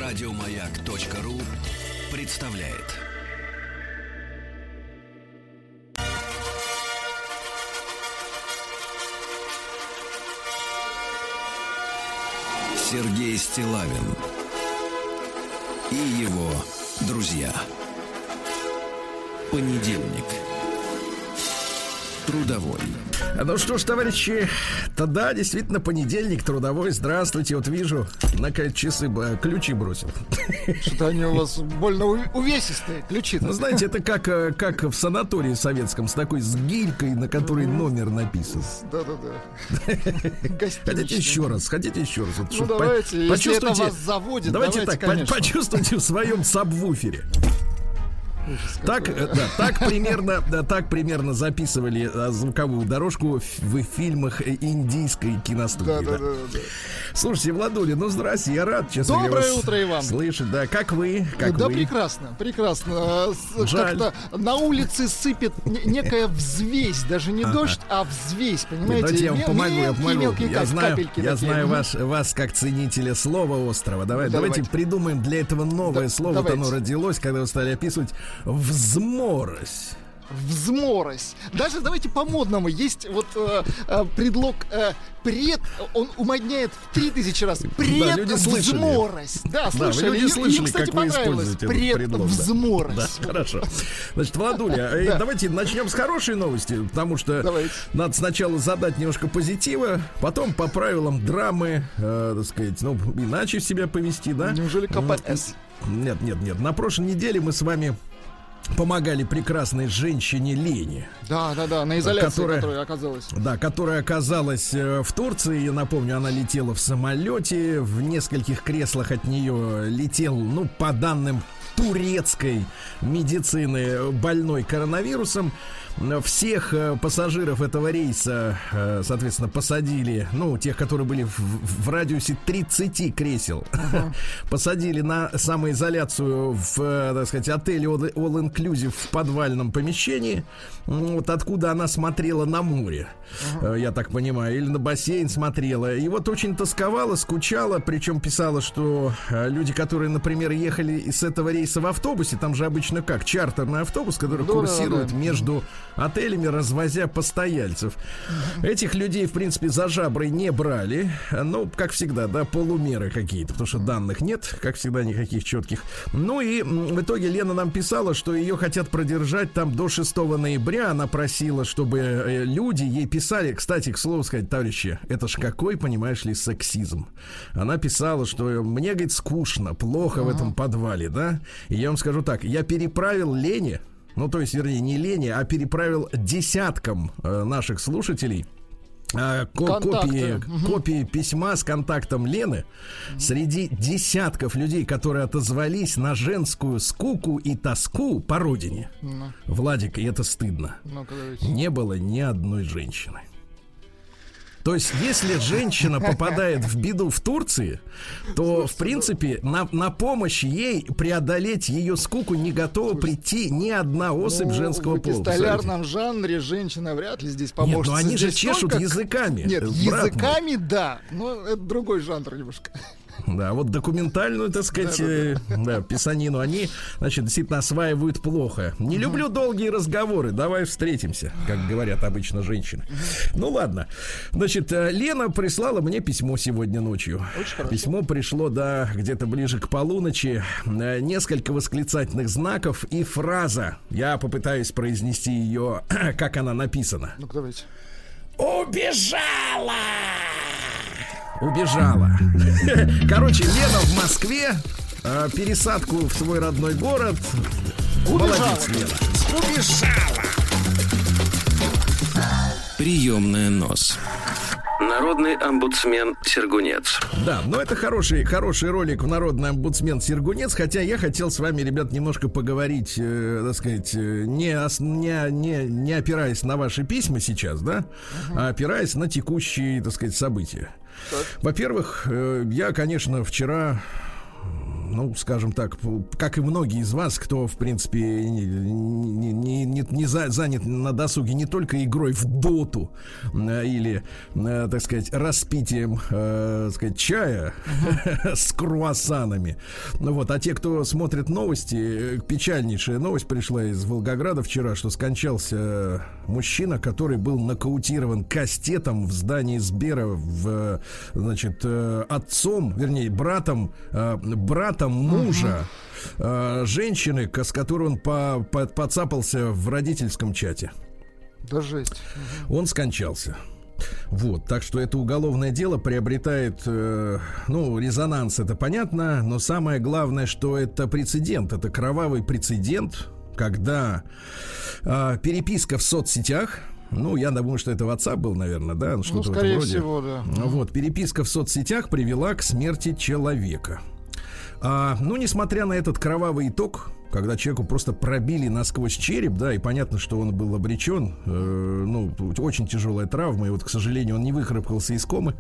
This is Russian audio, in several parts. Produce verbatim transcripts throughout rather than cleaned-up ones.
Радиомаяк.ру представляет. Сергей Стиллавин и его друзья. Понедельник. Трудовой. Ну что ж, товарищи, тогда действительно понедельник, трудовой. Здравствуйте, вот вижу, на часы ключи бросил. Что-то они у вас больно увесистые, ключи. Ну, знаете, это как, как в санатории советском, с такой с гирькой, на которой номер написан. Да-да-да. Хотите еще раз, хотите еще раз? Вот, ну давайте, по- если это вас заводит, давайте, давайте так, конечно. Почувствуйте в своем сабвуфере. Так, да, так примерно, да, так примерно записывали а, звуковую дорожку в, в фильмах индийской киностудии. Да, да. да, да, да. Слушайте, Владуля, ну здрасте, я рад, честно говоря. Доброе вас утро и вам. Слышать, да, как вы? Как да, вы? прекрасно, прекрасно. Жаль. Как-то на улице сыпет некая взвесь, даже не ага. дождь, а взвесь, понимаете? Давайте я вам помогу, я помогу. Мелкие, я как знаю, капельки я такие. знаю вас, вас как ценителя слова острова. Давай, да, давайте, давайте придумаем для этого новое да, слово. Вот давайте. оно родилось, когда вы стали описывать взморось. Взморось. Даже давайте по-модному. Есть вот э, э, предлог э, пред, он умодняет в три тысячи раз. Пред да, взморось. Да, слышали. Да, люди слышали, им, кстати, как вы используете пред предлог. взморось. Да, да, хорошо. Значит, Владуля, да. давайте начнем с хорошей новости, потому что давайте. Надо сначала задать немножко позитива, потом по правилам драмы, э, так сказать, ну, иначе себя повести, да? Неужели КПС? Нет, нет, нет. На прошлой неделе мы с вами помогали прекрасной женщине Лене. Да, да, да, на изоляции, которая, которая оказалась. Да, которая оказалась в Турции. Я напомню, она летела в самолете. В нескольких креслах от нее летел, ну, по данным турецкой медицины, больной коронавирусом. Всех пассажиров этого рейса, соответственно, посадили, ну, тех, которые были в, в радиусе тридцать кресел, uh-huh. посадили на самоизоляцию в, так сказать, отеле All Inclusive в подвальном помещении, вот откуда она смотрела на море, uh-huh. я так понимаю, или на бассейн смотрела. И вот очень тосковала, скучала, причем писала, что люди, которые, например, ехали с этого рейса в автобусе, там же обычно как, чартерный автобус, который да, курсирует да, да. между отелями, развозя постояльцев. Uh-huh. Этих людей, в принципе, за жабры не брали. Ну, как всегда, да, полумеры какие-то, потому что данных нет, как всегда, никаких четких. Ну и в итоге Лена нам писала, что ее хотят продержать там до шестого ноября. Она просила, чтобы люди ей писали. Кстати, к слову сказать, товарищи, это ж какой, понимаешь ли, сексизм. Она писала, что мне, говорит, скучно, плохо uh-huh. в этом подвале, да. И я вам скажу так, я переправил Лене, ну, то есть, вернее, не Лене, а переправил десяткам э, наших слушателей э, ко- копии, угу. копии письма с контактом Лены. Угу. Среди десятков людей, которые отозвались на женскую скуку и тоску по родине. Ну. Владик, и это стыдно. Ну, не было ни одной женщины. То есть, если женщина попадает в беду в Турции, то, в принципе, на, на помощь ей преодолеть ее скуку не готова прийти ни одна особь ну, женского пола. В эпистолярном жанре женщина вряд ли здесь поможет. Нет, но они же чешут только... языками. Нет, языками, да, но это другой жанр немножко. Да, вот документальную, так сказать, да, да, да. Да, писанину они, значит, действительно осваивают плохо. Не люблю долгие разговоры, давай встретимся, как говорят обычно женщины. Ну ладно, значит, Лена прислала мне письмо сегодня ночью. Письмо пришло, да, где-то ближе к полуночи. Несколько восклицательных знаков и фраза. Я попытаюсь произнести ее, как она написана. Ну-ка, давайте. Убежала! Убежала. Короче, Лена в Москве, э, пересадку в свой родной город. Убежала. Молодец, Лена. Убежала. Приемная нос. Народный омбудсмен Сергунец. Да, но это хороший, хороший ролик в Народный омбудсмен Сергунец. Хотя я хотел с вами, ребят, немножко поговорить, э, так сказать, не, не, не, не опираясь на ваши письма сейчас, да, uh-huh. а опираясь на текущие, так сказать, события. Так. Во-первых, э, я, конечно, вчера ну, скажем так, как и многие из вас, кто, в принципе, не, не, не, не за, занят на досуге не только игрой в доту или, так сказать, распитием, так сказать, чая uh-huh. с круассанами, вот, а те, кто смотрит новости, печальнейшая новость пришла из Волгограда вчера, что скончался мужчина, который был нокаутирован кастетом в здании Сбера, в, значит, отцом, вернее, братом, братом мужа uh-huh. женщины, с которой он по, по, подцапался в родительском чате. Да жесть. Uh-huh. Он скончался. Вот, так что это уголовное дело приобретает, э, ну, резонанс, это понятно, но самое главное, что это прецедент, это кровавый прецедент, когда э, переписка в соцсетях, ну, я думаю, что это WhatsApp был, наверное, да, что-то ну, в этом скорее роде. всего, да. Вот, переписка в соцсетях привела к смерти человека. А, ну, несмотря на этот кровавый итог, когда человеку просто пробили насквозь череп, да, и понятно, что он был обречен, э, ну, очень тяжелая травма, и вот, к сожалению, он не выхарабкался из комы.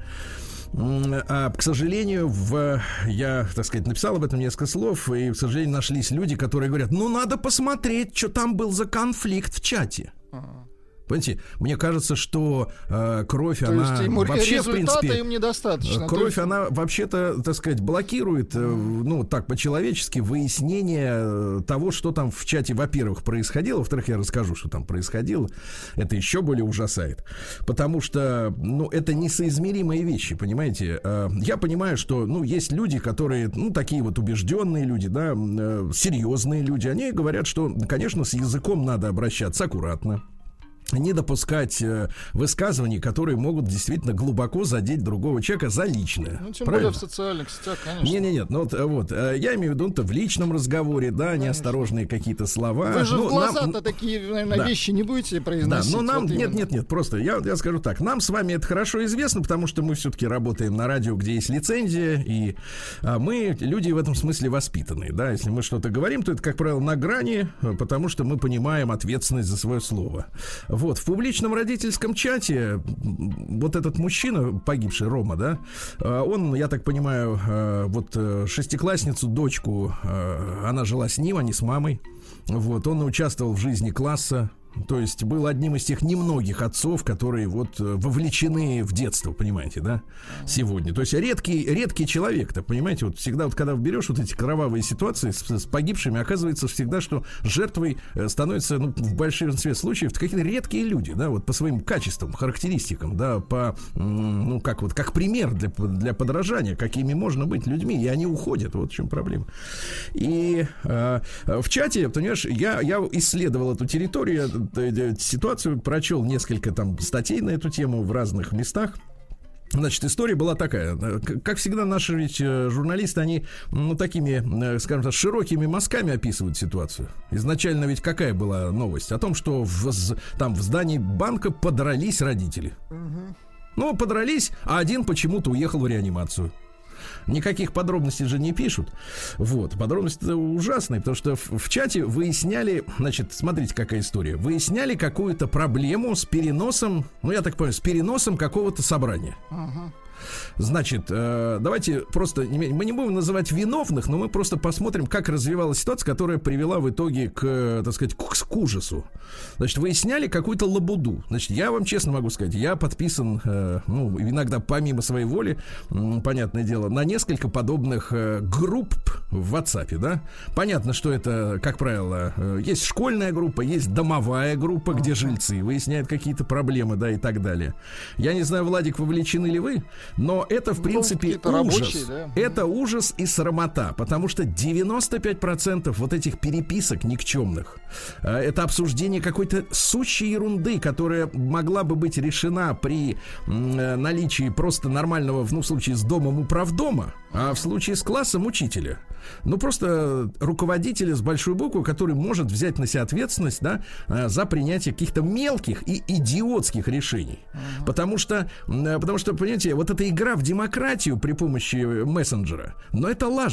А, к сожалению, в, я, так сказать, написал об этом несколько слов, и, к сожалению, нашлись люди, которые говорят, ну, надо посмотреть, что там был за конфликт в чате. Понимаете, мне кажется, что э, кровь, то она есть, вообще, в принципе, им недостаточно. Кровь, есть... она вообще-то, так сказать, блокирует, э, ну, так, по-человечески, выяснение того, что там в чате, во-первых, происходило, во-вторых, я расскажу, что там происходило. Это еще более ужасает. Потому что, ну, это несоизмеримые вещи, понимаете? Э, я понимаю, что, ну, есть люди, которые, ну, такие вот убежденные люди, да, э, серьезные люди, они говорят, что, конечно, с языком надо обращаться аккуратно. Не допускать э, высказываний, которые могут действительно глубоко задеть другого человека за личное. Ну, тем правильно? более в социальных сетях, конечно. Не-не-нет, ну вот, вот я имею в виду, в личном разговоре, да, конечно. Неосторожные какие-то слова. Вы же ну, в глаза-то нам... такие, наверное, да. вещи не будете произносить. Да, но нам, вот нет-нет-нет, просто я, я скажу так, нам с вами это хорошо известно, потому что мы все-таки работаем на радио, где есть лицензия, и а, мы люди в этом смысле воспитанные, да, если мы что-то говорим, то это, как правило, на грани, потому что мы понимаем ответственность за свое слово. Вот, в публичном родительском чате вот этот мужчина, погибший Рома, да, он, я так понимаю, вот шестиклассницу, дочку, она жила с ним, а не с мамой. Вот, он участвовал в жизни класса. То есть был одним из тех немногих отцов, которые вот вовлечены в детство, понимаете, да, сегодня. То есть редкий, редкий человек-то, понимаете, вот всегда вот когда берешь вот эти кровавые ситуации с, с погибшими, оказывается всегда, что жертвой становятся, ну, в большинстве случаев какие-то редкие люди, да, вот по своим качествам, характеристикам, да, по, ну, как вот, как пример для, для подражания, какими можно быть людьми, и они уходят, вот в чем проблема. И э, в чате, понимаешь, я, я исследовал эту территорию, ситуацию, прочел несколько там статей на эту тему в разных местах. Значит, история была такая. Как всегда, наши ведь журналисты, они, ну, такими, скажем так, широкими мазками описывают ситуацию. Изначально ведь какая была новость? О том, что в, там в здании банка подрались родители. Угу. Ну, подрались, а один почему-то уехал в реанимацию. Никаких подробностей же не пишут. Вот, подробности ужасные, потому что в, в чате выясняли, значит, смотрите, какая история. Выясняли какую-то проблему с переносом, ну, я так понимаю, с переносом какого-то собрания. Uh-huh. Значит, э, давайте просто, мы не будем называть виновных, но мы просто посмотрим, как развивалась ситуация, которая привела в итоге к, так сказать, к, к ужасу. Значит, выясняли какую-то лабуду. Значит, я вам честно могу сказать, я подписан, э, ну, иногда помимо своей воли, э, понятное дело, на несколько подобных э, групп в WhatsApp, да. Понятно, что это, как правило, э, есть школьная группа, есть домовая группа, где жильцы выясняют какие-то проблемы, да, и так далее. Я не знаю, Владик, вовлечены ли вы? Но это, в принципе, ну, ужас. Рабочие, да? Это ужас и срамота, потому что девяносто пять процентов вот этих переписок никчемных, это обсуждение какой-то сущей ерунды, которая могла бы быть решена при наличии просто нормального, ну, в случае с домом управдома, а в случае с классом учителя. Ну, просто руководителя с большой буквы, который может взять на себя ответственность, да, за принятие каких-то мелких и идиотских решений. Uh-huh. Потому что, потому что, понимаете, вот эта игра в демократию при помощи мессенджера, но это лажа.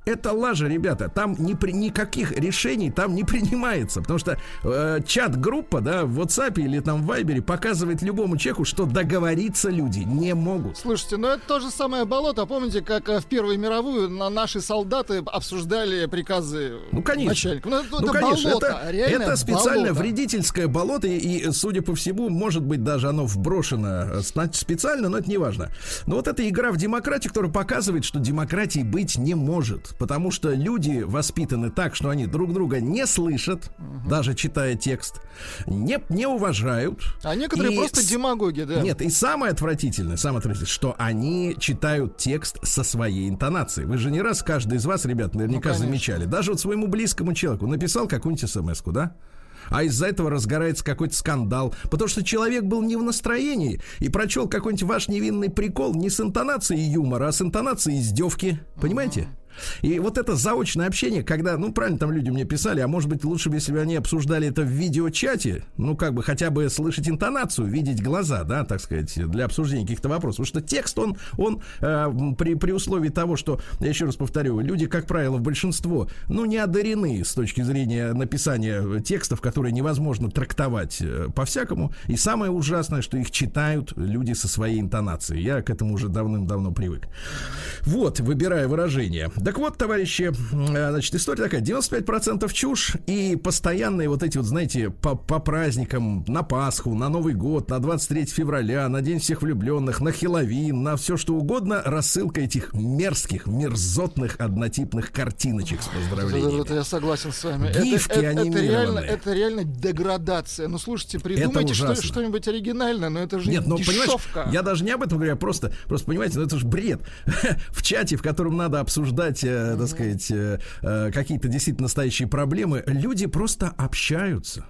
Это лажа, ребята. Там ни при, никаких решений там не принимается. Потому что э, чат-группа, да, в WhatsApp или там в Viber показывает любому человеку, что договориться люди не могут. Слушайте, ну это то же самое болото. Помните, как в Первую мировую на наши солдаты обсуждали приказы ну, конечно. начальника? Ну, это, ну, это конечно. болото, это, это специальное болото. вредительское болото. И, и, судя по всему, может быть, даже оно вброшено специально, но это не важно. Но вот эта игра в демократию, которая показывает, что демократии быть не может. Потому что люди воспитаны так, что они друг друга не слышат, угу. даже читая текст, не, не уважают. А некоторые и просто с... демагоги, да. Нет, и самое отвратительное, самое отвратительное, что они читают текст со своей интонацией. Вы же не раз, каждый из вас, ребят, наверняка ну, замечали. Даже вот своему близкому человеку написал какую-нибудь смс-ку, да? А из-за этого разгорается какой-то скандал. Потому что человек был не в настроении и прочел какой-нибудь ваш невинный прикол не с интонацией юмора, а с интонацией издевки. Понимаете? И вот это заочное общение, когда, ну, правильно там люди мне писали, а может быть лучше бы, если бы они обсуждали это в видеочате, ну, как бы хотя бы слышать интонацию, видеть глаза, да, так сказать, для обсуждения каких-то вопросов. Потому что текст, он, он э, при, при условии того, что, я еще раз повторю, люди, как правило, в большинство, ну, не одарены с точки зрения написания текстов, которые невозможно трактовать э, по-всякому. И самое ужасное, что их читают люди со своей интонацией. Я к этому уже давным-давно привык. Вот, выбирая выражение. Так вот, товарищи, значит, история такая, девяносто пять процентов чушь и постоянные вот эти вот, знаете, по, по праздникам, на Пасху, на Новый год, на двадцать третьего февраля, на День всех влюбленных, на Хэллоуин, на все что угодно, рассылка этих мерзких, мерзотных, однотипных картиночек с поздравлениями. Это я согласен с вами. Гифки это, это, это, реально, это реально деградация. Ну, слушайте, придумайте что, что-нибудь оригинальное, но это же Нет, ну, дешевка. Я даже не об этом говорю, я просто, просто понимаете, ну это же бред. В чате, в котором надо обсуждать так сказать, какие-то действительно настоящие проблемы, люди просто общаются.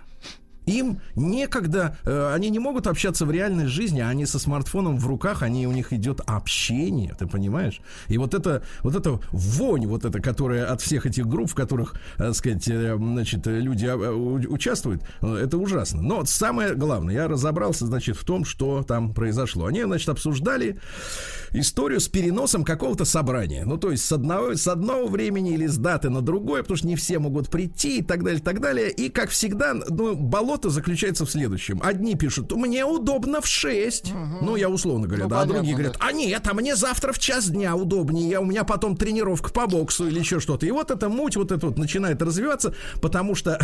Им некогда, э, они не могут общаться в реальной жизни, а они со смартфоном в руках, они, у них идет общение, ты понимаешь? И вот это, вот эта вонь, вот эта, которая от всех этих групп, в которых, так сказать, э, значит, люди э, участвуют, это ужасно. Но самое главное, я разобрался, значит, в том, что там произошло. Они, значит, обсуждали историю с переносом какого-то собрания. Ну, то есть с одного, с одного времени или с даты на другое, потому что не все могут прийти и так далее, и так далее. И, как всегда, ну, болото заключается в следующем. Одни пишут, мне удобно в шесть. Угу. Ну, я условно говорю, ну, да. Понятно, а другие говорят, а нет, а мне завтра в час дня удобнее. Я, у меня потом тренировка по боксу или еще что-то. И вот эта муть, вот это вот начинает развиваться, потому что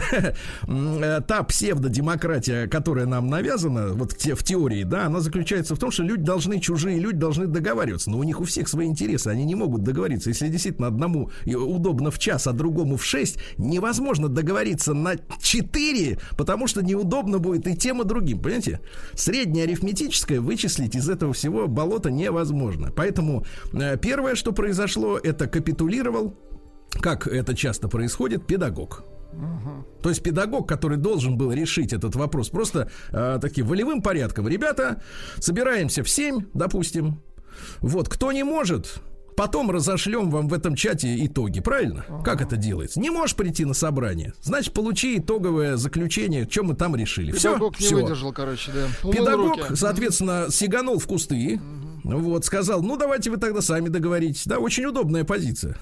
та псевдодемократия, которая нам навязана, вот в теории, да, она заключается в том, что люди должны, чужие люди должны договариваться. Но у них у всех свои интересы, они не могут договориться. Если действительно одному удобно в час, а другому в шесть, невозможно договориться на четыре, потому что неудобно будет и тем, и другим, понимаете? Среднее арифметическое вычислить из этого всего болота невозможно. Поэтому э, первое, что произошло, это капитулировал, как это часто происходит, педагог. Uh-huh. То есть педагог, который должен был решить этот вопрос просто э, таким волевым порядком. Ребята, собираемся в семь, допустим. Вот, кто не может... Потом разошлем вам в этом чате итоги, правильно? Ага. Как это делается? Не можешь прийти на собрание, значит, получи итоговое заключение, что мы там решили. Педагог все, не выдержал, короче, да. Умыл Педагог, руки. Соответственно, сиганул в кусты. Угу. Вот, сказал, ну, давайте вы тогда сами договоритесь. Да, очень удобная позиция.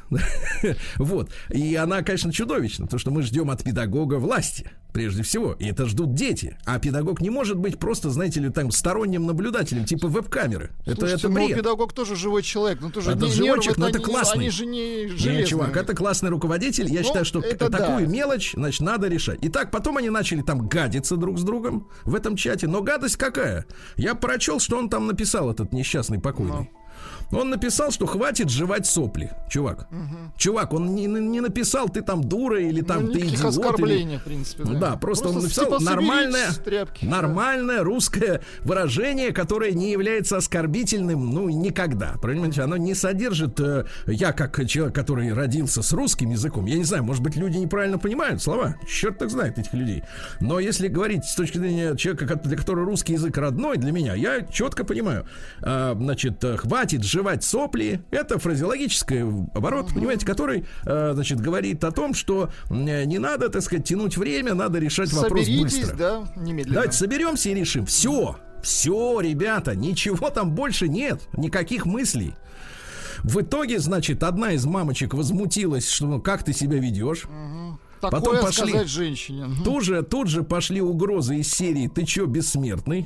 Вот. И она, конечно, чудовищна, потому что мы ждем от педагога власти, прежде всего. И это ждут дети. А педагог не может быть просто, знаете ли, там, сторонним наблюдателем, типа веб-камеры. Это, это бред. Ну, педагог тоже живой человек. Ну, тоже это не, живой человек, но они, это классный. Они же не железные. Нет, чувак, это классный руководитель. Я ну, считаю, что такую да. мелочь, значит, надо решать. Итак, потом они начали там гадиться друг с другом в этом чате. Но гадость какая? Я прочел, что он там написал, этот несчастный покойный. Но. Он написал, что хватит жевать сопли. Чувак, угу. чувак, он не, не написал, ты там дура или там ну, ты идиот. Оскорблений, или... в принципе. Да, да просто, просто он написал типа нормальное, тряпки, нормальное да. русское выражение, которое не является оскорбительным, ну, никогда. Понимаете, оно не содержит... Э, я, как человек, который родился с русским языком, я не знаю, может быть, люди неправильно понимают слова. Черт так знает этих людей. Но если говорить с точки зрения человека, для которого русский язык родной, для меня, я четко понимаю. Э, значит, хватит жевать сопли, это фразеологический оборот, uh-huh. понимаете, который, э, значит, говорит о том, что э, не надо, так сказать, тянуть время, надо решать вопрос быстро. Да, немедленно. Давайте соберемся и решим. Все, все, ребята, ничего там больше нет, никаких мыслей. В итоге, значит, одна из мамочек возмутилась, что ну, как ты себя ведешь. Угу. Такое Потом пошли, сказать женщине. Тут же, тут же пошли угрозы из серии «Ты чё, бессмертный?».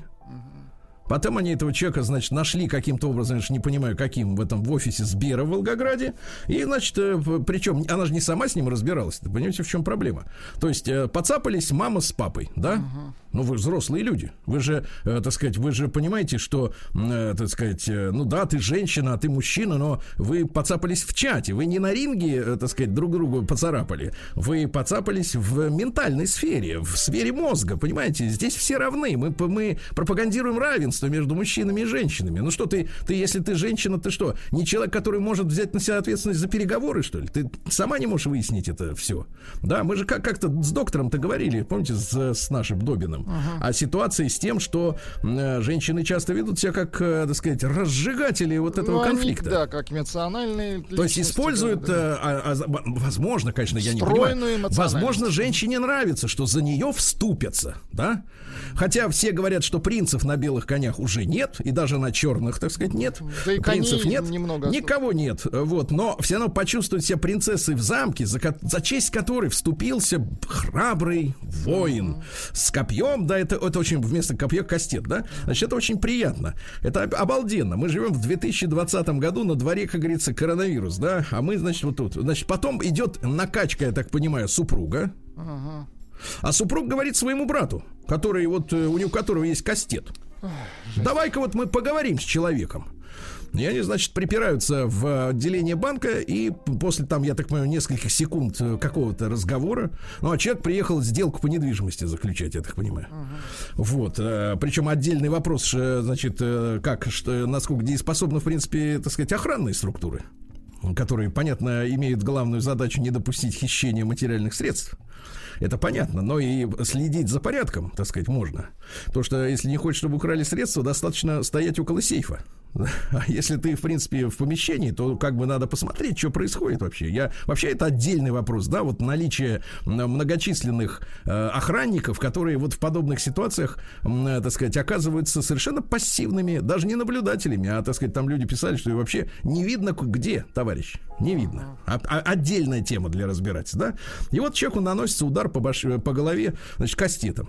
Потом они этого человека, значит, нашли каким-то образом, я же не понимаю, каким, в этом в офисе Сбера в Волгограде. И, значит, причем она же не сама с ним разбиралась. Вы понимаете, в чем проблема? То есть поцапались мама с папой, да? Uh-huh. Ну, вы взрослые люди. Вы же, э, так сказать, вы же понимаете, что, э, так сказать, э, ну да, ты женщина, а ты мужчина, но вы поцапались в чате. Вы не на ринге, э, так сказать, друг другу поцарапали. Вы поцапались в ментальной сфере, в сфере мозга, понимаете? Здесь все равны. Мы, мы пропагандируем равенство между мужчинами и женщинами. Ну что ты, ты, если ты женщина, ты что, не человек, который может взять на себя ответственность за переговоры, что ли? Ты сама не можешь выяснить это все. Да, мы же как- как-то с доктором-то говорили, помните, с, с нашим Добиным, uh-huh. о ситуации с тем, что э, женщины часто ведут себя как, э, так сказать, разжигатели вот этого ну, конфликта. Они, да, как эмоциональные личности. То есть используют, да, да. Э, а, а, возможно, конечно, я не понимаю, возможно, женщине нравится, что за нее вступятся, да? Хотя все говорят, что принцев на белых конях уже нет, и даже на черных, так сказать, нет. Да и принцев нет, немного никого нет. Вот, но все равно почувствуют себя принцессой в замке, за, за честь которой вступился храбрый воин mm-hmm. с копьем, да, это, это очень вместо копья кастет, да, значит, это очень приятно, это обалденно. Мы живем в две тысячи двадцатом году, на дворе, как говорится, коронавирус, да, а мы, значит, вот тут, значит, потом идет накачка, я так понимаю, супруга. Uh-huh. А супруг говорит своему брату, который вот, у него которого есть кастет: давай-ка вот мы поговорим с человеком. И они, значит, припираются в отделение банка, и после там, я так понимаю, нескольких секунд какого-то разговора, ну, а человек приехал сделку по недвижимости заключать, я так понимаю. Uh-huh. Вот, причем отдельный вопрос, значит, как, что, насколько дееспособны, в принципе, так сказать, охранные структуры, которые, понятно, имеют главную задачу не допустить хищения материальных средств. Это понятно, но и следить за порядком, так сказать, можно. Потому что если не хочешь, чтобы украли средства, достаточно стоять около сейфа. А если ты, в принципе, в помещении, то как бы надо посмотреть, что происходит вообще. Я, вообще это отдельный вопрос, да, вот наличие многочисленных э, охранников, которые вот в подобных ситуациях, э, так сказать, оказываются совершенно пассивными, даже не наблюдателями, а, так сказать, там люди писали, что вообще не видно, где, товарищ, не видно. А, а, отдельная тема для разбирательства, да. И вот человеку наносится удар по, баш... по голове, значит, кастетом.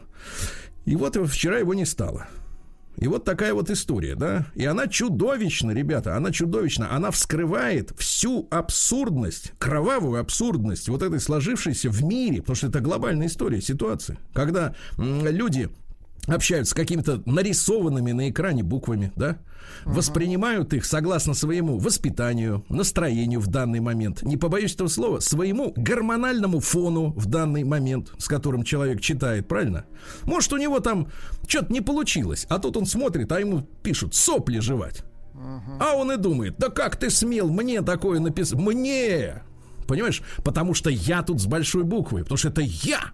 И вот вчера его не стало. И вот такая вот история, да. И она чудовищна, ребята, она чудовищна. Она вскрывает всю абсурдность, кровавую абсурдность вот этой сложившейся в мире, потому что это глобальная история, ситуация, когда м- люди общаются с какими-то нарисованными на экране буквами, да, uh-huh. воспринимают их согласно своему воспитанию, настроению в данный момент, не побоюсь этого слова, своему гормональному фону в данный момент, с которым человек читает, правильно? Может, у него там что-то не получилось, а тут он смотрит, а ему пишут сопли жевать. Uh-huh. А он и думает: да как ты смел мне такое написать? Мне! Понимаешь? Потому что я тут с большой буквы, потому что это я!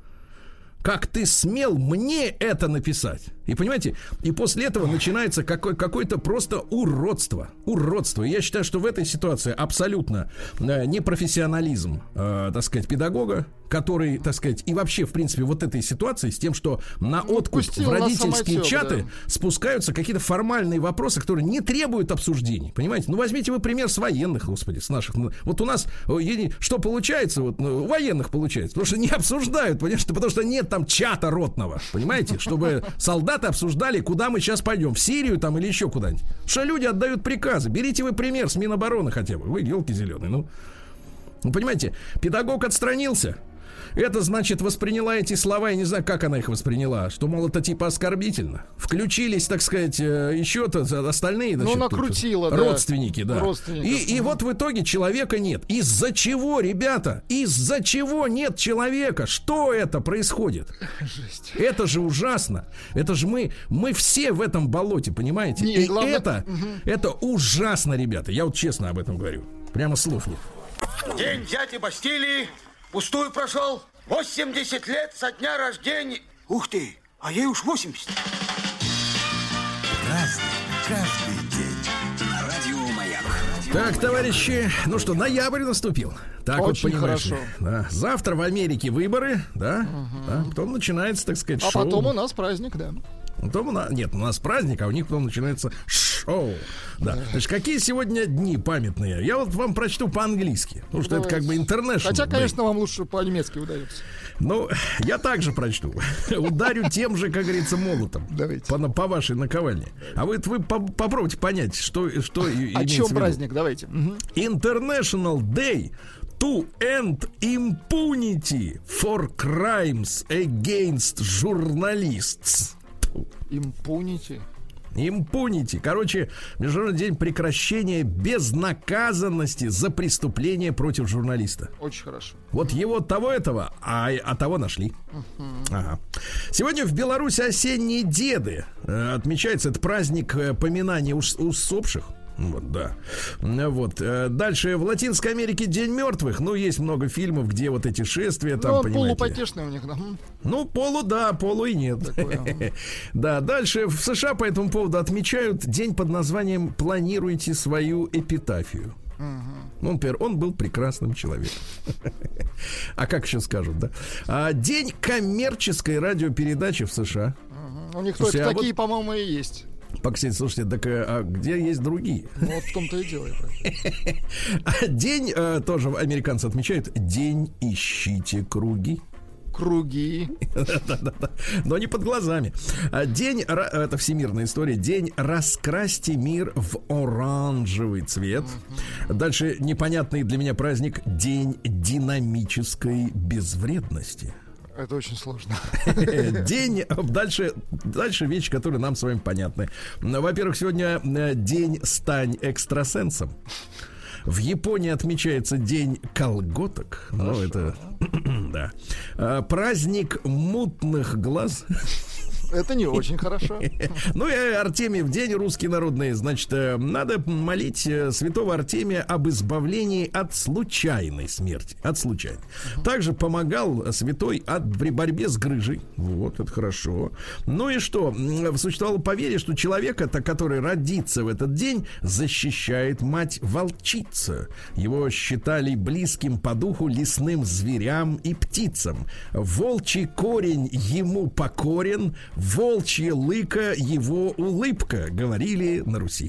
Как ты смел мне это написать? И понимаете, и после этого начинается какой- какое-то просто уродство. Уродство. И я считаю, что в этой ситуации абсолютно э, непрофессионализм, э, так сказать, педагога, который, так сказать, и вообще, в принципе, вот этой ситуации с тем, что на откуп в родительские чаты да. спускаются какие-то формальные вопросы, которые не требуют обсуждений. Понимаете? Ну, возьмите вы пример с военных, господи, с наших. Вот у нас что получается? Вот у военных получается. Потому что не обсуждают, понимаете? Потому что нет там чата ротного, понимаете? Чтобы солдаты обсуждали, куда мы сейчас пойдем, в Сирию там или еще куда-нибудь. Что люди отдают приказы. Берите вы пример с Минобороны хотя бы. Вы елки зеленые, ну. Вы понимаете, педагог отстранился. Это, значит, восприняла эти слова, я не знаю, как она их восприняла, что, мол, это типа оскорбительно. Включились, так сказать, еще-то остальные, значит, ну, накрутила, да. родственники, да. И, и вот в итоге человека нет. Из-за чего, ребята? Из-за чего нет человека? Что это происходит? Жесть. Это же ужасно. Это же мы, мы все в этом болоте, понимаете? Не, и главное... это, угу. это ужасно, ребята. Я вот честно об этом говорю. Прямо слов нет. День дяди Бастилии пустую прошел. восемьдесят лет со дня рождения. Ух ты, а ей уж восемьдесят. Разный, каждый день. Радио Маяк. Так, товарищи, ну что, ноябрь наступил. Так очень вот, понимаешь, хорошо. Да. Завтра в Америке выборы, да? Угу. Да, потом начинается, так сказать, а шоу. А потом у нас праздник, да. Потом у нас, нет, у нас праздник, а у них потом начинается ш- шоу. Да. Значит, какие сегодня дни памятные? Я вот вам прочту по-английски, потому что Давайте. это как бы international. Хотя, day. конечно, вам лучше по-немецки удается. Ну, я также прочту. Ударю тем же, как говорится, молотом. Давайте. По, по вашей наковальне. А вы, вы по, попробуйте понять, что, что О имеется чем в виду. праздник? Давайте. Мгм. International Day to end impunity for crimes against journalists. Импунити. Импунити. Короче, Международный день прекращения безнаказанности за преступление против журналиста. Очень хорошо. Вот его того этого, а, а того нашли. Ага. Сегодня в Беларуси осенние деды. Э, Отмечается это праздник э, поминания ус- усопших. Вот, да. Вот. э, Дальше в Латинской Америке День мертвых. Ну, есть много фильмов, где вот эти шествия там, Ну, он понимаете. полупотешный у них, да. М. Ну, полу да, полу и нет. Такое, Да, дальше в США по этому поводу отмечают день под названием «Планируйте свою эпитафию». Ну, например, он был прекрасным человеком. А как еще скажут, да? А, день коммерческой радиопередачи в США. У них Слушайте, только а такие, вот- по-моему, и есть. Поксить, слушайте, так э, а где есть другие? Ну, вот в том-то и дело. я правильно. А день э, тоже американцы отмечают. День ищите круги. Круги. Да-да-да. Но не под глазами. А день, ра- это всемирная история. День раскрасьте мир в оранжевый цвет. Дальше непонятный для меня праздник. День динамической безвредности. Это очень сложно. День, дальше, дальше вещи, которые нам с вами понятны. Во-первых, сегодня э, день «Стань экстрасенсом». В Японии отмечается день колготок. Ну, это, да. А, праздник мутных глаз. Это не очень хорошо. Ну и Артемий в день русский народный. Значит, э, надо молить э, святого Артемия об избавлении от случайной смерти. От случайной. Также помогал святой от, при борьбе с грыжей. Вот, это хорошо. Ну и что? М, Существовало поверье, что человека, который родится в этот день, защищает мать-волчица. Его считали близким по духу лесным зверям и птицам. Волчий корень ему покорен, волчье лыко его улыбка, говорили на Руси.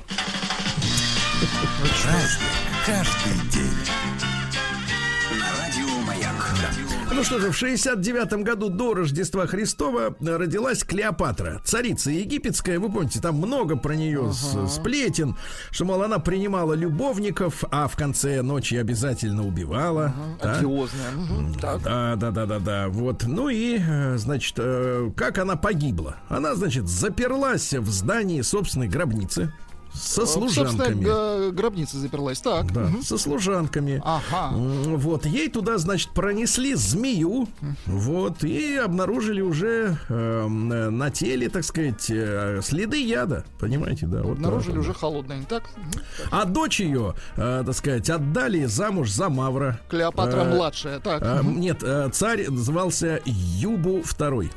Праздник каждый день. На радио Маяк. Ну что же, в шестьдесят девятом году до Рождества Христова родилась Клеопатра, царица египетская. Вы помните, там много про нее с- сплетен, что, мол, она принимала любовников, а в конце ночи обязательно убивала. Да? Одиозная. Мгм. Так. Да, да, да, да, да. Вот. Ну и, э, значит, э, как она погибла? Она, значит, заперлась в здании собственной гробницы со служанками. Собственно, г- гробница заперлась. Так. Да, Мгм. со служанками. Ага. М, Вот, ей туда, значит, пронесли змею, вот, и обнаружили уже эм, э, на теле, так сказать, э, следы яда, понимаете, да. Вот Обнаружили так, уже да. холодное. Так. Мгм. А дочь ее, э, так сказать, отдали замуж за Мавра. Клеопатра Э, младшая. Так. э, Мгм. Нет, э, царь назывался Юбу второй.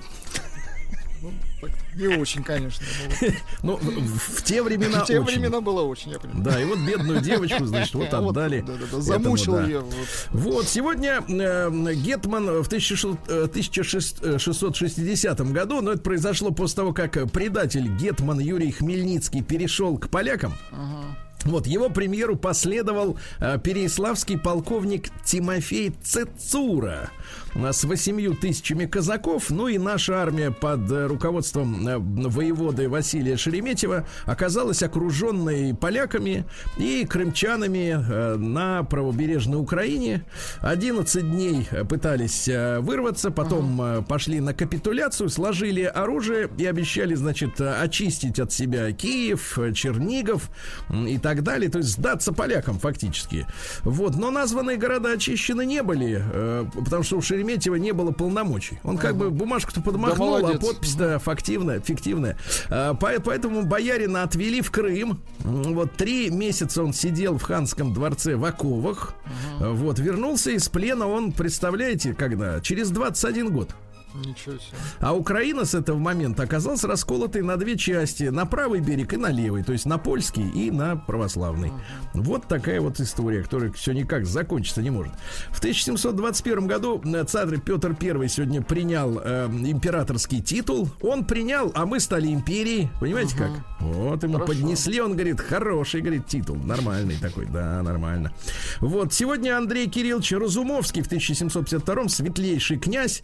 Не очень, конечно. было. Ну, в в те времена В те очень. времена было очень, я понимаю. Да, и вот бедную девочку, значит, вот Вот, отдали. да-да-да, этому, замучил да. ее. вот. Вот, сегодня э, Гетман в тысяча шестьсот шестидесятом году, но это произошло после того, как предатель Гетман Юрий Хмельницкий перешел к полякам. Вот, его премьеру последовал э, переяславский полковник Тимофей Цецура э, с восемью тысячами казаков. Ну и наша армия под э, руководством э, воеводы Василия Шереметьева оказалась окруженной поляками и крымчанами э, на правобережной Украине. одиннадцать дней э, пытались э, вырваться, потом э, пошли на капитуляцию, сложили оружие и обещали, значит, э, очистить от себя Киев, э, Чернигов м, и так далее, то есть сдаться полякам фактически. Вот, но названные города очищены не были, э, потому что у Шереметьева не было полномочий. Он как бы бумажку-то подмахнул, Да, а молодец. подпись-то фактивная, фиктивная. А, по- поэтому боярина отвели в Крым. М, Вот три месяца он сидел в ханском дворце в оковах. Вот, вернулся из плена он, представляете, когда? Через двадцать один год. Ничего себе. А Украина с этого момента оказалась расколотой на две части. На правый берег и на левый. То есть на польский и на православный. Uh-huh. Вот такая вот история, которая все никак закончиться не может. В тысяча семьсот двадцать первом году царь Петр Первый сегодня принял э, императорский титул. Он принял, а мы стали империей. Понимаете, uh-huh. как? Вот ему Хорошо. поднесли, он говорит, хороший, говорит, титул. Нормальный такой, да, нормально. Вот, сегодня Андрей Кириллович Разумовский в тысяча семьсот пятьдесят втором, светлейший князь,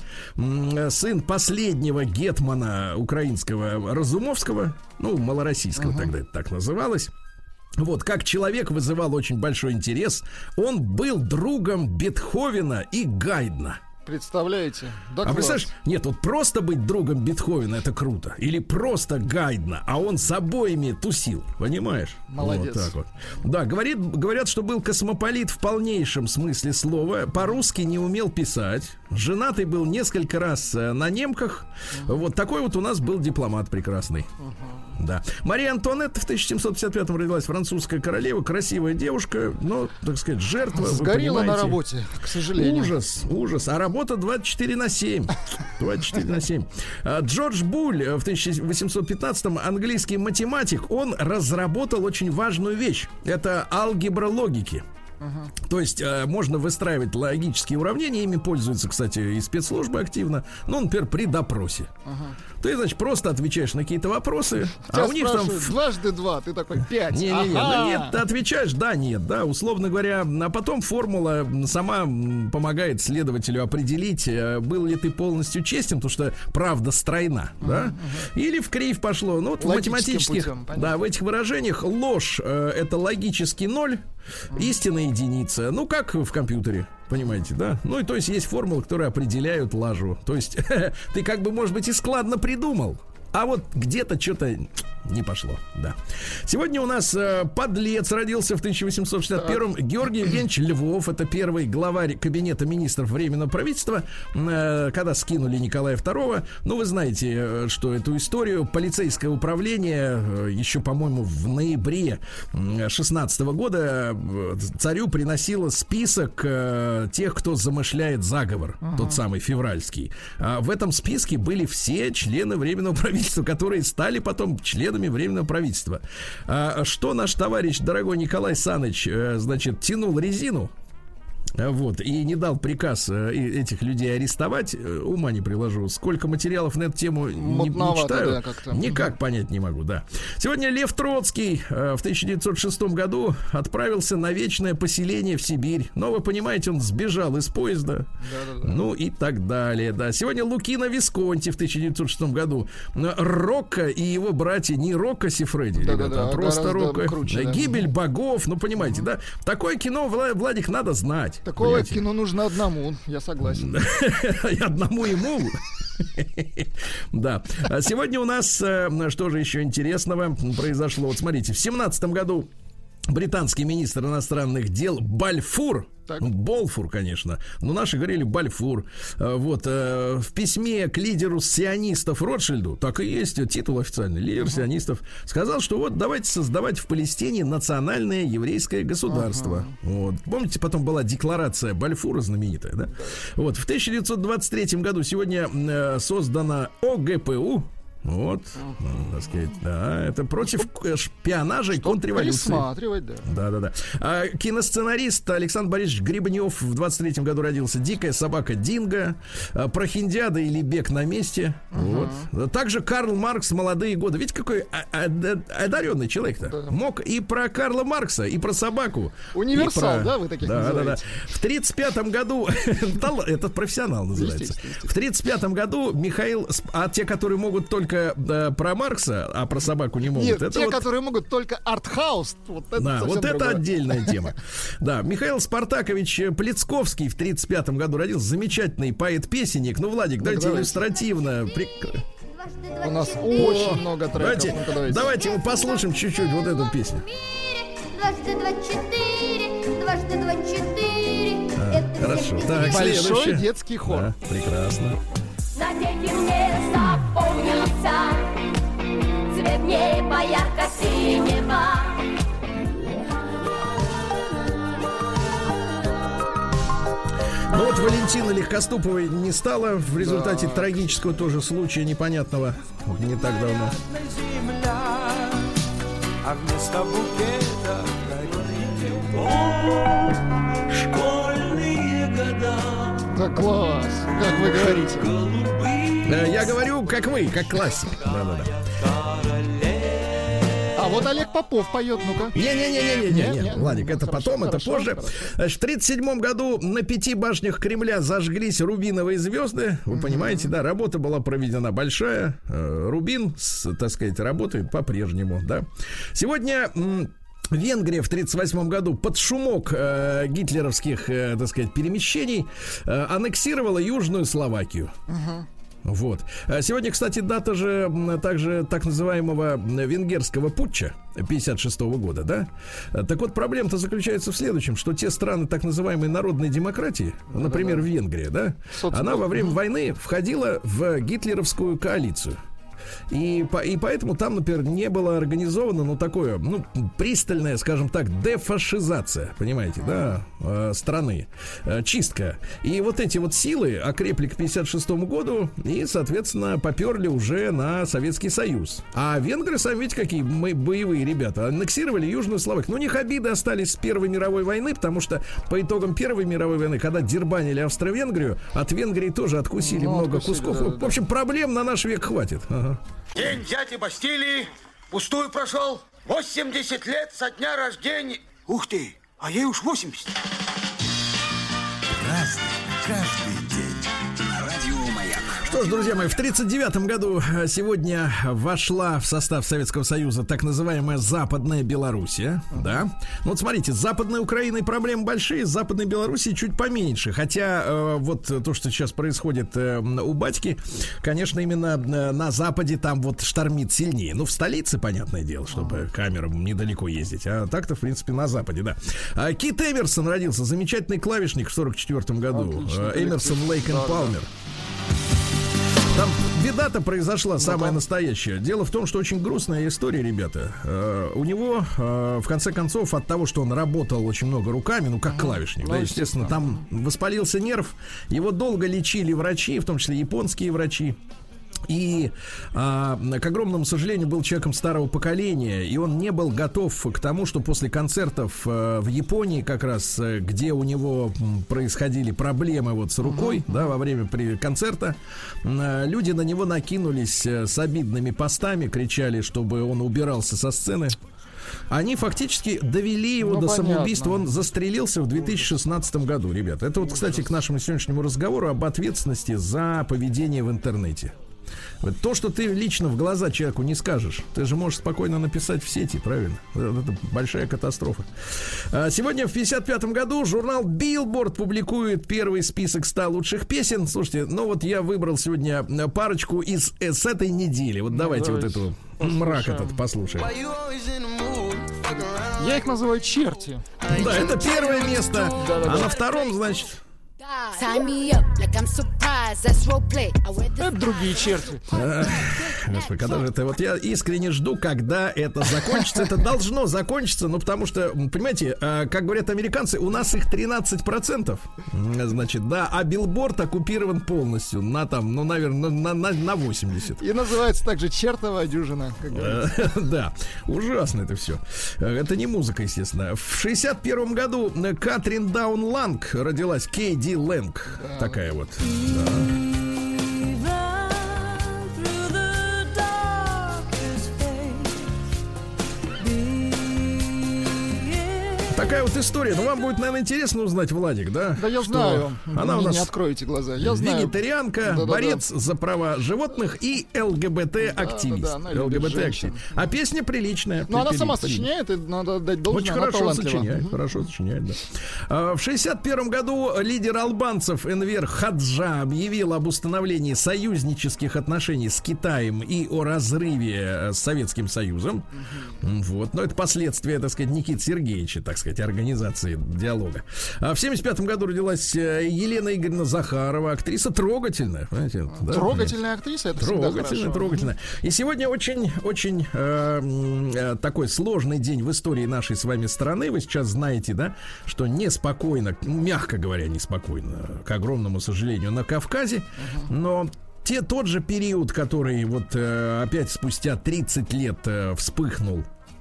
сын последнего гетмана украинского Разумовского, ну, малороссийского uh-huh. тогда это так называлось. Вот, как человек вызывал очень большой интерес. Он был другом Бетховена и Гайдна. Представляете? Да, а представляешь, нет, вот просто быть другом Бетховена — это круто. Или просто Гайдна, а он с обоими тусил, понимаешь? Молодец. Вот так вот. Да, говорит, говорят, что был космополит в полнейшем смысле слова. По-русски не умел писать. Женатый был несколько раз на немках. Uh-huh. Вот такой вот у нас был дипломат прекрасный. Uh-huh. Да. Мария Антуанетта в тысяча семьсот пятьдесят пятом родилась, французская королева, красивая девушка, но, так сказать, жертва. Сгорела на работе, к сожалению. Ужас, ужас. А работа двадцать четыре на семь. двадцать четыре на семь. Джордж Буль в тысяча восемьсот пятнадцатом, английский математик, он разработал очень важную вещь. Это алгебра логики. Uh-huh. То есть э, можно выстраивать логические уравнения. Ими пользуются, кстати, и спецслужбы активно. Ну, например, при допросе. Uh-huh. Ты, значит, просто отвечаешь на какие-то вопросы. Тебя а у них там дважды два, ты такой пять. Не-не-не, ага. ну, нет, ты отвечаешь, да, нет, да, условно говоря. А потом формула сама помогает следователю определить, был ли ты полностью честен, потому что правда стройна, uh-huh, да? Uh-huh. Или в кривь пошло. Ну, вот в математических, путем, да, в этих выражениях ложь э, это логический ноль. Истинная единица. Ну, как в компьютере, понимаете, да? Ну, и то есть есть формулы, которые определяют лажу. То есть ты как бы, может быть, и складно придумал, а вот где-то что-то не пошло, да. Сегодня у нас э, подлец родился в тысяча восемьсот шестьдесят первом. Георгий Евгеньевич Львов. Это первый главарь кабинета министров Временного правительства, э, когда скинули Николая второго. Ну, вы знаете, э, что эту историю. Полицейское управление э, еще, по-моему, в ноябре шестнадцатого года э, царю приносило список э, тех, кто замышляет заговор. Uh-huh. Тот самый февральский. А в этом списке были все члены Временного правительства, которые стали потом членами Временного правительства. А, что наш товарищ, дорогой Николай Саныч, э, значит, тянул резину, вот, и не дал приказ э, этих людей арестовать, э, ума не приложу. Сколько материалов на эту тему не, не читаю, да, как-то. Никак угу. понять не могу, да. Сегодня Лев Троцкий э, в тысяча девятьсот шестом году отправился на вечное поселение в Сибирь. Но вы понимаете, он сбежал из поезда. Да-да-да. Ну и так далее, да. Сегодня Лукино Висконти в тысяча девятьсот шестом году. Рокко и его братья, не Рокко Сифреди, ребята, да-да-да, а просто Рокко. Круче, да. Гибель богов, ну понимаете, угу. да. Такое кино, Владик, надо знать. Такое понимаете? Кино нужно одному, я согласен. Одному ему. Да. Сегодня у нас, что же еще интересного произошло? Вот смотрите, в семнадцатом году британский министр иностранных дел Бальфур, так. Болфур, конечно, но наши говорили Бальфур, вот, э, в письме к лидеру сионистов Ротшильду, так и есть титул официальный, лидер uh-huh. сионистов, сказал, что вот давайте создавать в Палестине национальное еврейское государство. Uh-huh. Вот. Помните, потом была декларация Бальфура знаменитая, да? Uh-huh. Вот, в тысяча девятьсот двадцать третьем году сегодня э, создана ОГПУ. Вот, uh-huh. так сказать, да, это против Чтоб, шпионажа и контрреволюции. Да. Да, да, да. А, киносценарист Александр Борисович Гребнев в двадцать третьем году родился. Дикая собака Динго, а, Прохиндиада или Бег на месте. Uh-huh. Вот. Также Карл Маркс, молодые годы. Видите, какой одаренный человек-то. Uh-huh. Мог и про Карла Маркса, и про собаку. Универсал, про... да, вы таких да, называете? Да, да. В тридцать пятом году этот профессионал называется. В тридцать пятом году Михаил, а те, которые могут только Да, про Маркса, а про собаку не могут. Нет, это те, вот... которые могут только артхаус. Вот это, да, вот это другое. Отдельная тема. Да, Михаил Спартакович Плецковский в тридцать пятом году родился. Замечательный поэт-песенник. Ну, Владик, давайте иллюстративно. У нас очень много треков. Давайте, ну, давайте. давайте мы послушаем чуть-чуть вот эту песню. Дважды два четыре, дважды два четыре. А, хорошо. Так, большой следующее. детский хор. Да, прекрасно. Навеки мне запомнился цвет неба ярко-синего. Ну вот Валентина Легкоступовой не стало в результате да. трагического тоже случая непонятного не так давно. А вместо букета школьные года. Да класс, как вы говорите. Я говорю, как вы, как классик. Да-да-да. А вот Олег Попов поет, ну-ка. Не-не-не-не-не-не, Владик, это хорошо, потом, хорошо, это позже. Хорошо. Значит, в тридцать седьмом году на пяти башнях Кремля зажглись рубиновые звезды. Вы mm-hmm. понимаете, да, работа была проведена большая. Рубин, так сказать, работает по-прежнему, да. Сегодня... Венгрия в тридцать восьмом году под шумок э, гитлеровских, э, так сказать, перемещений э, аннексировала Южную Словакию. Uh-huh. Вот. Сегодня, кстати, дата же также так называемого венгерского путча пятьдесят шестого года, да? Так вот, проблема-то заключается в следующем, что те страны так называемой народной демократии, например, да-да-да. Венгрия, да, собственно, она во время войны входила в гитлеровскую коалицию. И, по, и поэтому там, например, не было организовано, ну, такое, ну, пристальная, скажем так, дефашизация, понимаете, да, э, страны, э, чистка. И вот эти вот силы окрепли к пятьдесят шестому году и, соответственно, поперли уже на Советский Союз. А венгры, сами видите, какие мы боевые ребята, аннексировали Южную Словакию. Ну, у них обиды остались с Первой мировой войны, потому что по итогам Первой мировой войны, когда дербанили Австро-Венгрию, от Венгрии тоже откусили ну, много откусили, кусков. Да, да. В общем, проблем на наш век хватит. Ага. День дяди Бастилии пустую прошел. восемьдесят лет со дня рождения. Ух ты, а ей уж восемьдесят. Разный, каждый день. Что ж, друзья мои, в тридцать девятом году сегодня вошла в состав Советского Союза так называемая Западная Белоруссия, да. Ну вот смотрите, с Западной Украиной проблемы большие, с Западной Белоруссией чуть поменьше. Хотя э, вот то, что сейчас происходит э, у батьки, конечно, именно э, на Западе там вот штормит сильнее. Ну, в столице, понятное дело, чтобы камерам недалеко ездить. А так-то, в принципе, на Западе, да. А Кит Эмерсон родился, замечательный клавишник в сорок четвёртом году. Отлично, Эмерсон, Лейк энд Палмер. Там беда-то произошла, самая настоящая. Дело в том, что очень грустная история, ребята. Uh, у него, uh, в конце концов, от того, что он работал очень много руками, ну, как клавишник, mm-hmm. да, естественно, там воспалился нерв. Его долго лечили врачи, в том числе японские врачи. И, а, к огромному сожалению, был человеком старого поколения, и он не был готов к тому, что после концертов а, в Японии, как раз, где у него происходили проблемы вот с рукой, uh-huh. да, во время при концерта, а, люди на него накинулись с обидными постами, кричали, чтобы он убирался со сцены. Они фактически довели его ну, до понятно. самоубийства. Он застрелился в две тысячи шестнадцатом году, ребята. Это вот, кстати, к нашему сегодняшнему разговору об ответственности за поведение в интернете. То, что ты лично в глаза человеку не скажешь, ты же можешь спокойно написать в сети, правильно? Это большая катастрофа. Сегодня в пятьдесят пятом году журнал Billboard публикует первый список ста лучших песен. Слушайте, ну вот я выбрал сегодня парочку из с этой недели. Вот давайте, давайте вот эту мрак этот послушаем. Я их называю черти. Да, это первое место. Да-да-да. А на втором, значит... Это другие черти. Господи, когда же это? Вот я искренне жду, когда это закончится. Это должно закончиться, ну потому что, понимаете, как говорят американцы, у нас их тринадцать процентов. Значит, да, а Билборд оккупирован полностью на там, ну, наверное, на, на, на восемьдесят. И называется также чертова дюжина. Да, ужасно это все. Это не музыка, естественно. В шестьдесят первом году Катрин Даун Ланг родилась, Кейди Лэнг, да. Такая вот. Да. Такая вот история. Ну, вам будет, наверное, интересно узнать, Владик, да? Да, я что знаю. Она не, у нас не откроете глаза. Я знаю. Вегетарианка, да, борец да, да. за права животных и ЛГБТ-активист. Да, да, да, ЛГБТ-активист. А песня приличная. Ну, она сама сочиняет, и надо дать должное. Очень хорошо сочиняет, угу. хорошо сочиняет, да. А, в шестьдесят первом году лидер албанцев Энвер Хаджа объявил об установлении союзнических отношений с Китаем и о разрыве с Советским Союзом. Угу. Вот. Но это последствия, так сказать, Никиты Сергеевича, так сказать. сказать, организации диалога. А в семьдесят пятом году родилась Елена Игоревна Захарова, актриса трогательная. Понимаете, да? Трогательная актриса, это всегда Трогательная, хорошо. трогательная. И сегодня очень, очень э, э, такой сложный день в истории нашей с вами страны. Вы сейчас знаете, да, что неспокойно, мягко говоря, неспокойно, к огромному сожалению, на Кавказе. Но те, тот же период, который вот э, опять спустя тридцать лет э, вспыхнул,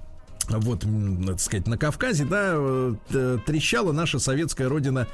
вот, так сказать, на Кавказе, да, э, трещала наша советская родина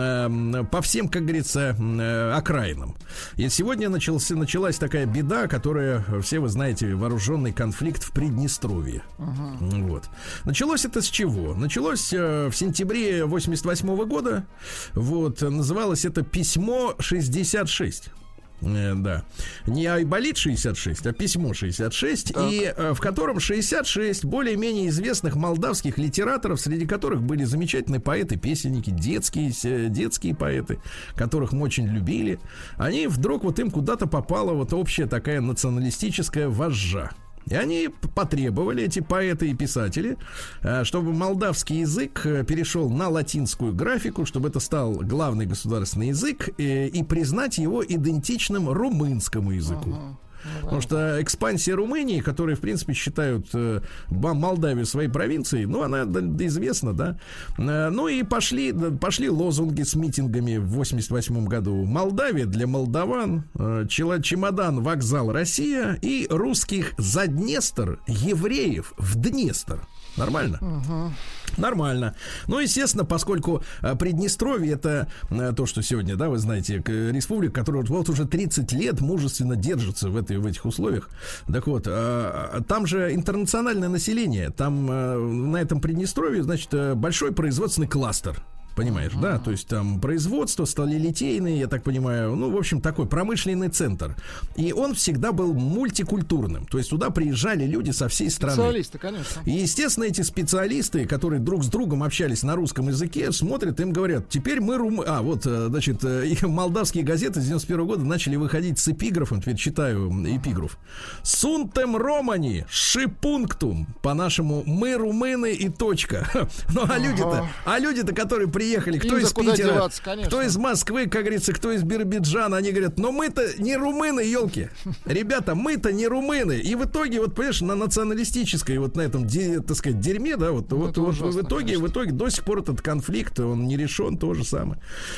э, по всем, как говорится, э, окраинам. И сегодня начался, началась такая беда, которая, все вы знаете, вооруженный конфликт в Приднестровье. Uh-huh. Вот. Началось это с чего? Началось э, в сентябре восемьдесят восьмого года. Вот, называлось это «Письмо шестьдесят шесть». Э, да. Не Айболит шестьдесят шесть, а письмо шестьдесят шесть, так. И э, в котором шестьдесят шесть более-менее известных молдавских литераторов, среди которых были замечательные поэты-песенники, детские, детские поэты, которых мы очень любили. Они вдруг, вот им куда-то попала вот общая такая националистическая вожжа. И они потребовали, эти поэты и писатели, чтобы молдавский язык перешел на латинскую графику, чтобы это стал главный государственный язык, и, и признать его идентичным румынскому языку. Uh-huh. Потому что экспансия Румынии, которые, в принципе, считают э, Молдавию своей провинцией, ну, она да, известна, да. Э, ну, и пошли, да, пошли лозунги с митингами в восемьдесят восьмом году. Молдавия для молдаван, э, чемодан, вокзал, Россия, и русских за Днестр, евреев в Днестр. Нормально? Угу. Нормально. Ну, естественно, поскольку а, Приднестровье — это а, то, что сегодня, да, вы знаете, республика, которая вот уже тридцать лет мужественно держится в, этой, в этих условиях. Так вот, а, там же интернациональное население. Там а, на этом Приднестровье, значит, большой производственный кластер. Понимаешь, uh-huh. да? То есть там производство, сталелитейное, я так понимаю, ну, в общем, такой промышленный центр. И он всегда был мультикультурным. То есть туда приезжали люди со всей страны. Специалисты, конечно. И, естественно, эти специалисты, которые друг с другом общались на русском языке, смотрят, им говорят, теперь мы румы... А, вот, значит, молдавские газеты с девяносто первого года начали выходить с эпиграфом, теперь читаю эпиграф. «Сунтем романи шипунктум». По-нашему, мы румыны и точка. Ну, а люди-то, а люди-то, которые приехали, кто из Питера, деваться, кто из Москвы, как говорится, кто из Биробиджана, они говорят, но мы-то не румыны, елки. Ребята, мы-то не румыны. И в итоге, вот, понимаешь, на националистической, вот на этом, так сказать, дерьме, да, вот, вот, вот ужасно, в итоге, конечно. в итоге до сих пор этот конфликт, он не решен, то же самое.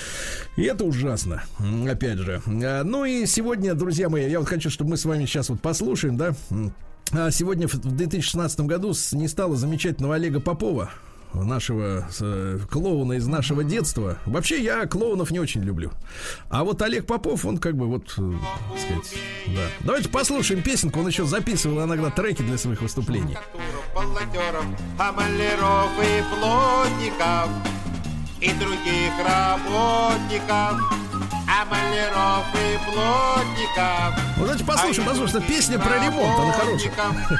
И это ужасно, опять же. Ну и сегодня, друзья мои, я вот хочу, чтобы мы с вами сейчас вот послушаем, да. Сегодня в две тысячи шестнадцатом году не стало замечательного Олега Попова, нашего э, клоуна из нашего детства. Вообще я клоунов не очень люблю. А вот Олег Попов, он как бы вот, э, так сказать, да. Давайте послушаем песенку. Он еще записывал иногда треки для своих выступлений. Маляров и плотников и других работников. А маляров и плотников. Ну давайте послушаем, потому что песня про ремонт, она хорошая.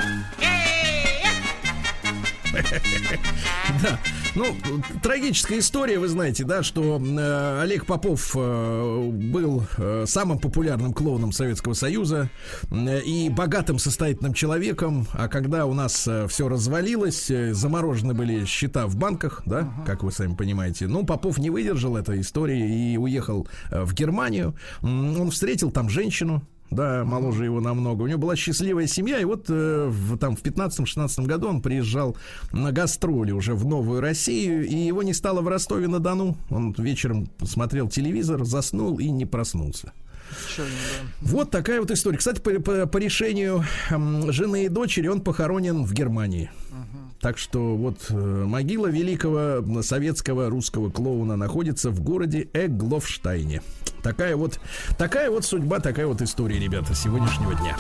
Да, ну, трагическая история, вы знаете, да, что э, Олег Попов э, был э, самым популярным клоуном Советского Союза э, и богатым состоятельным человеком, а когда у нас э, все развалилось, э, заморожены были счета в банках, да, uh-huh. как вы сами понимаете, ну, Попов не выдержал этой истории и уехал э, в Германию. Он встретил там женщину, да, моложе его намного. У него была счастливая семья, и вот э, в, там в пятнадцатом-шестнадцатом году он приезжал на гастроли уже в Новую Россию, и его не стало в Ростове-на-Дону. Он вечером смотрел телевизор, заснул и не проснулся. Чё, да. Вот такая вот история. Кстати, по, по, по решению э, жены и дочери он похоронен в Германии. Угу. Так что вот э, могила великого советского русского клоуна находится в городе Эглофштайне. Такая вот, такая вот судьба, такая вот история, ребята, сегодняшнего дня.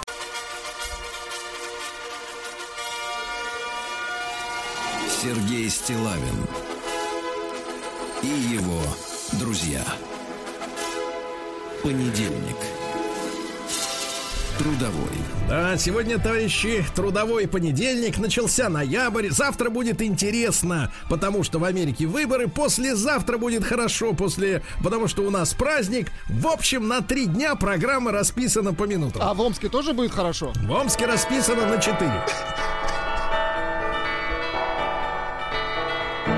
Сергей Стиллавин и его друзья. Понедельник. Трудовой. Да, сегодня, товарищи, трудовой понедельник. Начался ноябрь. Завтра будет интересно, потому что в Америке выборы. Послезавтра будет хорошо, после, потому что у нас праздник. В общем, на три дня программа расписана по минутам. А в Омске тоже будет хорошо? В Омске расписано на четыре.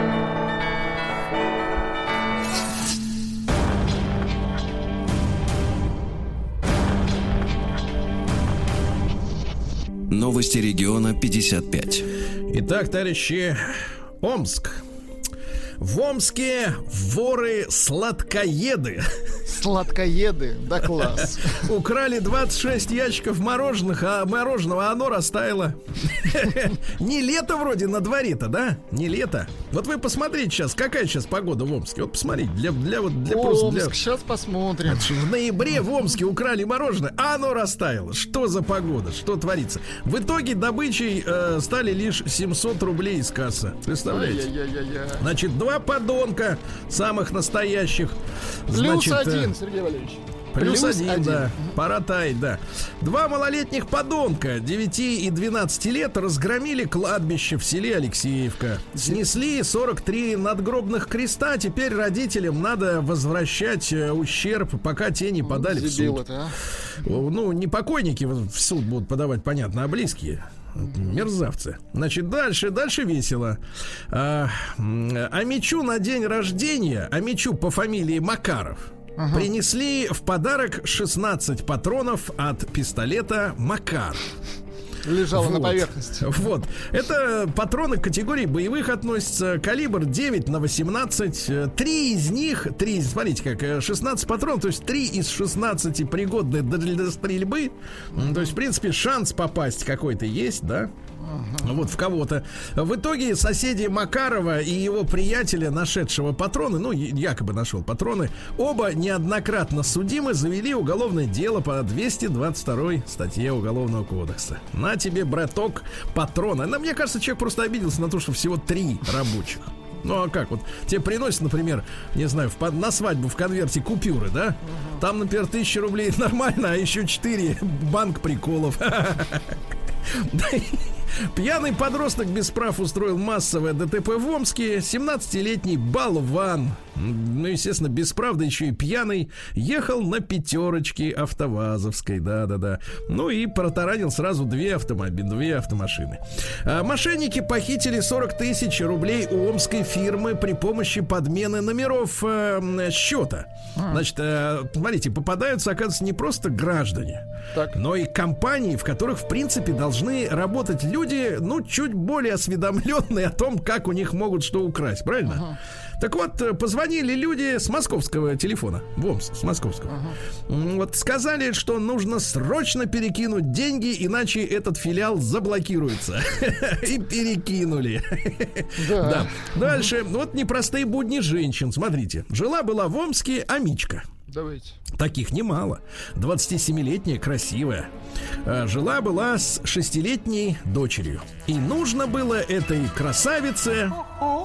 Новости региона пятьдесят пять. Итак, товарищи, Омск. В Омске воры-сладкоеды. Сладкоеды, да класс. Украли двадцать шесть ящиков мороженых, а мороженого оно растаяло. Не лето вроде на дворе-то, да? Не лето. Вот вы посмотрите сейчас, какая сейчас погода в Омске. Вот посмотрите, для, для, вот, для просто Омск, для... сейчас посмотрим. В ноябре в Омске украли мороженое, а оно растаяло. Что за погода? Что творится? В итоге добычей э, стали лишь семьсот рублей из кассы. Представляете? Ай-яй-яй-яй-яй. Значит, два подонка, самых настоящих. Плюс Значит, один, Сергей Валерьевич. Плюс, Плюс один, один, да. Пора таять, да. Два малолетних подонка девяти и двенадцати лет разгромили кладбище в селе Алексеевка. Снесли сорок три надгробных креста. Теперь родителям надо возвращать ущерб, пока те не подали в суд. Это, а? Ну, не покойники в суд будут подавать, понятно, а близкие. Мерзавцы. Значит, дальше, дальше весело. А, а Мичу на день рождения, а Мичу по фамилии Макаров, ага. принесли в подарок шестнадцать патронов от пистолета Макар. Лежала вот. на поверхности. Вот. Это патроны к категории боевых относятся. Калибр девять на восемнадцать. Три из них, три, смотрите, как шестнадцать патронов, то есть три из шестнадцати пригодны для стрельбы. То есть, в принципе, шанс попасть какой-то есть, да? Uh-huh. Вот в кого-то. В итоге соседи Макарова и его приятеля, нашедшего патроны, ну, якобы нашел патроны, оба неоднократно судимы, завели уголовное дело по двести двадцать второй статье Уголовного кодекса. На тебе, браток, патроны. Но мне кажется, человек просто обиделся на то, что всего три рабочих. Ну а как вот? Тебе приносят, например, не знаю, в, на свадьбу в конверте купюры, да? Uh-huh. Там, например, тысяча рублей нормально, а еще четыре банк приколов. Пьяный подросток без прав устроил массовое ДТП в Омске. семнадцатилетний болван, ну, естественно, без прав, да еще и пьяный, ехал на пятерочке АвтоВАЗовской, да-да-да. Ну и протаранил сразу две автомобили, две автомашины. А мошенники похитили сорок тысяч рублей у омской фирмы при помощи подмены номеров э, счета. Значит, э, смотрите, попадаются, оказывается, не просто граждане, так. но и компании, в которых, в принципе, должны работать люди, ну, чуть более осведомленные о том, как у них могут что украсть, правильно? Ага. Так вот, позвонили люди с московского телефона, в Омск, с московского. Ага. Вот сказали, что нужно срочно перекинуть деньги, иначе этот филиал заблокируется. И перекинули. Да. Дальше, вот непростые будни женщин. Смотрите, жила-была в Омске Амичка. Давайте. Таких немало. двадцатисемилетняя, красивая. Жила-была с шестилетней дочерью. И нужно было этой красавице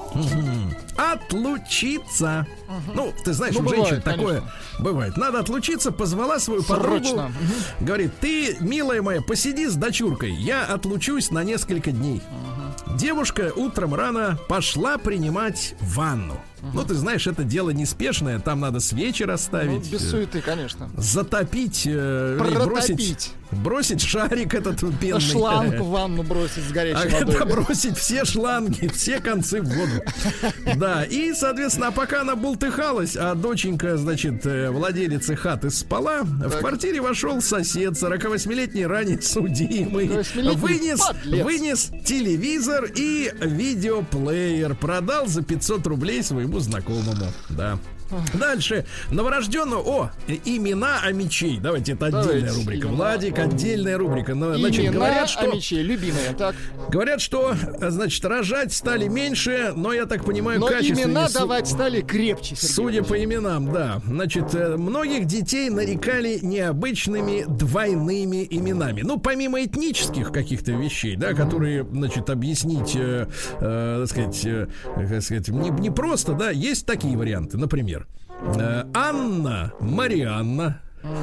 отлучиться. Ну, ты знаешь, ну, у бывает, женщин конечно. Такое бывает. Надо отлучиться, позвала свою подругу. Срочно. Говорит, ты, милая моя, посиди с дочуркой, я отлучусь на несколько дней. Девушка утром рано пошла принимать ванну. Uh-huh. Ну, ты знаешь, это дело неспешное. Там надо свечи расставить. Ну, без суеты, конечно. Затопить, э, бросить, бросить шарик этот пенный. Шланг в ванну бросить с горячей а водой. Это бросить все шланги, все концы в воду. Да, и, соответственно, пока она бултыхалась, а доченька, значит, владелицы хаты спала, так. в квартире вошел сосед, сорокавосьмилетний ранее судимый. Вынес, вынес телевизор и видеоплеер. Продал за пятьсот рублей своему знакомому, да. Дальше. Новорожденного. О, имена Амичей. Давайте, это отдельная Давайте, рубрика. Имена. Владик, отдельная рубрика. Значит, имена говорят, что Амичей, любимые, так. Говорят, что, значит, рожать стали меньше, но, я так понимаю, но качественнее. имена давать стали крепче. Сергей Судя по именам, да. Значит, многих детей нарекали необычными двойными именами. Ну, помимо этнических каких-то вещей, да, которые, значит, объяснить, э, э, так сказать, э, так сказать, не, не просто, да, есть такие варианты. Например, Анна Марианна.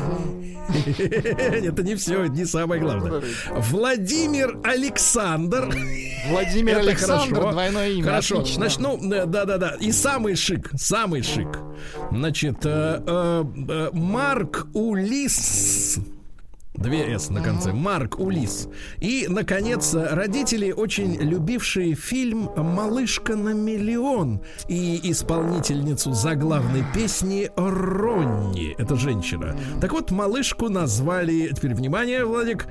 Это не все, это не самое главное. Владимир Александр. Владимир Александр, двойное имя. Хорошо, значит, ну, да-да-да. И самый шик, самый шик. Значит, Марк Улис. Две «С» на конце. Марк Улис. И, наконец, родители, очень любившие фильм «Малышка на миллион» и исполнительницу заглавной песни Ронни. Это женщина. Так вот, малышку назвали, теперь внимание, Владик,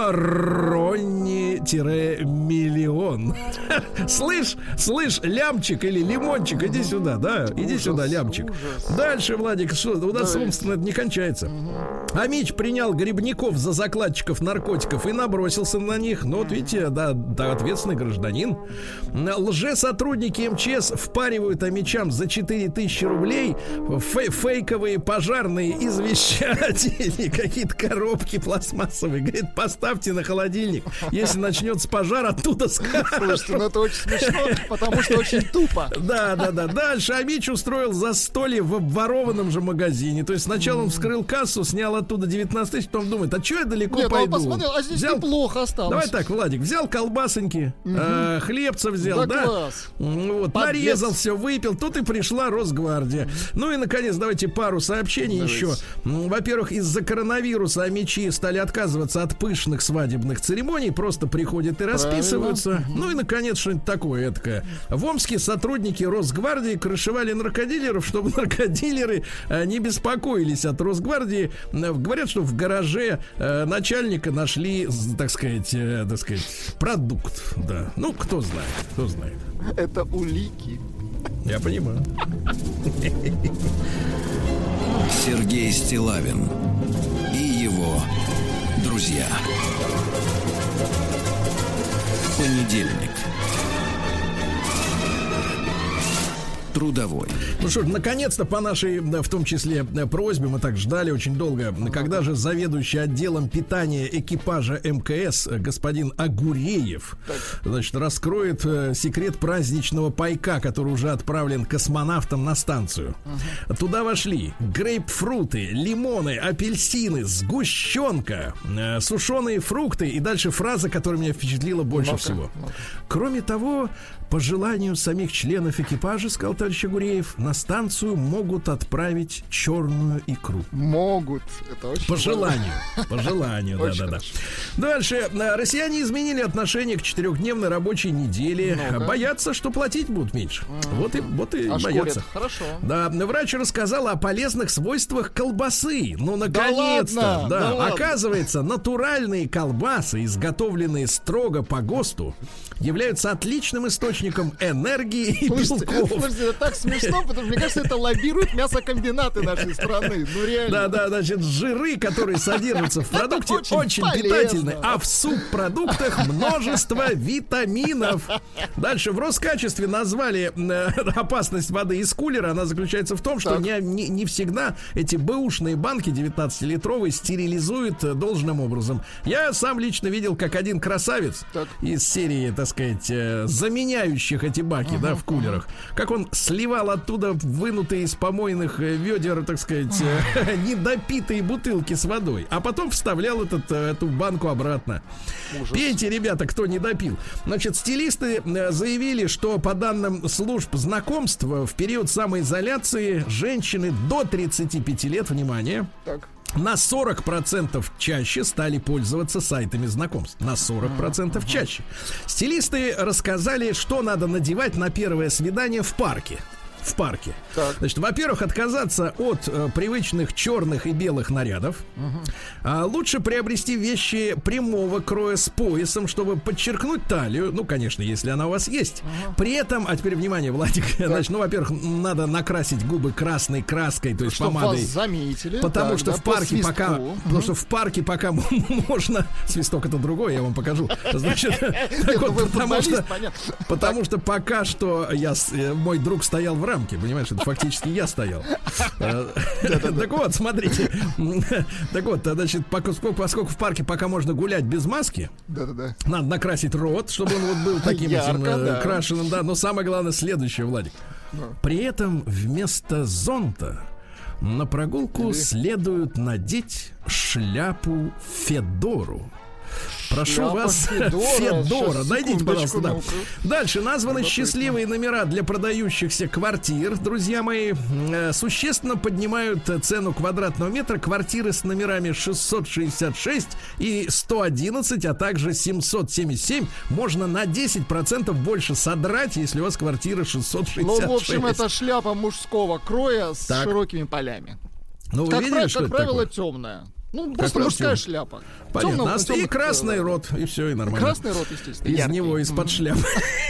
Ронни-миллион. Слышь, слышь, лямчик или лимончик, иди сюда, да? Иди сюда, лямчик. Дальше, Владик, что, у нас, собственно, это не кончается. Амич принял грибников за закладчиков наркотиков и набросился на них. Ну, вот видите, да, да, ответственный гражданин. Лжесотрудники эм че эс впаривают амичам за четыре тысячи рублей фей- фейковые пожарные извещатели, какие-то коробки пластмассовые. Говорит, поставьте на холодильник. Если начнется пожар, оттуда скажут. Слушайте, ну это очень смешно, потому что очень тупо. Да, да, да. Дальше Амич устроил застолье в обворованном же магазине. То есть сначала он вскрыл кассу, снял оттуда девятнадцать тысяч, потом думает, а что я далеко Нет, пойду? он посмотрел, а здесь взял... неплохо осталось. Давай так, Владик, взял колбасоньки, угу. э, хлебца взял, да? Да? Вот, нарезал все, выпил. Тут и пришла Росгвардия. Ну и, наконец, давайте пару сообщений давайте. еще. Во-первых, из-за коронавируса амичи стали отказываться от пышных свадебных церемоний, просто приходят и расписываются. Правильно. Ну и, наконец, что-нибудь такое эдакое. В Омске сотрудники Росгвардии крышевали наркодилеров, чтобы наркодилеры э, не беспокоились от Росгвардии. Говорят, что в гараже э, начальника нашли, так сказать, э, так сказать, продукт. Да. Ну, кто знает, кто знает. Это улики. Я понимаю. Сергей Стиллавин и его друзья. Понедельник. Трудовой. Ну что ж, наконец-то по нашей, в том числе, просьбе, мы так ждали очень долго, когда же заведующий отделом питания экипажа эм ка эс господин Агуреев, значит, раскроет секрет праздничного пайка, который уже отправлен космонавтам на станцию. Uh-huh. Туда вошли грейпфруты, лимоны, апельсины, сгущенка, сушеные фрукты и дальше фраза, которая меня впечатлила больше ну-ка, всего. Ну-ка. Кроме того, по желанию самих членов экипажа, сказал товарищ Агуреев, на станцию могут отправить черную икру. Могут. Это очень по желанию. По желанию, да-да-да. Дальше. Россияне изменили отношение к четырехдневной рабочей неделе. Ну-ка. Боятся, что платить будут меньше. Mm-hmm. Вот и, вот и боятся. Хорошо. Да. Врач рассказал о полезных свойствах колбасы. Ну, наконец-то. Да ладно, да. Да Оказывается, натуральные колбасы, изготовленные строго по ГОСТу, являются отличным источником энергии и слушайте, белков. Слушайте, это так смешно, потому что, мне кажется, это лоббируют мясокомбинаты нашей страны. Ну, реально. Да, да, значит, жиры, которые содержатся в продукте, очень, очень питательны, а в субпродуктах множество витаминов. Дальше в Роскачестве назвали э, опасность воды из кулера. Она заключается в том, что не, не, не всегда эти бэушные банки девятнадцатилитровые стерилизуют должным образом. Я сам лично видел, как один красавец так. из серии, так сказать, э, заменяющих эти баки, uh-huh, да, в кулерах, uh-huh. как он сливал оттуда вынутые из помойных ведер, так сказать, uh-huh. недопитые бутылки с водой, а потом вставлял этот, эту банку обратно. Ужас. Пейте, ребята, кто не допил. Значит, стилисты заявили, что по данным служб знакомств в период самоизоляции женщины до тридцати пяти лет, внимание, так. на сорок процентов чаще стали пользоваться сайтами знакомств. На сорок процентов uh-huh. чаще. Стилисты рассказали, что надо надевать на первое свидание в парке. В парке. Так. Значит, во-первых, отказаться от э, привычных черных и белых нарядов. Угу. А лучше приобрести вещи прямого кроя с поясом, чтобы подчеркнуть талию. Ну, конечно, если она у вас есть. Угу. При этом, а теперь внимание, Владик, так. значит, ну, во-первых, надо накрасить губы красной краской, то есть чтобы помадой. Вас заметили. Потому так, что да, в парке по пока, угу. потому что в парке пока можно. Свисток это другой, я вам покажу. Значит, потому что пока что я мой друг стоял в рамке, понимаешь, это фактически я стоял. Так вот, смотрите. Так вот, значит, поскольку в парке пока можно гулять без маски, надо накрасить рот, чтобы он вот был таким крашеным, да. Но самое главное следующее, Владик. При этом вместо зонта на прогулку следует надеть шляпу Федору. Прошу Шляпа вас, Федора. Федора. Сейчас, Найдите, пожалуйста, да. секундочку, ну-ка. Дальше названы Любопытно. счастливые номера для продающихся квартир, друзья мои. Э, Существенно поднимают э, цену квадратного метра квартиры с номерами шестьсот шестьдесят шесть и сто одиннадцать, а также семьсот семьдесят семь. Можно на десять процентов больше содрать, если у вас квартира шестьсот шестьдесят шесть. Ну, в общем, это шляпа мужского кроя с Так. широкими полями. Ну, вы Как, видели, прав- что как это правило, такое? темная. Ну, просто раз мужская темная. шляпа. Понятно. Темного- А с- И темных, красный э, рот, и все, и нормально. Красный рот, естественно. Из яркий. него, из-под Мгм. шляпы.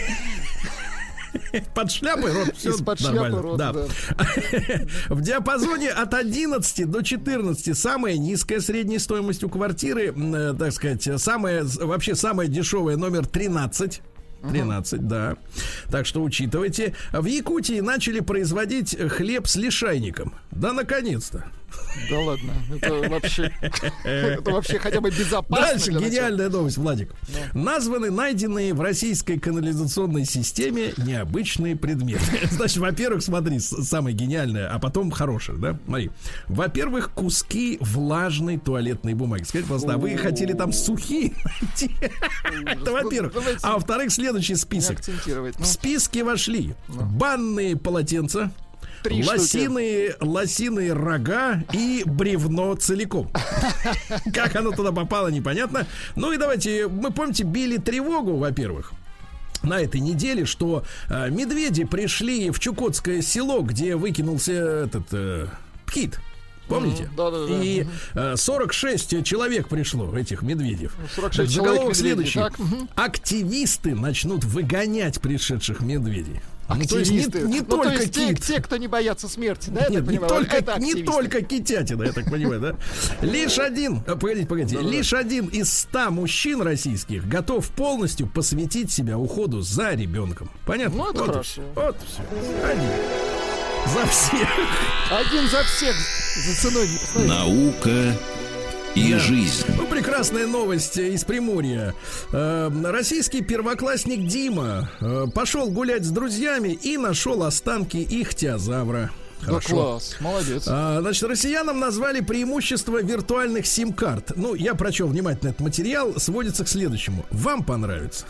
Под шляпой рот, все Из-под шляпы нормально. рот, Да. да. В диапазоне от одиннадцати до четырнадцати самая низкая средняя стоимость у квартиры, м, э, так сказать, самая, вообще самая дешевая номер тринадцать. тринадцать, да. Так что учитывайте. В Якутии начали производить хлеб с лишайником. Да, наконец-то. Да ладно, это вообще, это вообще хотя бы безопасно. Дальше для начала. гениальная новость, Владик. Названы найденные в российской канализационной системе необычные предметы. Значит, во-первых, смотри, с- самое гениальное, а потом хорошее, да? Смотри. Во-первых, куски влажной туалетной бумаги. Скажите, пожалуйста, а вы хотели там сухие найти? Это во-первых. Ну, давайте А во-вторых, следующий не список. акцентировать. Ну, В списке вошли банные полотенца, Три штуки. лосиные, лосиные рога и бревно целиком. Как оно туда попало, непонятно. Ну и давайте, мы, помните, били тревогу, во-первых, на этой неделе, что э, медведи пришли в Чукотское село, где выкинулся этот э, птит. Помните? Мгм, да-да-да. И э, сорок шесть человек пришло, этих медведев. сорок Так, шесть заголовок человек медведей, следующий. так, мгм. Активисты начнут выгонять пришедших медведей. Ну, то есть Активисты. не, не Ну, то только есть те, кит. те, кто не боятся смерти, да, я Нет, так не понимаю, только, это не активисты. только китятина, я так понимаю, да? Лишь один, а, погодите, погодите, лишь один из ста мужчин российских готов полностью посвятить себя уходу за ребенком. Понятно? Ну, это вот и хорошо. всё. Вот все. Один. За всех. Один за всех, за ценой не посмотри. Наука и Да. жизнь. Ну, прекрасная новость из Приморья. Э, российский первоклассник Дима э, пошел гулять с друзьями и нашел останки ихтиозавра. Да Хорошо. класс, молодец. А, значит, россиянам назвали преимущество виртуальных сим-карт. Ну, я прочел внимательно этот материал. Сводится к следующему. Вам понравится.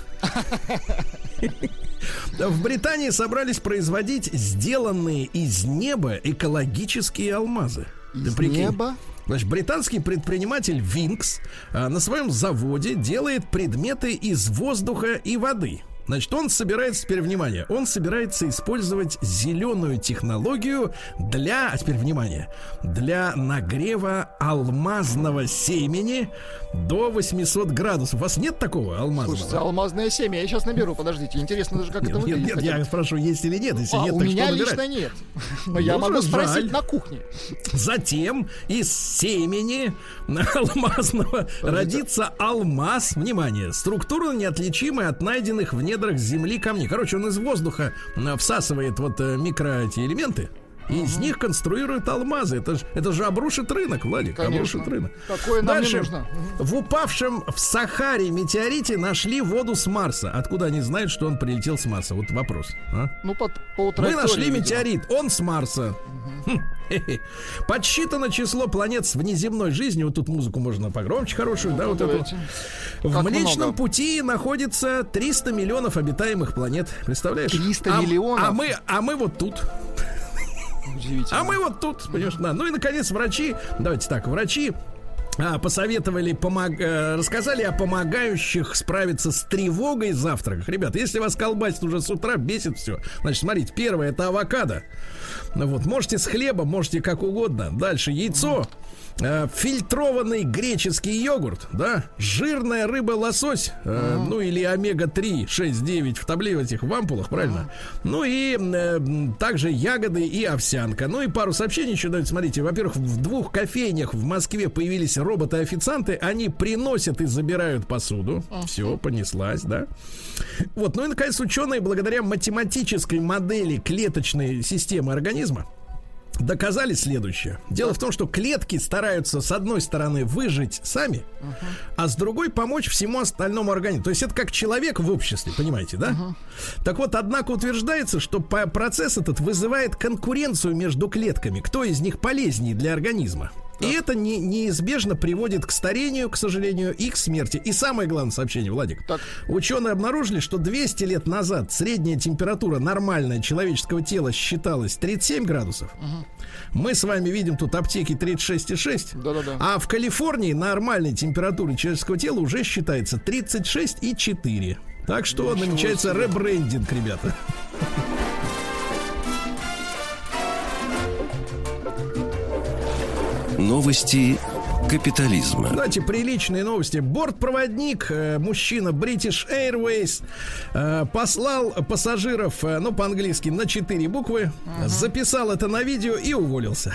В Британии собрались производить сделанные из неба экологические алмазы. Ты Из прикинь. неба? Значит, британский предприниматель Винкс а, на своем заводе делает предметы из воздуха и воды. Значит, он собирается, теперь внимание, он собирается использовать зеленую технологию для, а теперь внимание, для нагрева алмазного семени до восемьсот градусов. У вас нет такого алмазного? Слушайте, алмазное семя, я сейчас наберу, подождите, интересно даже, как Нет, это нет, выглядит. нет, хотя бы. я спрашиваю, есть или нет. Если А, нет, у так меня что лично набирать? нет. Но я Ну, могу жаль. спросить на кухне. Затем из семени алмазного родится алмаз. Внимание, структурно неотличимый от найденных в недрах земли камней. Короче, он из воздуха э, всасывает вот э, микро эти элементы. И из них конструируют алмазы. Это, ж- это же обрушит рынок, Владик. Конечно. Обрушит рынок. Такое нам не Дальше. нужно. Мгм. В упавшем в Сахаре метеорите нашли воду с Марса. Откуда они знают, что он прилетел с Марса? Вот вопрос. А? Ну, по, по Мы траектории, нашли видимо. метеорит, он с Марса. Хм, хе-хе. Подсчитано число планет с внеземной жизнью. Вот тут музыку можно погромче хорошую, да, Ну, вот эту. давайте. В Как Млечном много? Пути находится триста миллионов обитаемых планет. Представляешь? триста А- миллионов? А мы, а мы вот тут. Удивительно. А мы вот тут, понимаешь, да. Ну и, наконец, врачи, давайте так, врачи а, посоветовали, помог, э, рассказали о помогающих справиться с тревогой завтраках. Ребята, если вас колбасит уже с утра, бесит все. Значит, смотрите, первое — это авокадо. Ну вот, можете с хлебом, можете как угодно. Дальше яйцо, э, фильтрованный греческий йогурт, да, жирная рыба лосось, э, ну или омега три, шесть, девять в табле в этих в ампулах, правильно? Ну и э, также ягоды и овсянка. Ну и пару сообщений еще дают. Смотрите, во-первых, в двух кофейнях в Москве появились роботы-официанты. Они приносят и забирают посуду. Все, понеслась, да. Вот, ну и наконец ученые благодаря математической модели клеточной системы организма доказали следующее. Дело в том, что клетки стараются с одной стороны выжить сами, uh-huh. а с другой помочь всему остальному организму. То есть это как человек в обществе, понимаете, да? Uh-huh. Так вот, однако утверждается, что процесс этот вызывает конкуренцию между клетками. Кто из них полезнее для организма? И это не, неизбежно приводит к старению, к сожалению, и к смерти. И самое главное сообщение, Владик. Так. Ученые обнаружили, что двести лет назад средняя температура нормальная человеческого тела считалась тридцать семь градусов. Угу. Мы с вами видим тут аптеки тридцать шесть и шесть. Да-да-да. А в Калифорнии нормальной температура человеческого тела уже считается тридцать шесть и четыре. Так что Ничего намечается себе. Ребрендинг, ребята. Новости капитализма. Знаете, приличные новости. Бортпроводник, э, мужчина British Airways, э, послал пассажиров, э, ну, по-английски, на четыре буквы, uh-huh. записал это на видео и уволился.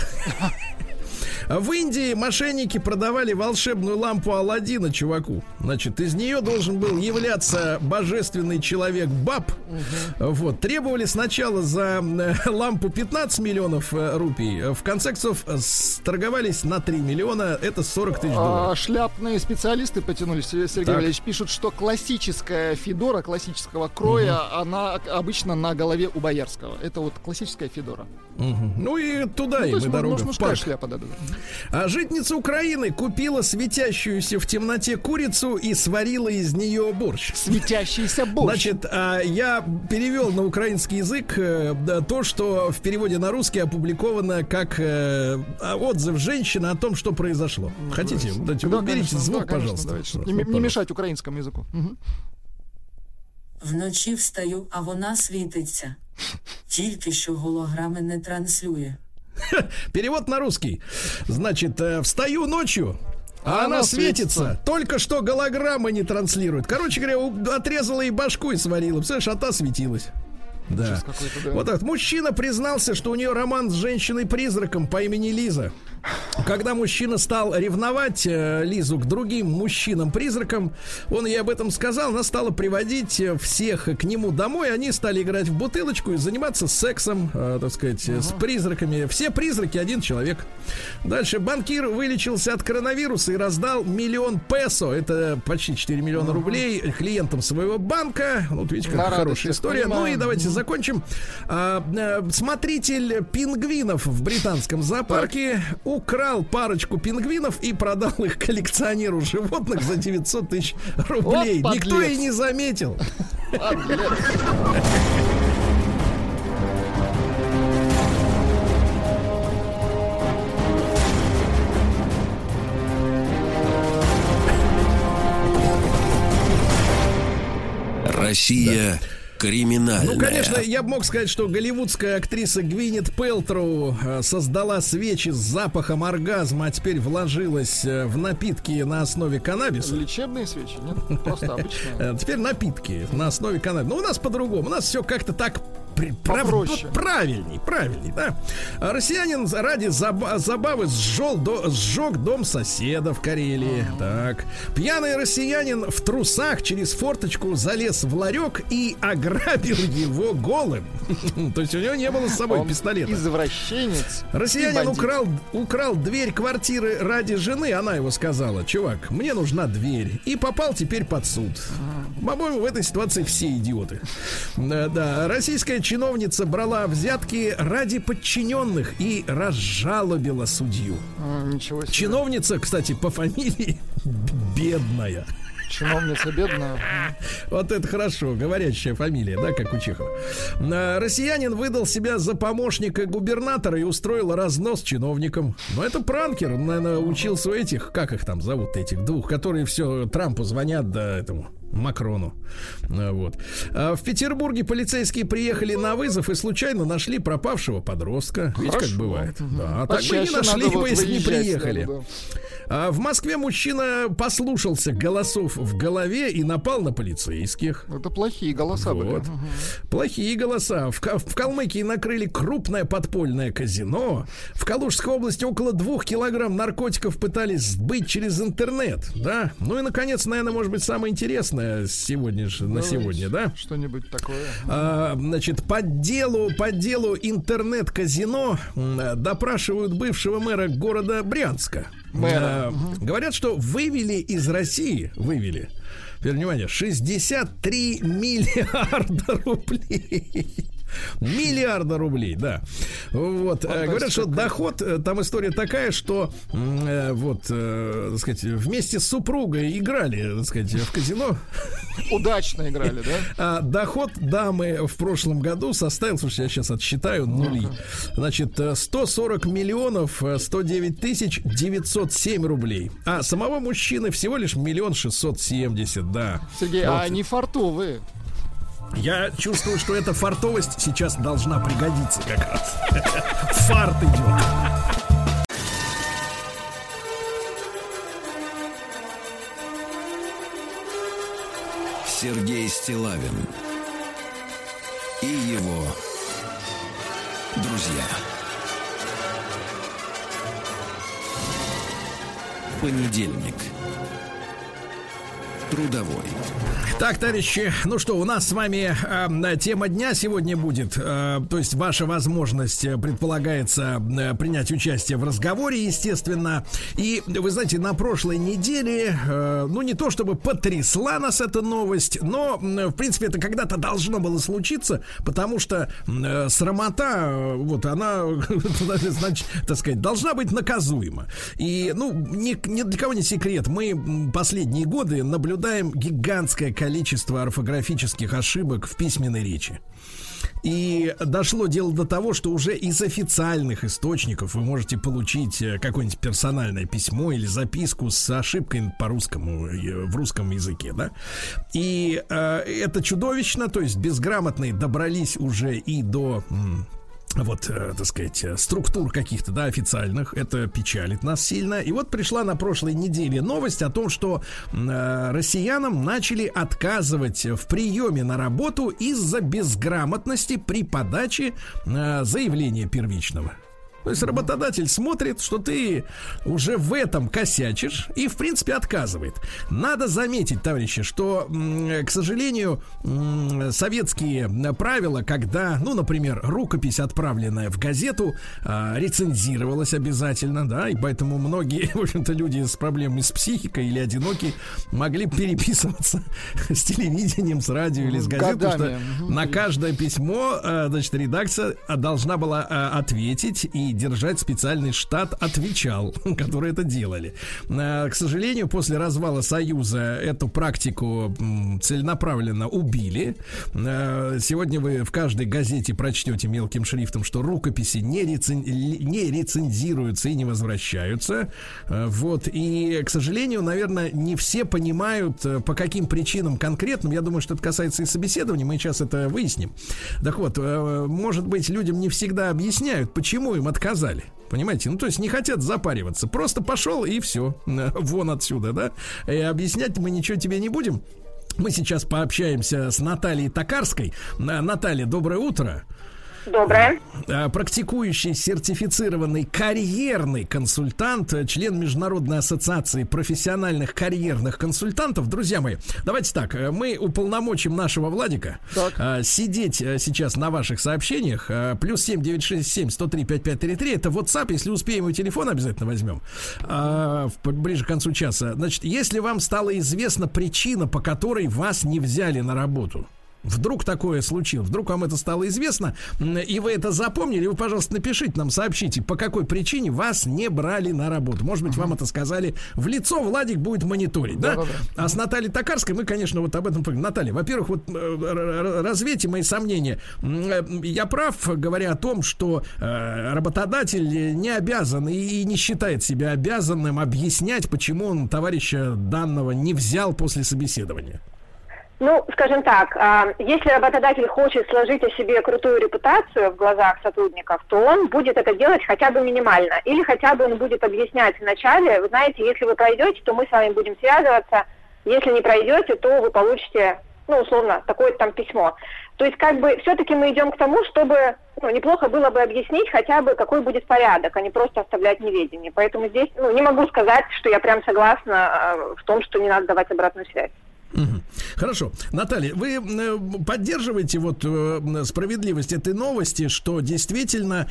В Индии мошенники продавали волшебную лампу Аладдина чуваку. Значит, из нее должен был являться божественный человек Баб. Угу. Вот. Требовали сначала за лампу пятнадцать миллионов рупий. В конце концов, торговались на три миллиона. Это сорок тысяч долларов. А, шляпные специалисты потянулись. Сергей так. Валерьевич пишут, что классическая федора классического кроя, угу. она обычно на голове у Боярского. Это вот классическая федора. Угу. Ну и туда ну, им и дорога. Мужская шляпа, да, да. А житница Украины купила светящуюся в темноте курицу и сварила из нее борщ. Светящийся борщ. Значит, а, я перевел на украинский язык э, да, то, что в переводе на русский опубликовано как э, отзыв женщины о том, что произошло. Ну, Хотите? Дайте, да, уберите конечно, звук, да, пожалуйста. Давайте, не, не пожалуйста. Мешать украинскому языку. Угу. Вночі встаю, а вона світиться. Тільки що голограми не транслює. Перевод на русский. Значит, э, встаю ночью, а, а она, она светится. светится. Только что голограммы не транслирует. Короче говоря, отрезала ей башку и сварила. Представляешь, а та светилась. Да. да. Вот так. Мужчина признался, что у нее роман с женщиной-призраком по имени Лиза. Когда мужчина стал ревновать э, Лизу к другим мужчинам-призракам, он ей об этом сказал, она стала приводить всех к нему домой, они стали играть в бутылочку и заниматься сексом, э, так сказать, uh-huh. с призраками. Все призраки, один человек. Дальше банкир вылечился от коронавируса и раздал миллион песо, это почти четыре миллиона uh-huh. рублей, клиентам своего банка. Вот видите, какая хорошая история. Понимаем. Ну и давайте uh-huh. закончим. А, а, смотритель пингвинов в британском зоопарке украл парочку пингвинов и продал их коллекционеру животных за девятьсот тысяч рублей. Вот никто и не заметил. Россия... Да. Криминальная. Ну, конечно, я бы мог сказать, что голливудская актриса Гвинет Пэлтроу создала свечи с запахом оргазма, а теперь вложилась в напитки на основе каннабиса. Лечебные свечи, нет? Просто обычные. Теперь напитки на основе каннабиса. Ну, у нас по-другому. У нас все как-то так попроще. Правильней, правильней, да. Россиянин ради заб- забавы сжег, до, сжег дом соседа в Карелии. Uh-huh. Так. Пьяный россиянин в трусах через форточку залез в ларек и ограбил его голым. То есть у него не было с собой Он пистолета. Извращенец. Россиянин украл, украл дверь квартиры ради жены. Она его сказала: чувак, мне нужна дверь. И попал теперь под суд. Uh-huh. По-моему, в этой ситуации все идиоты. Да, да. Российская чиновница брала взятки ради подчиненных и разжалобила судью. А, ничего себе. Чиновница, кстати, по фамилии Бедная. Чиновница бедная. Вот это хорошо, говорящая фамилия, да, как у Чехова. Россиянин выдал себя за помощника губернатора и устроил разнос чиновникам. Но это пранкер, он, наверное, учился у этих, как их там зовут, этих двух, которые все Трампу звонят, да, этому Макрону. Вот. А в Петербурге полицейские приехали на вызов и случайно нашли пропавшего подростка. Видите, как бывает. Да, так бы не нашли его, вот если не приехали. Надо, да. А в Москве мужчина послушался голосов в голове и напал на полицейских. Это плохие голоса вот. были. Угу. Плохие голоса. В, в Калмыкии накрыли крупное подпольное казино. В Калужской области около двух килограмм наркотиков пытались сбыть через интернет. Да? Ну и, наконец, наверное, может быть, самое интересное сегодня, на сегодня, да? Что-нибудь такое. А, значит, по делу, по делу интернет-казино допрашивают бывшего мэра города Брянска. А, угу. Говорят, что вывели из России, вывели, теперь внимание, шестьдесят три миллиарда рублей. Миллиарда рублей, да. Вот. Говорят, что доход, там история такая, что вот, так сказать, вместе с супругой играли, так сказать, в казино. Удачно играли, да? А доход дамы в прошлом году составил, слушай, я сейчас отсчитаю нули. Значит, сто сорок миллионов сто девять тысяч девятьсот семь рублей. А самого мужчины всего лишь миллион шестьсот семьдесят, да. Сергей, вот. А они фартовые. Я чувствую, что эта фартовость сейчас должна пригодиться как раз. Фарт идет. Сергей Стиллавин и его друзья. Понедельник. Трудовой. Так, товарищи, ну что, у нас с вами э, тема дня сегодня будет, э, то есть ваша возможность, э, предполагается, э, принять участие в разговоре, естественно. И, вы знаете, на прошлой неделе, э, ну не то чтобы потрясла нас эта новость, но, э, в принципе, это когда-то должно было случиться, потому что э, срамота, э, вот она, значит, так сказать, должна быть наказуема. И, ну, ни, ни для кого не секрет, мы последние годы наблюдаем гигантское количество количество орфографических ошибок в письменной речи. И дошло дело до того, что уже из официальных источников вы можете получить какое-нибудь персональное письмо или записку с ошибкой по-русскому, в русском языке, да? И э, это чудовищно, то есть безграмотные добрались уже и до... вот, э, так сказать, структур каких-то, да, официальных. Это печалит нас сильно. И вот пришла на прошлой неделе новость о том, что э, россиянам начали отказывать в приеме на работу из-за безграмотности при подаче э, заявления первичного. То есть работодатель смотрит, что ты уже в этом косячишь и, в принципе, отказывает. Надо заметить, товарищи, что, к сожалению, советские правила, когда, ну, например, рукопись, отправленная в газету, рецензировалась обязательно, да, и поэтому многие, в общем-то, люди с проблемами с психикой или одинокие могли переписываться с телевидением, с радио или с газетой, что на каждое письмо, значит, редакция должна была ответить, и держать специальный штат отвечал, которые это делали. К сожалению, после развала Союза эту практику целенаправленно убили. Сегодня вы в каждой газете прочтете мелким шрифтом, что рукописи не, рецен... не рецензируются и не возвращаются. Вот. И, к сожалению, наверное, не все понимают, по каким причинам конкретным. Я думаю, что это касается и собеседований. Мы сейчас это выясним. Так вот, может быть, людям не всегда объясняют, почему им отказали. Отказали, понимаете? Ну, то есть не хотят запариваться. Просто пошел и все. Вон отсюда, да? И объяснять мы ничего тебе не будем. Мы сейчас пообщаемся с Натальей Токарской. Наталья, доброе утро. Доброе. Практикующий сертифицированный карьерный консультант, член Международной ассоциации профессиональных карьерных консультантов. Друзья мои, давайте так, мы уполномочим нашего Владика так. сидеть сейчас на ваших сообщениях. Плюс семь девять шесть семь сто три пять пять три три. Это WhatsApp, если успеем, и телефон обязательно возьмем ближе к концу часа. Значит, если вам стала известна причина, по которой вас не взяли на работу, вдруг такое случилось, вдруг вам это стало известно, и вы это запомнили, вы, пожалуйста, напишите нам, сообщите, по какой причине вас не брали на работу. Может быть, вам это сказали в лицо, Владик будет мониторить, да? да? А с Натальей Токарской мы, конечно, вот об этом поговорим. Наталья, во-первых, вот развейте мои сомнения. Я прав, говоря о том, что работодатель не обязан и не считает себя обязанным объяснять, почему он товарища данного не взял после собеседования? Ну, скажем так, если работодатель хочет сложить о себе крутую репутацию в глазах сотрудников, то он будет это делать хотя бы минимально. Или хотя бы он будет объяснять вначале, вы знаете, если вы пройдете, то мы с вами будем связываться. Если не пройдете, то вы получите, ну, условно, такое-то там письмо. То есть, как бы, все-таки мы идем к тому, чтобы, ну, неплохо было бы объяснить хотя бы, какой будет порядок, а не просто оставлять неведение. Поэтому здесь, ну, не могу сказать, что я прям согласна в том, что не надо давать обратную связь. Угу. Хорошо. Наталья, вы поддерживаете вот справедливость этой новости, что действительно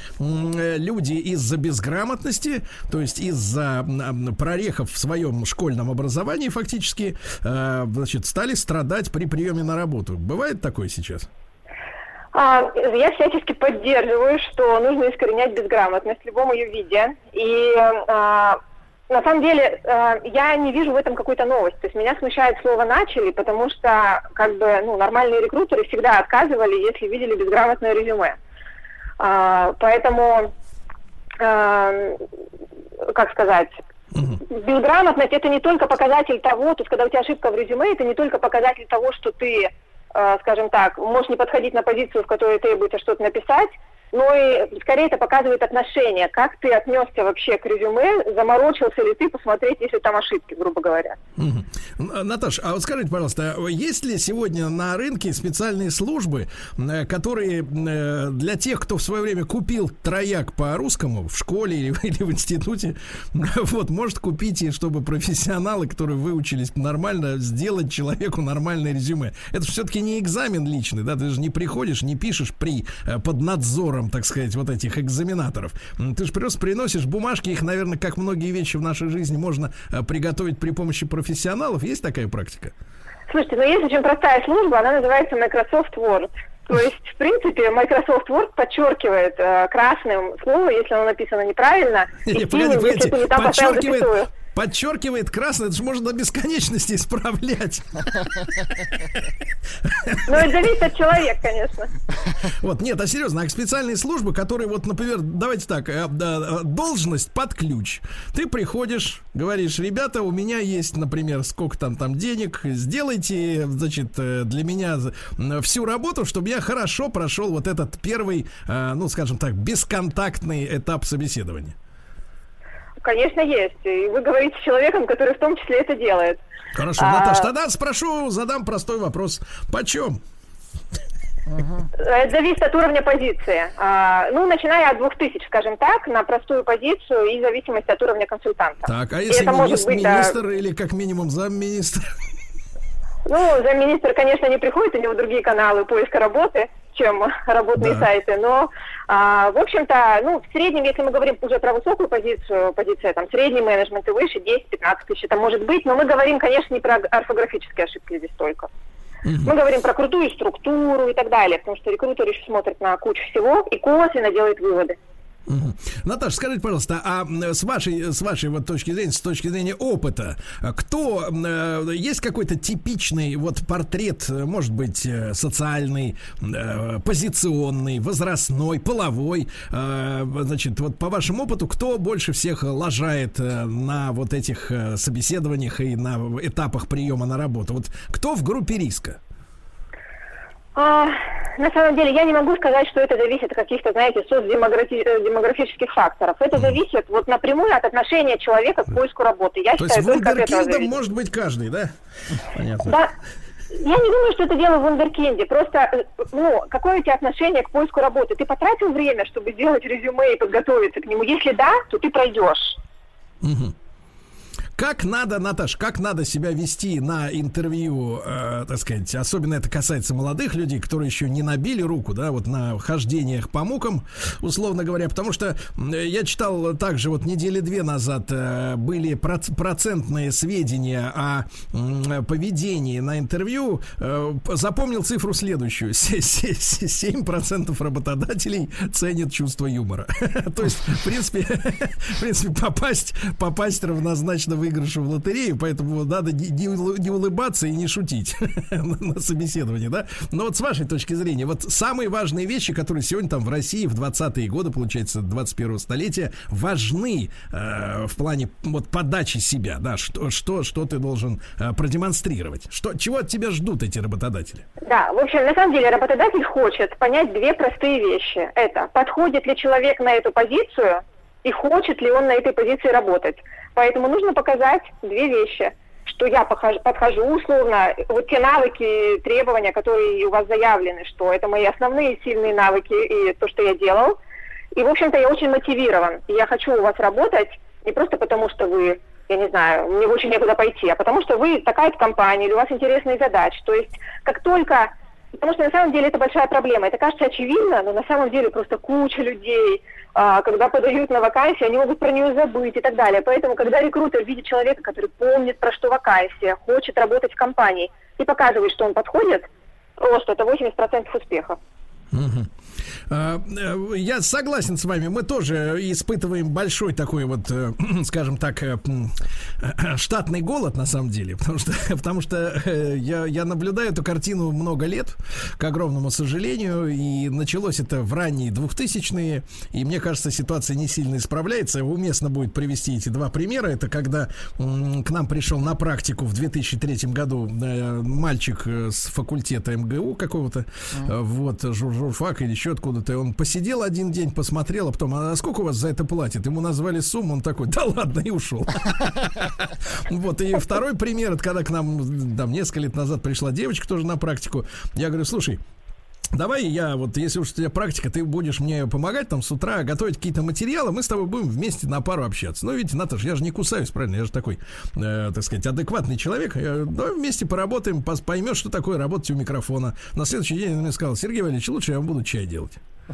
люди из-за безграмотности, то есть из-за прорехов в своем школьном образовании фактически, значит, стали страдать при приеме на работу? Бывает такое сейчас? А, я всячески поддерживаю, что нужно искоренять безграмотность в любом ее виде. И а, на самом деле а, я не вижу в этом какой-то новости. То есть меня смущает слово «начали», потому что как бы, ну, нормальные рекрутеры всегда отказывали, если видели безграмотное резюме. А, поэтому, а, как сказать... Безграмотность — это не только показатель того, то есть когда у тебя ошибка в резюме, это не только показатель того, что ты, э, скажем так, можешь не подходить на позицию, в которой требуется что-то написать, но и скорее это показывает отношение, как ты отнесся вообще к резюме, заморочился ли ты посмотреть, если там ошибки, грубо говоря. Угу. Наташ, а вот скажите, пожалуйста, есть ли сегодня на рынке специальные службы, которые для тех, кто в свое время купил трояк по-русскому в школе или, или в институте, вот, может купить, и чтобы профессионалы, которые выучились нормально, сделать человеку нормальное резюме? Это же все-таки не экзамен личный, да, ты же не приходишь, не пишешь при, под надзором, так сказать, вот этих экзаменаторов. Ты же просто приносишь бумажки, их, наверное, как многие вещи в нашей жизни, можно приготовить при помощи профессионалов. Есть такая практика? Слушайте, ну есть очень простая служба, она называется Microsoft Word. То есть, в принципе, Microsoft Word подчеркивает э, красным слово, если оно написано неправильно. Не, погоди, погоди, подчеркивает, подчеркивает красное, это же можно до бесконечности исправлять. Ну, это зависит от человека, конечно. Вот, нет, а серьезно, а специальные службы, которые, вот, например, давайте так, должность под ключ. Ты приходишь, говоришь: ребята, у меня есть, например, сколько там там денег, сделайте, значит, для меня всю работу, чтобы я хорошо прошел вот этот первый, ну, скажем так, бесконтактный этап собеседования. Конечно, есть. И вы говорите с человеком, который в том числе это делает. Хорошо, а... Наташ, тогда спрошу, задам простой вопрос. Почем? Это зависит от уровня позиции. А, ну, начиная от двух тысяч, скажем так, на простую позицию и в зависимости от уровня консультанта. Так, а если министр, быть, министр да... или как минимум замминистра? Ну, замминистр, конечно, не приходит, у него другие каналы поиска работы, чем работные да. сайты, но, а, в общем-то, ну, в среднем, если мы говорим уже про высокую позицию, позиция, там, средний менеджмент и выше, десять-пятнадцать тысяч, это может быть, но мы говорим, конечно, не про орфографические ошибки здесь только. Uh-huh. Мы говорим про крутую структуру и так далее, потому что рекрутер еще смотрит на кучу всего и косвенно делает выводы. Угу. Наташа, скажите, пожалуйста, а с вашей, с вашей вот точки зрения, с точки зрения опыта, кто, э, есть какой-то типичный вот портрет, может быть, социальный, э, позиционный, возрастной, половой, э, значит, вот по вашему опыту, кто больше всех лажает на вот этих собеседованиях и на этапах приема на работу? Вот кто в группе риска? А, на самом деле, я не могу сказать, что это зависит от каких-то, знаете, социодемографических факторов. Это зависит вот напрямую от отношения человека к поиску работы. Я То считаю, есть вундеркиндом может быть каждый, да? Понятно. Да. Я не думаю, что это дело в вундеркинде. Просто, ну, какое у тебя отношение к поиску работы? Ты потратил время, чтобы сделать резюме и подготовиться к нему? Если да, то ты пройдешь. Угу. Как надо, Наташ, как надо себя вести на интервью, э, так сказать, особенно это касается молодых людей, которые еще не набили руку, да, вот на хождениях по мукам, условно говоря, потому что я читал также вот недели две назад э, были проц- процентные сведения о э, поведении на интервью, э, запомнил цифру следующую: семь процентов работодателей ценят чувство юмора. То есть, в принципе, в принципе, попасть, попасть равнозначно в выигрышу в лотерею, поэтому надо не, не улыбаться и не шутить на собеседовании, да? Но вот с вашей точки зрения, вот самые важные вещи, которые сегодня там в России в двадцатые годы, получается, двадцать первого столетия, важны э, в плане вот подачи себя, да? Что, что, что ты должен э, продемонстрировать? Что, чего от тебя ждут эти работодатели? Да, в общем, на самом деле работодатель хочет понять две простые вещи. Это, подходит ли человек на эту позицию и хочет ли он на этой позиции работать. Поэтому нужно показать две вещи, что я подхожу, подхожу условно, вот те навыки, требования, которые у вас заявлены, что это мои основные сильные навыки и то, что я делал. И, в общем-то, я очень мотивирован. И я хочу у вас работать не просто потому, что вы, я не знаю, мне очень некуда пойти, а потому что вы такая-то компания, или у вас интересные задачи. То есть, как только... Потому что на самом деле это большая проблема. Это кажется очевидно, но на самом деле просто куча людей, а, когда подают на вакансию, они могут про нее забыть и так далее. Поэтому, когда рекрутер видит человека, который помнит, про что вакансия, хочет работать в компании, и показывает, что он подходит, просто это восемьдесят процентов успеха. Угу. Я согласен с вами, мы тоже испытываем большой такой вот, скажем так, штатный голод на самом деле, потому что, потому что я, я наблюдаю эту картину много лет, к огромному сожалению, и началось это в ранние двухтысячные, и мне кажется, ситуация не сильно исправляется. Уместно будет привести эти два примера. Это когда к нам пришел на практику в две тысячи третьем году мальчик с факультета эм гэ у какого-то, mm. вот, журфак или еще откуда-то. Он посидел один день, посмотрел, а потом, а сколько у вас за это платят? Ему назвали сумму, он такой, да ладно, и ушел. Вот, и второй пример, это когда к нам там несколько лет назад пришла девочка тоже на практику. Я говорю, слушай, давай я, вот, если уж у тебя практика, ты будешь мне помогать там с утра готовить какие-то материалы, мы с тобой будем вместе на пару общаться. Ну, видите, Наташ, я же не кусаюсь, правильно? Я же такой, э, так сказать, адекватный человек. Я, давай вместе поработаем, поймешь, что такое работать у микрофона. На следующий день он мне сказал, Сергей Валерьевич, лучше я вам буду чай делать.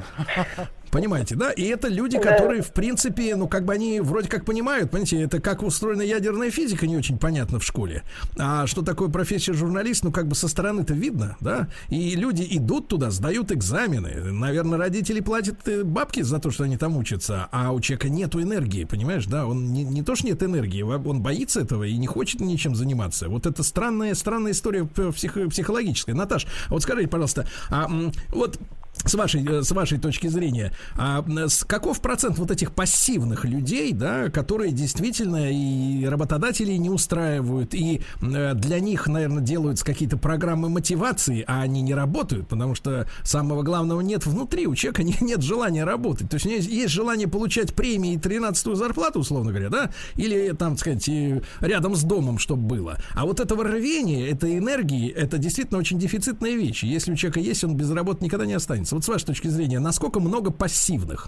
Понимаете, да? И это люди, которые, в принципе, ну, как бы они вроде как понимают, понимаете, это как устроена ядерная физика, не очень понятно в школе. А что такое профессия журналист, ну, как бы со стороны-то видно, да? И люди идут туда, сдают экзамены. Наверное, родители платят бабки за то, что они там учатся, а у человека нету энергии, понимаешь, да? Он не, не то, что нет энергии, он боится этого и не хочет ничем заниматься. Вот это странная, странная история психо- психологическая. Наташ, вот скажите, пожалуйста, а вот с вашей, с вашей точки зрения, а с каков процент вот этих пассивных людей, да, которые действительно и работодателей не устраивают, и для них, наверное, делаются какие-то программы мотивации, а они не работают, потому что самого главного нет внутри, у человека не, нет желания работать. То есть у него есть желание получать премии и тринадцатую зарплату, условно говоря, да, или там, так сказать, рядом с домом, чтобы было. А вот этого рвения, этой энергии, это действительно очень дефицитная вещь. Если у человека есть, он без работы никогда не останется. Вот с вашей точки зрения, насколько много пассивных?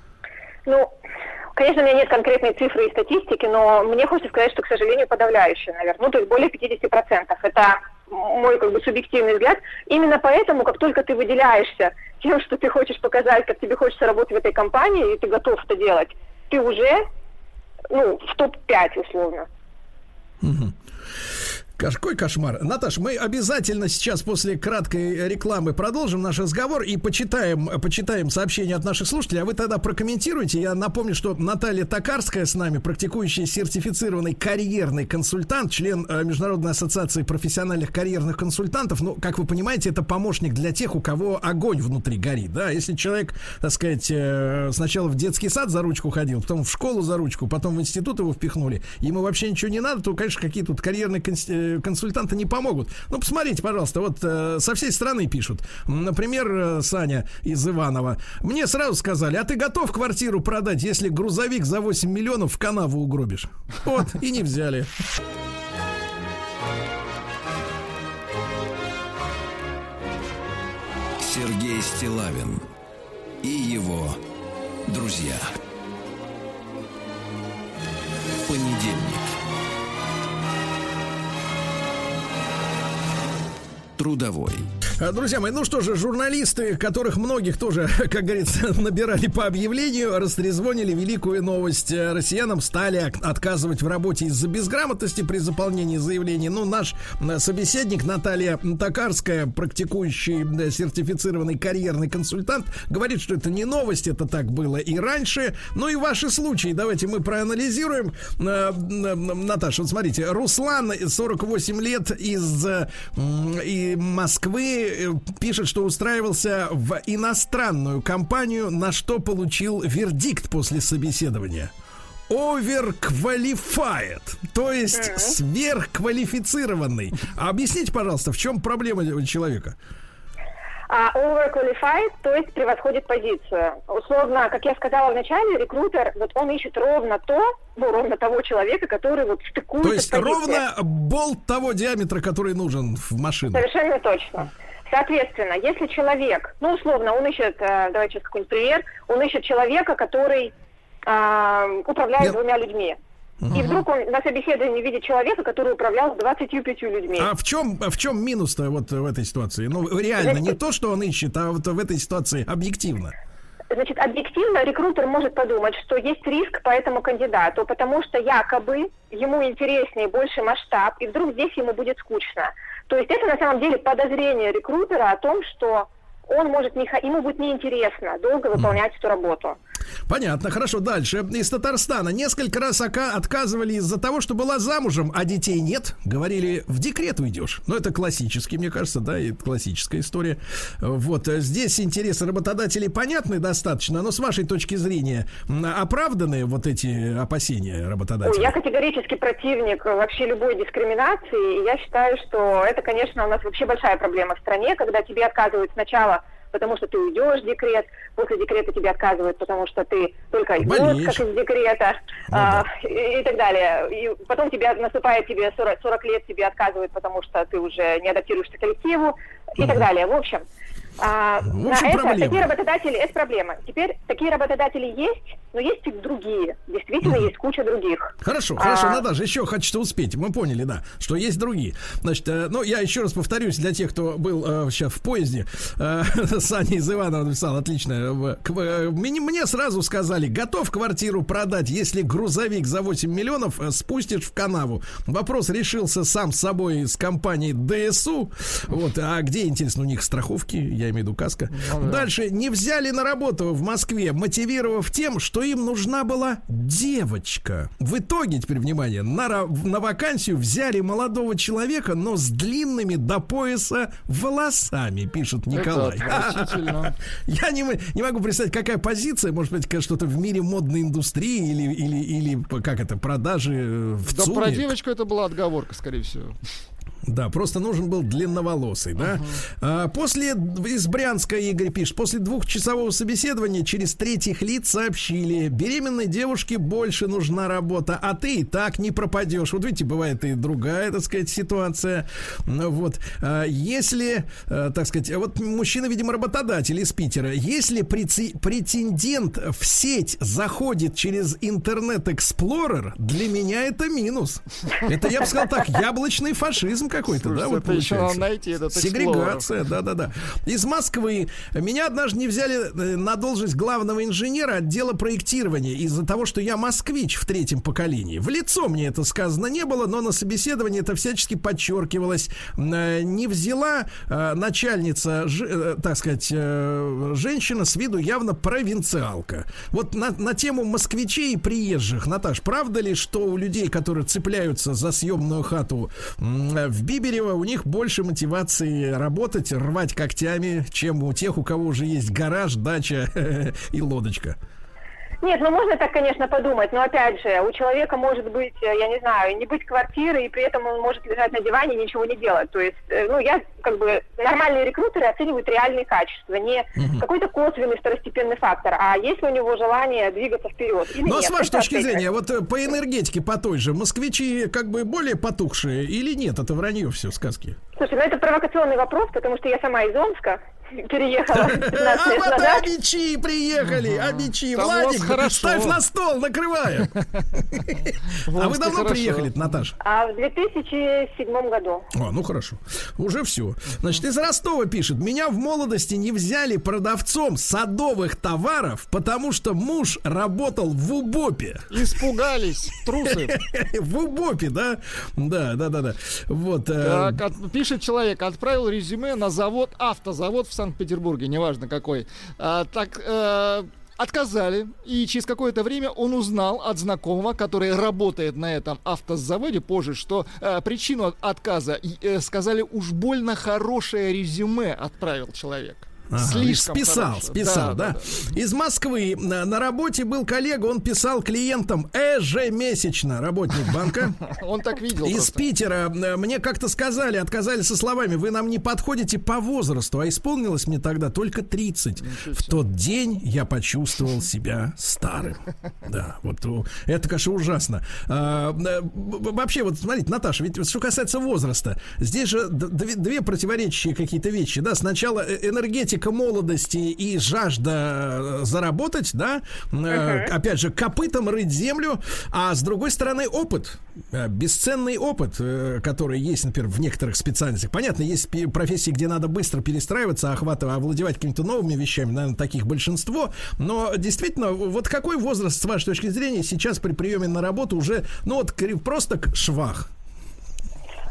Ну, конечно, у меня нет конкретной цифры и статистики, но мне хочется сказать, что, к сожалению, подавляющее, наверное. Ну, то есть более пятьдесят процентов. Это мой, как бы, субъективный взгляд. Именно поэтому, как только ты выделяешься тем, что ты хочешь показать, как тебе хочется работать в этой компании, и ты готов это делать, ты уже, ну, в топ пять, условно. Угу. Какой кошмар. Наташ, мы обязательно сейчас после краткой рекламы продолжим наш разговор и почитаем, почитаем сообщения от наших слушателей, а вы тогда прокомментируйте. Я напомню, что Наталья Токарская с нами, практикующий сертифицированный карьерный консультант, член Международной ассоциации профессиональных карьерных консультантов. Ну, как вы понимаете, это помощник для тех, у кого огонь внутри горит. Да? Если человек, так сказать, сначала в детский сад за ручку ходил, потом в школу за ручку, потом в институт его впихнули, ему вообще ничего не надо, то, конечно, какие тут карьерные консультанты консультанты не помогут. Ну, посмотрите, пожалуйста, вот э, со всей страны пишут. Например, э, Саня из Иванова. Мне сразу сказали, а ты готов квартиру продать, если грузовик за восемь миллионов в канаву угробишь? Вот, и не взяли. Сергей Стиллавин и его друзья. Понедельник. Трудовой. Друзья мои, ну что же, журналисты, которых многих тоже, как говорится, набирали по объявлению, растрезвонили великую новость. Россиянам стали отказывать в работе из-за безграмотности при заполнении заявлений. Ну, наш собеседник Наталья Токарская, практикующий сертифицированный карьерный консультант, говорит, что это не новость, это так было и раньше. Ну и ваши случаи давайте мы проанализируем. Наташа, вот смотрите, Руслан, сорок восемь лет, из и Москвы, пишет, что устраивался в иностранную компанию, на что получил вердикт после собеседования. Overqualified, то есть mm-hmm. сверхквалифицированный. Объясните, пожалуйста, в чем проблема человека? Uh, overqualified, то есть превосходит позицию. Условно, как я сказала в начале, рекрутер, вот он ищет ровно то, ну, ровно того человека, который вот стыкуется. То есть ровно болт того диаметра, который нужен в машине. Совершенно точно. Соответственно, если человек, ну, условно, он ищет, давайте сейчас какой-нибудь пример, он ищет человека, который э, управляет Нет. двумя людьми. И вдруг он на собеседовании видит человека, который управлял двадцатью пятью людьми. А в чем, в чем минус-то вот в этой ситуации? Ну, реально, Значит, не то, что он ищет, а вот в этой ситуации объективно. Значит, объективно рекрутер может подумать, что есть риск по этому кандидату, потому что якобы ему интереснее больше масштаб, и вдруг здесь ему будет скучно. То есть это на самом деле подозрение рекрутера о том, что он может не, ему будет неинтересно долго выполнять mm. эту работу. Понятно, хорошо. Дальше. Из Татарстана. Несколько раз отказывали из-за того, что была замужем, а детей нет. Говорили, в декрет уйдешь. Ну, это классический, мне кажется, да, и классическая история. Вот. Здесь интересы работодателей понятны достаточно, но с вашей точки зрения оправданы вот эти опасения работодателей? Ой, я категорически противник вообще любой дискриминации. И я считаю, что это, конечно, у нас вообще большая проблема в стране, когда тебе отказывают сначала, потому что ты уйдешь в декрет, после декрета тебе отказывают, потому что ты только год, как из декрета, ну, а, да. и, и так далее. И потом тебе наступает тебе сорок, сорок лет, тебе отказывают, потому что ты уже не адаптируешься к коллективу, и угу. так далее. В общем, а, в общем на это, такие работодатели, это проблема. Теперь такие работодатели есть, но есть и другие. Действительно, угу. есть куча других. Хорошо, хорошо, а... Наташа, еще хочется успеть. Мы поняли, да, что есть другие. Значит, э, ну, я еще раз повторюсь для тех, кто был э, сейчас в поезде. Э, Саня из Иванова написал, отлично. К, э, мне, мне сразу сказали, готов квартиру продать, если грузовик за восемь миллионов э, спустишь в канаву. Вопрос решился сам с собой с компанией ДСУ. Вот, а где, интересно, у них страховки? Я имею в виду каска. Ну, да. Дальше. Не взяли на работу в Москве, мотивировав тем, что им нужна была девочка. В итоге, теперь внимание, на, на вакансию взяли молодого человека, но с длинными до пояса волосами, пишет Николай. Я не, не могу представить, какая позиция, может быть, что-то в мире модной индустрии или, или, или как это, продажи в ЦУМе. Да, про девочку это была отговорка, скорее всего. Да, просто нужен был длинноволосый, да. Uh-huh. А, после, из Брянска Игорь пишет, после двухчасового собеседования через третьих лиц сообщили, беременной девушке больше нужна работа, а ты и так не пропадешь. Вот видите, бывает и другая, так сказать, ситуация. Вот. А, если, а, так сказать, вот мужчина, видимо, работодатель из Питера, если преци- претендент в сеть заходит через интернет-эксплорер, для меня это минус. Это, я бы сказал так, яблочный фашизм какой-то, слушайте, да, вот получается. Найти этот сегрегация, да-да-да. Из Москвы. Меня однажды не взяли на должность главного инженера отдела проектирования из-за того, что я москвич в третьем поколении. В лицо мне это сказано не было, но на собеседовании это всячески подчеркивалось. Не взяла начальница, так сказать, женщина с виду явно провинциалка. Вот на, на тему москвичей и приезжих, Наташ, правда ли, что у людей, которые цепляются за съемную хату в Биберево, у них больше мотивации работать, рвать когтями, чем у тех, у кого уже есть гараж, дача и лодочка? Нет, ну можно так, конечно, подумать, но опять же, у человека может быть, я не знаю, не быть квартиры, и при этом он может лежать на диване и ничего не делать. То есть, ну, я, как бы, нормальные рекрутеры оценивают реальные качества, не угу. какой-то косвенный второстепенный фактор, а есть ли у него желание двигаться вперед или но нет. Но с вашей точки зрения, вот по энергетике, по той же, москвичи как бы более потухшие или нет? Это вранье все, сказки. Слушай, ну это провокационный вопрос, потому что я сама из Омска. Переехала пятнадцать лет назад. А вот обичи приехали, обичи. Владик, ставь на стол, накрываем. А вы давно приехали, Наташа? А в две тысячи седьмом году. А, ну хорошо. Уже все. Значит, из Ростова пишет. Меня в молодости не взяли продавцом садовых товаров, потому что муж работал в УБОПе. Испугались, трусы. В УБОПе, да? Да, да, да, да. Вот. Так, пишет человек, отправил резюме на завод, автозавод в Санкт-Петербурге, неважно какой. А, так, э, отказали, и через какое-то время он узнал от знакомого, который работает на этом автозаводе позже, что э, причину отказа э, сказали, уж больно хорошее резюме отправил человек. Ага, списал, хорошо. списал, да, да? да, да. Из Москвы на, на работе был коллега, он писал клиентам ежемесячно, работник банка. Он так видел. Из Питера мне как-то сказали, отказали со словами: вы нам не подходите по возрасту, а исполнилось мне тогда только тридцать. В тот день я почувствовал себя старым. Да, вот это, конечно, ужасно. А, вообще, вот смотрите, Наташа, ведь что касается возраста, здесь же две, две противоречащие какие-то вещи, да, сначала энергетика молодости и жажда заработать, да, uh-huh. опять же, копытом рыть землю, а с другой стороны опыт, бесценный опыт, который есть, например, в некоторых специальностях. Понятно, есть профессии, где надо быстро перестраиваться, охватывать, овладевать какими-то новыми вещами, наверное, таких большинство, но действительно, вот какой возраст, с вашей точки зрения, сейчас при приеме на работу уже, ну вот, просто швах?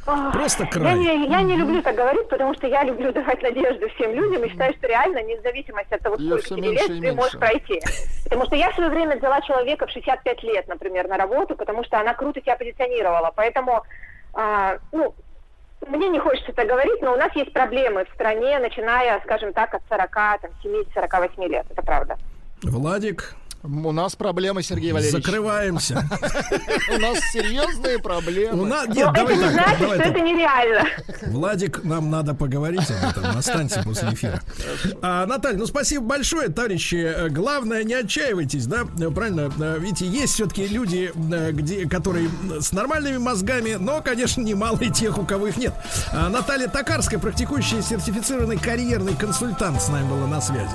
Просто Я край. не, я не люблю так говорить, потому что я люблю давать надежду всем людям и считаю, что реально, вне зависимости от того, Её сколько всё тебе меньше лет, и ты можешь меньше. пройти. Потому что я в свое время взяла человека в шестьдесят пять лет, например, на работу, потому что она круто себя позиционировала. Поэтому, а, ну, мне не хочется это говорить, но у нас есть проблемы в стране, начиная, скажем так, от сорока семи - сорока восьми лет. Это правда. Владик, У нас проблемы, Сергей Валерьевич. закрываемся. У нас серьезные проблемы. У нас Но нет, это давай не так, значит, давай что так. это нереально. Владик, нам надо поговорить об этом. Останься после эфира. А, Наталья, ну спасибо большое, товарищи. Главное, не отчаивайтесь, да? Правильно? Видите, есть все-таки люди, где, которые с нормальными мозгами, но, конечно, немало и тех, у кого их нет. А, Наталья Токарская, практикующий сертифицированный карьерный консультант, с нами была на связи.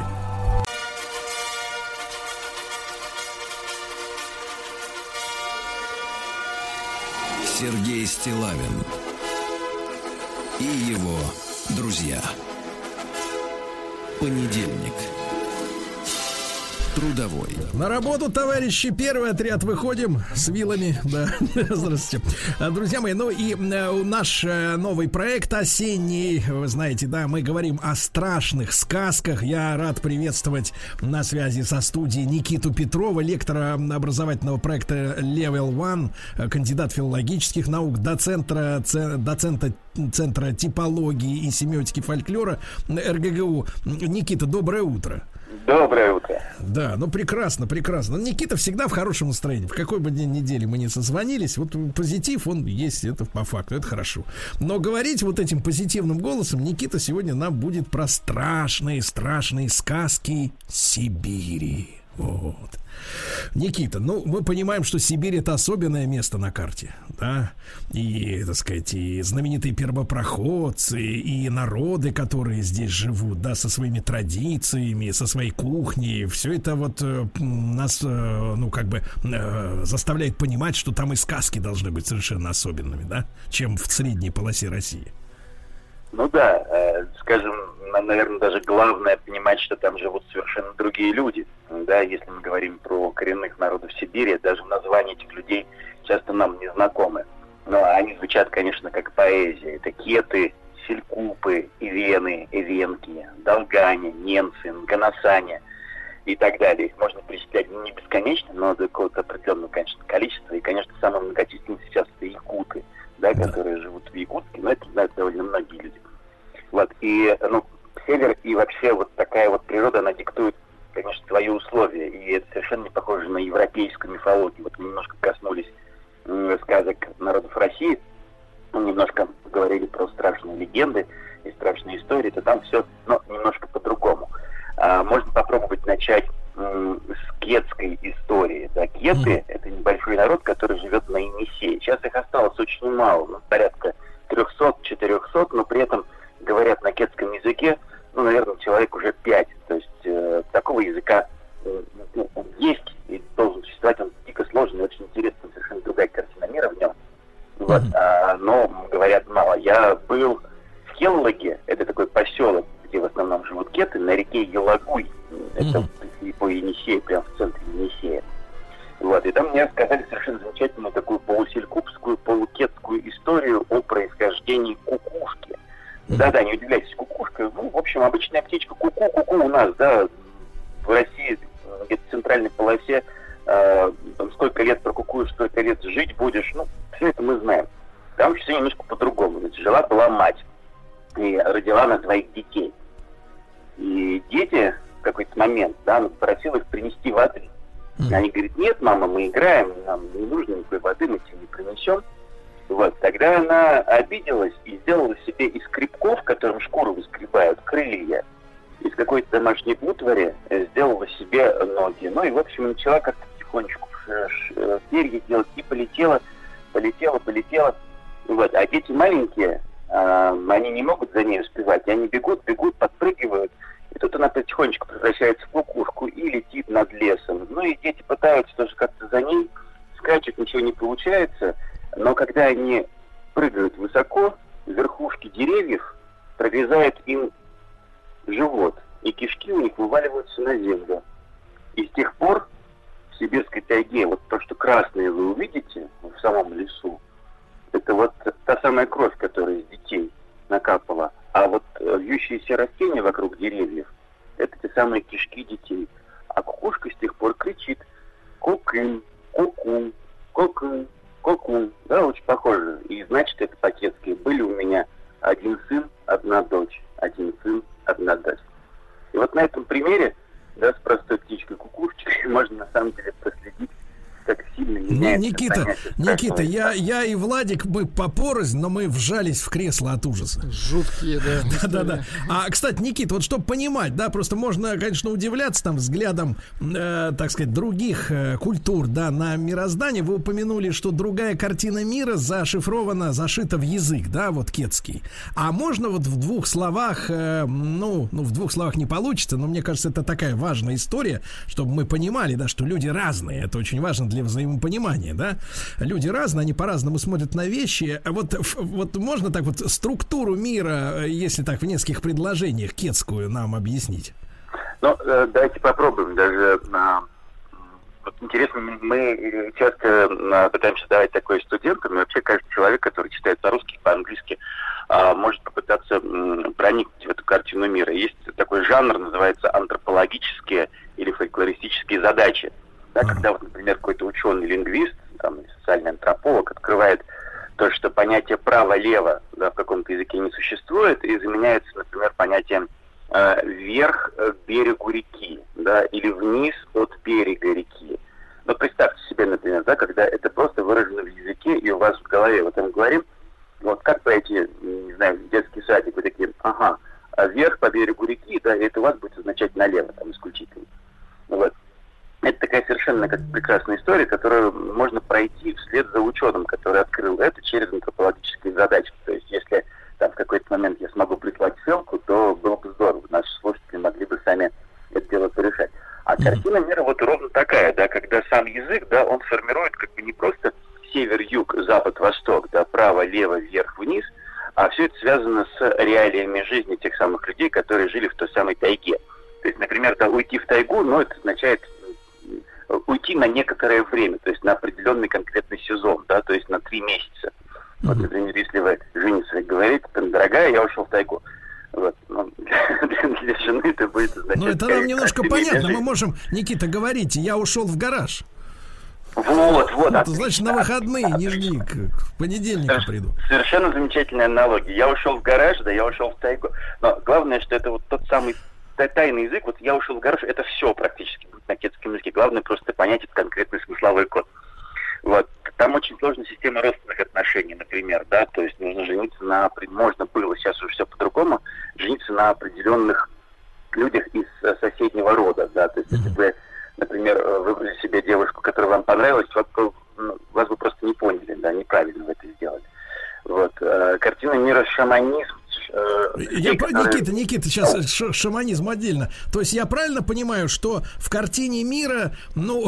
Сергей Стиллавин и его друзья. Понедельник. Трудовой. На работу, товарищи, первый отряд выходим с вилами, да, здравствуйте. А, друзья мои, ну и э, наш э, новый проект осенний, вы знаете, да, мы говорим о страшных сказках. Я рад приветствовать на связи со студией Никиту Петрова, лектора образовательного проекта Level One, э, кандидат филологических наук, доцентра, ц, доцента Центра типологии и семиотики фольклора эр гэ гэ у. Никита, доброе утро. Доброе утро. Да, ну прекрасно, прекрасно. Никита всегда в хорошем настроении. В какой бы день недели мы не созвонились, вот позитив, он есть, это по факту, это хорошо. Но говорить вот этим позитивным голосом Никита сегодня нам будет про страшные, страшные сказки Сибири. Вот. Никита, ну, мы понимаем, что Сибирь — это особенное место на карте, да, и, так сказать, и знаменитые первопроходцы, и народы, которые здесь живут, да, со своими традициями, со своей кухней, все это вот э, нас, э, ну, как бы э, заставляет понимать, что там и сказки должны быть совершенно особенными, да, чем в средней полосе России. Ну да, э, скажем, нам, наверное, даже главное понимать, что там живут совершенно другие люди. Да, если мы говорим про коренных народов Сибири, даже названия этих людей часто нам не знакомы. Но они звучат, конечно, как поэзия. Это кеты, селькупы, ивены, ивенки, долгане, ненцы, нганасане и так далее. Их можно перечислять не бесконечно, но до какого-то определенного, конечно, количества. И, конечно, самые многочисленные сейчас это якуты, да, которые живут в Якутске, но это знают довольно многие люди. Вот, и, ну, север и вообще вот такая вот природа, она диктует, конечно, свои условия, и это совершенно не похоже на европейскую мифологию. Вот мы немножко коснулись м, сказок народов России, мы немножко говорили про страшные легенды и страшные истории, то там все, ну, немножко по-другому. А, можно попробовать начать м, с кетской истории. Да, кеты mm-hmm. — это небольшой народ, который живет на Енисее. Сейчас их осталось очень мало, ну, порядка триста-четыреста, но при этом говорят на кетском языке, ну, наверное, человек уже пять. То есть э, такого языка э, ну, он есть и должен существовать, он дико сложный, очень интересный, совершенно другая картина мира в нем. Вот, mm-hmm. а, но говорят мало. Я был в Хеллоге, это такой поселок, где в основном живут кеты, на реке Елагуй. Это mm-hmm. по Енисею, прямо в центре Енисея. Вот, и там мне рассказали совершенно замечательную такую полуселькупскую, полукетскую историю о происхождении кукушки. Mm-hmm. Да-да, не удивляйтесь, кукушка, ну, в общем, обычная птичка куку, куку у нас, да, в России, где-то в центральной полосе, э, там сколько лет прокукуешь, сколько лет жить будешь, ну, все это мы знаем. Там все немножко по-другому. Ведь жила-была мать и родила она двоих детей. И дети в какой-то момент, да, она попросила их принести воды. Mm-hmm. Они говорят: нет, мама, мы играем, нам не нужно никакой воды, мы тебе не принесем. Вот, тогда она обиделась и сделала себе из скребков, которым шкуру выскребают, крылья. Из какой-то домашней утвари сделала себе ноги. Ну и, в общем, начала как-то потихонечку перья делать и полетела, полетела, полетела. Вот. А дети маленькие, э, они не могут за ней успевать. И они бегут, бегут, подпрыгивают. И тут она потихонечку превращается в кукушку и летит над лесом. Ну и дети пытаются тоже как-то за ней, скачут, ничего не получается. Но когда они прыгают высоко, верхушки деревьев прорезают им живот, и кишки у них вываливаются на землю. И с тех пор в сибирской тайге вот то, что красное вы увидите в самом лесу, это вот та самая самая кровь, которая из детей накапала. А вот э, вьющиеся растения вокруг деревьев, это те самые кишки детей. А кукушка с тех пор кричит: кукин, куку, кукин, куку. Да, очень похоже. И значит, это по-кетски. Были у меня один сын, одна дочь. Один сын, одна дочь. И вот на этом примере, да, с простой птичкой кукушечкой можно на самом деле проследить, как сильно меняется. Никита, Никита, я, я и Владик, мы попорознь, но мы вжались в кресло от ужаса. Жуткие, да. Да-да-да. А, кстати, Никита, вот чтобы понимать, да, просто можно, конечно, удивляться там взглядом, э, так сказать, других э, культур, да, на мироздание. Вы упомянули, что другая картина мира зашифрована, зашита в язык, да, вот кетский. А можно вот в двух словах, э, ну, ну, в двух словах не получится, но мне кажется, это такая важная история, чтобы мы понимали, да, что люди разные. Это очень важно для для взаимопонимания, да? Люди разные, они по-разному смотрят на вещи. Вот, вот можно так вот структуру мира, если так в нескольких предложениях, кетскую нам объяснить? Ну, давайте попробуем. Даже вот интересно, мы часто пытаемся давать такое студентам, и вообще каждый человек, который читает по-русски, по-английски, может попытаться проникнуть в эту картину мира. Есть такой жанр, называется антропологические или фольклористические задачи. Да, когда, вот, например, какой-то ученый-лингвист, там, социальный антрополог открывает то, что понятие право-лево, да, в каком-то языке не существует, и заменяется, например, понятием э, вверх к берегу реки, да, или вниз от берега реки. Но представьте себе, например, да, когда это просто выражено в языке, и у вас в голове, вот мы говорим, вот как пойти, не знаю, в детский садик, вы такие, ага, а вверх по берегу реки, да, и это у вас будет означать налево, там, исключительно. Вот. Это такая совершенно как прекрасная история, которую можно пройти вслед за ученым, который открыл это через антропологические задачи. То есть, если там в какой-то момент я смогу прислать ссылку, то было бы здорово. Наши слушатели могли бы сами это дело порешать. А картина мира вот ровно такая, да, когда сам язык, да, он формирует как бы не просто север-юг, запад-восток, да, право-лево, вверх-вниз, а все это связано с реалиями жизни тех самых людей, которые жили в той самой тайге. То есть, например, да, уйти в тайгу, ну, это означает уйти на некоторое время, то есть на определенный конкретный сезон, да, то есть на три месяца. Mm-hmm. Вот, например, если вы жене своей говорите, дорогая, я ушел в тайгу. Вот, ну, для, для жены это будет означать... Ну, это нам немножко понятно, мы можем, Никита, говорить, я ушел в гараж. Вот, вот. Это значит, на выходные, не жди, к понедельнику приду. Совершенно замечательная аналогия. Я ушел в гараж, да, я ушел в тайгу. Но главное, что это вот тот самый тайный язык, вот я ушел в гараж, это все практически будет на кетском языке. Главное просто понять этот конкретный смысловой код. Вот. Там очень сложная система родственных отношений, например, да, то есть нужно жениться на, можно было, сейчас уже все по-другому, жениться на определенных людях из соседнего рода, да, то есть если вы, например, выбрали себе девушку, которая вам понравилась, вас, вас бы просто не поняли, да, неправильно вы это сделали. Вот. Картина мира «Шаманизм». Я, которые... Никита, Никита, сейчас ш- шаманизм отдельно. То есть я правильно понимаю, что в картине мира, ну,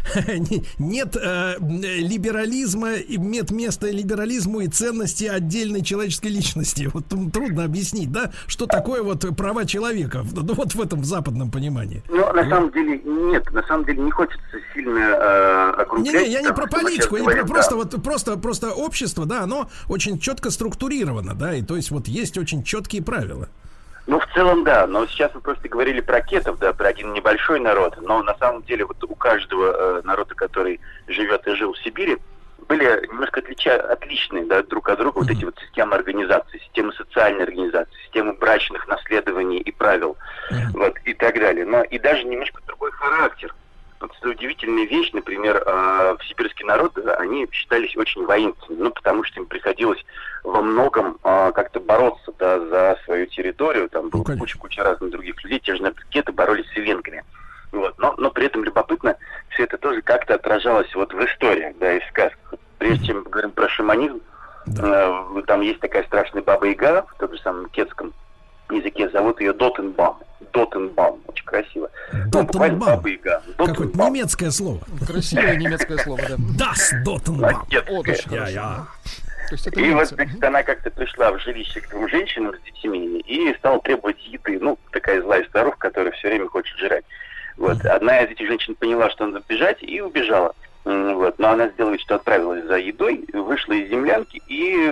нет э, либерализма, нет места либерализму и ценности отдельной человеческой личности. Вот трудно объяснить, да, что такое вот права человека, ну, вот в этом в западном понимании. Ну, на самом деле, нет, на самом деле не хочется сильно э, округлять. Не-не, я не про политику, я не про, просто, вот, просто, просто общество, да, оно очень четко структурировано, да, и то есть вот есть очень четкие правила. Ну, в целом, да, но сейчас мы просто говорили про кетов, да, про один небольшой народ, но на самом деле вот у каждого э, народа, который живет и жил в Сибири, были немножко отлича- отличные, да, друг от друга mm-hmm. вот эти вот системы организации, системы социальной организации, системы брачных наследований и правил, mm-hmm. вот, и так далее. Но и даже немножко другой характер. Вот это удивительная вещь, например, э, в сибирский народ, они считались очень воинственными, ну, потому что им приходилось во многом э, как-то бороться, да, за свою территорию, там было ну, куча-куча разных других людей, те же кеты боролись с эвенками, вот, но, но при этом любопытно, все это тоже как-то отражалось вот в историях, да, и в сказках. Прежде чем мы говорим про шаманизм, да. э, там есть такая страшная баба-яга, в том же самом кетском языке, зовут ее Дотенбам. Дотенбам, очень красиво. Дотенбам. Ну, какое-то немецкое слово. Красивое немецкое слово, да. Das Дотенбам. Я-я. И вот, значит, она как-то пришла в жилище к двум женщинам с детьми и стала требовать еды. Ну, такая злая старуха, которая все время хочет жрать. Вот. Mm-hmm. Одна из этих женщин поняла, что надо бежать, и убежала. Вот. Но она сделала вид, что отправилась за едой, вышла из землянки и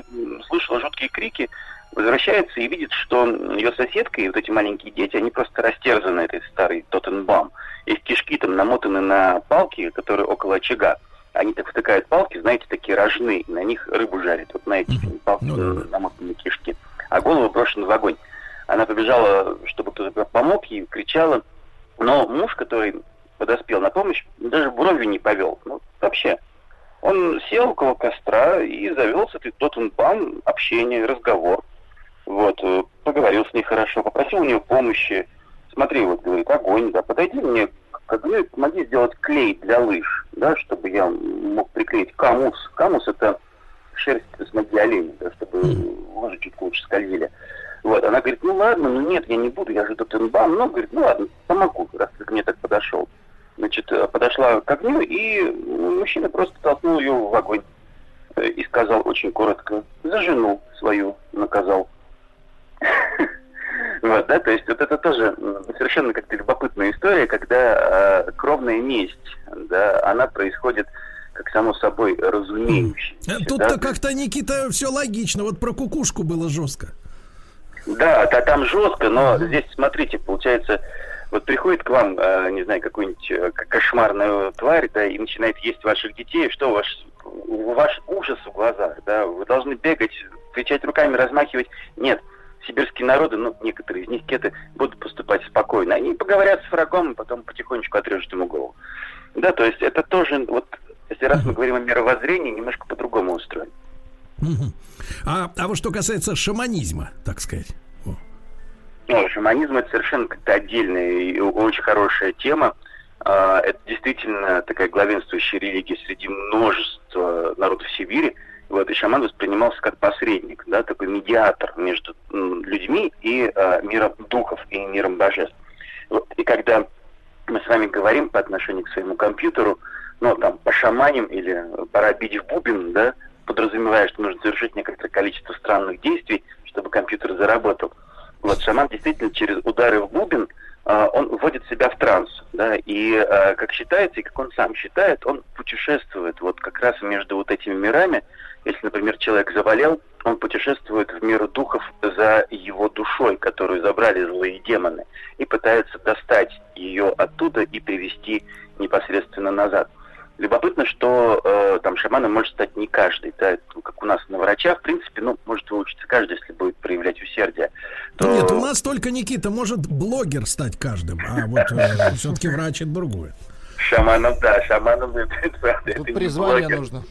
слышала жуткие крики, возвращается и видит, что ее соседка и вот эти маленькие дети, они просто растерзаны этой старой Тоттенбам. Их кишки там намотаны на палки, которые около очага. Они так втыкают палки, знаете, такие рожные, на них рыбу жарят. Вот на этих палки намотаны кишки. А голову брошены в огонь. Она побежала, чтобы кто-то помог ей, кричала. Но муж, который подоспел на помощь, даже бровью не повел. Ну, вообще. Он сел около костра и завел с этой Тоттенбам общение, разговор. Вот, поговорил с ней хорошо, попросил у нее помощи. Смотри, вот, говорит, огонь, да, подойди мне к огню, помоги сделать клей для лыж, да, чтобы я мог приклеить камус. Камус — это шерсть с ноги оленя, да, чтобы лыжи чуть лучше скользили. Вот, она говорит, ну ладно, ну нет, я не буду, я же Тоттенбам. Ну, говорит, ну ладно, помогу, раз ты ко мне так подошел. Значит, подошла к огню, и мужчина просто толкнул ее в огонь и сказал очень коротко: за жену свою наказал. Вот, да, то есть вот это тоже совершенно как-то любопытная история, когда э, кровная месть, да, она происходит как само собой разумеющееся. Тут-то да? Как-то, Никита, все логично. Вот про кукушку было жестко. Да, да, там жестко, но mm-hmm. здесь, смотрите, получается, вот приходит к вам, э, не знаю, какой-нибудь э, кошмарная тварь, да, и начинает есть ваших детей, что ваш, ваш ужас в глазах, да, вы должны бегать, кричать руками, размахивать. Нет. Сибирские народы, ну, некоторые из них, кеты, будут поступать спокойно. Они поговорят с врагом, потом потихонечку отрежут ему голову. Да, то есть это тоже, вот, если раз мы говорим о мировоззрении, немножко по-другому устроен. А, а вот что касается шаманизма, так сказать. О. Ну, шаманизм — это совершенно как-то отдельная и очень хорошая тема. Это действительно такая главенствующая религия среди множества народов Сибири. Вот, и шаман воспринимался как посредник, да, такой медиатор между м, людьми и э, миром духов, и миром божеств. Вот, и когда мы с вами говорим по отношению к своему компьютеру, ну, там, пошаманим или пора бить в бубен, да, подразумевая, что нужно совершить некоторое количество странных действий, чтобы компьютер заработал. Вот, шаман действительно через удары в бубен э, он вводит себя в транс, да, и, э, как считается, и как он сам считает, он путешествует вот как раз между вот этими мирами. Если, например, человек заболел, он путешествует в мир духов за его душой, которую забрали злые демоны, и пытается достать ее оттуда и привести непосредственно назад. Любопытно, что э, там шаманом может стать не каждый, да, как у нас на врачах, в принципе, ну, может выучиться каждый, если будет проявлять усердие. То... Нет, у нас только, Никита, может блогер стать каждым, а вот э, все-таки врач — это другое. Шаманом, да, шаманом это, это, Тут это призвание блогер. нужно.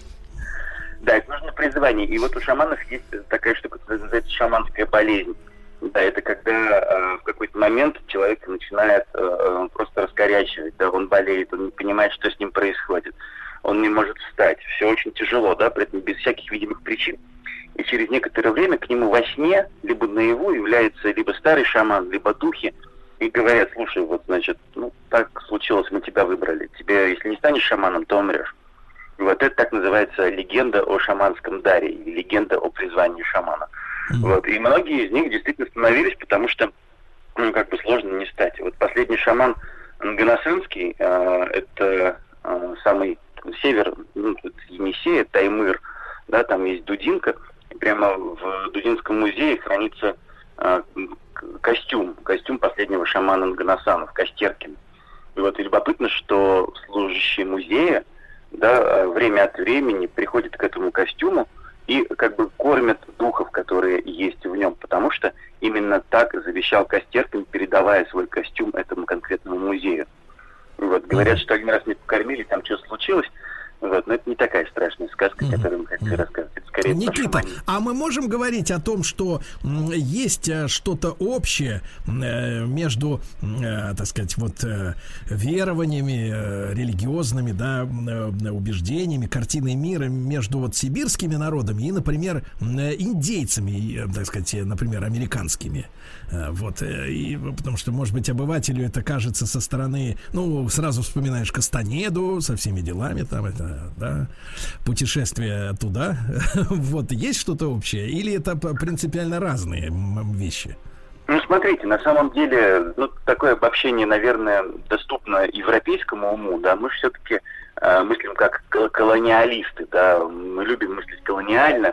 Да, это нужно призвание. И вот у шаманов есть такая штука, которая называется шаманская болезнь. Да, это когда э, в какой-то момент человек начинает э, просто раскорячивать, да, он болеет, он не понимает, что с ним происходит, он не может встать, все очень тяжело, да, при этом без всяких видимых причин. И через некоторое время к нему во сне, либо наяву, является либо старый шаман, либо духи, и говорят: слушай, вот, значит, ну, так случилось, мы тебя выбрали, тебе, если не станешь шаманом, то умрешь. Вот это так называется легенда о шаманском даре, легенда о призвании шамана. Mm-hmm. Вот. И многие из них действительно становились, потому что, ну, как бы сложно не стать. Вот последний шаман Нгоносенский, э, это э, самый север, ну, Енисея, Таймыр, да, там есть Дудинка, и прямо в Дудинском музее хранится э, костюм, костюм последнего шамана Нгоносанов, Костеркин. И вот и любопытно, что служащие музея, да, время от времени приходят к этому костюму и как бы кормят духов, которые есть в нем, потому что именно так завещал Костеркин, передавая свой костюм этому конкретному музею. Вот, говорят, что один раз не покормили, там что-то случилось. Вот, но это не такая страшная сказка, mm-hmm. которую мы хотели рассказать. Это скорее Никита, а мы можем говорить о том, что м, есть а, что-то общее э, между, э, так сказать, вот э, верованиями э, религиозными, да, э, убеждениями, картиной мира между вот сибирскими народами и, например, э, индейцами, э, так сказать, например, американскими. Э, вот, э, и, потому что, может быть, обывателю это кажется со стороны, ну, сразу вспоминаешь Кастанеду со всеми делами, там, это, да, путешествие туда. Вот, есть что-то общее? Или это принципиально разные вещи? Ну, смотрите, на самом деле, ну, такое обобщение, наверное, доступно европейскому уму, да, мы же все-таки э, мыслим как колониалисты, да, мы любим мыслить колониально,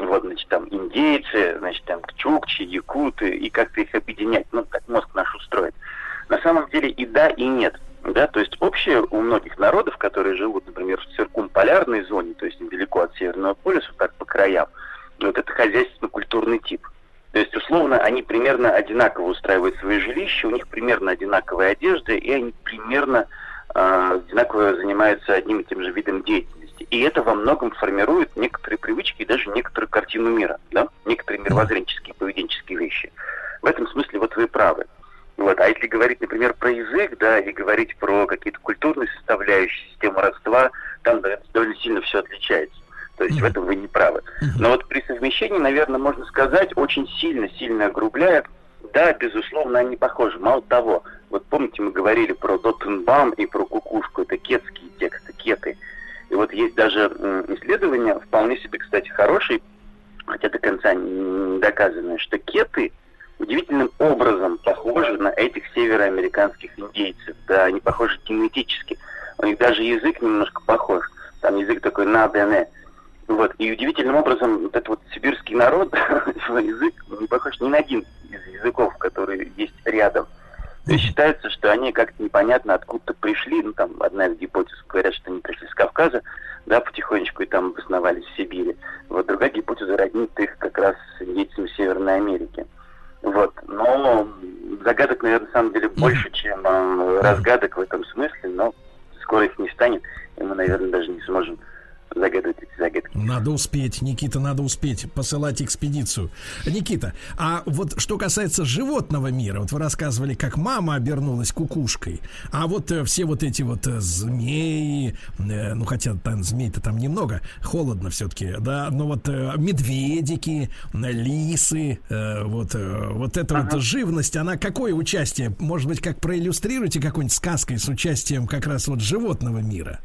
вот, значит, там индейцы, значит, там чукчи, якуты, и как-то их объединять, ну, так мозг наш устроен. На самом деле и да, и нет. Да, то есть общее у многих народов, которые живут, например, в циркумполярной зоне, то есть недалеко от Северного полюса, так по краям, вот это хозяйственно-культурный тип. То есть, условно, они примерно одинаково устраивают свои жилища, у них примерно одинаковая одежда, и они примерно э, одинаково занимаются одним и тем же видом деятельности. И это во многом формирует некоторые привычки и даже некоторую картину мира, да? Некоторые мировоззренческие, поведенческие вещи. В этом смысле вот вы правы. Вот. А если говорить, например, про язык, да, и говорить про какие-то культурные составляющие, систему родства, там довольно сильно все отличается. То есть mm-hmm. в этом вы не правы. Mm-hmm. Но вот при совмещении, наверное, можно сказать, очень сильно-сильно огрубляя, да, безусловно, они похожи. Мало того, вот помните, мы говорили про Дотенбам и про кукушку, это кетские тексты, кеты. И вот есть даже м, исследования, вполне себе, кстати, хорошие, хотя до конца не доказанные, что кеты удивительным образом похожи на этих североамериканских индейцев. Да, они похожи генетически. У них даже язык немножко похож. Там язык такой на-дене. Вот. И удивительным образом вот этот вот сибирский народ, свой язык не похож ни на один из языков, которые есть рядом. То есть считается, что они как-то непонятно откуда-то пришли. Ну, там одна из гипотез говорят, что они пришли с Кавказа, да, потихонечку и там обосновались в Сибири. Вот другая гипотеза роднит их как раз с индейцами Северной Америки. Вот. Но загадок, наверное, на самом деле больше, чем э, разгадок в этом смысле, но скоро их не станет, и мы, наверное, даже не сможем загадывать эти загадки. Надо успеть, Никита, надо успеть посылать экспедицию. Никита, а вот что касается животного мира, вот вы рассказывали, как мама обернулась кукушкой, а вот э, все вот эти вот э, змеи, э, ну хотя там змей-то там немного, холодно все-таки, да, но вот э, медведики, э, лисы, э, вот, э, вот эта ага. вот живность, она какое участие, может быть, как проиллюстрируйте какой-нибудь сказкой с участием как раз вот животного мира?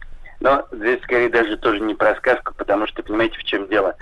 Но здесь скорее даже тоже не про сказку, потому что, понимаете, в чем дело?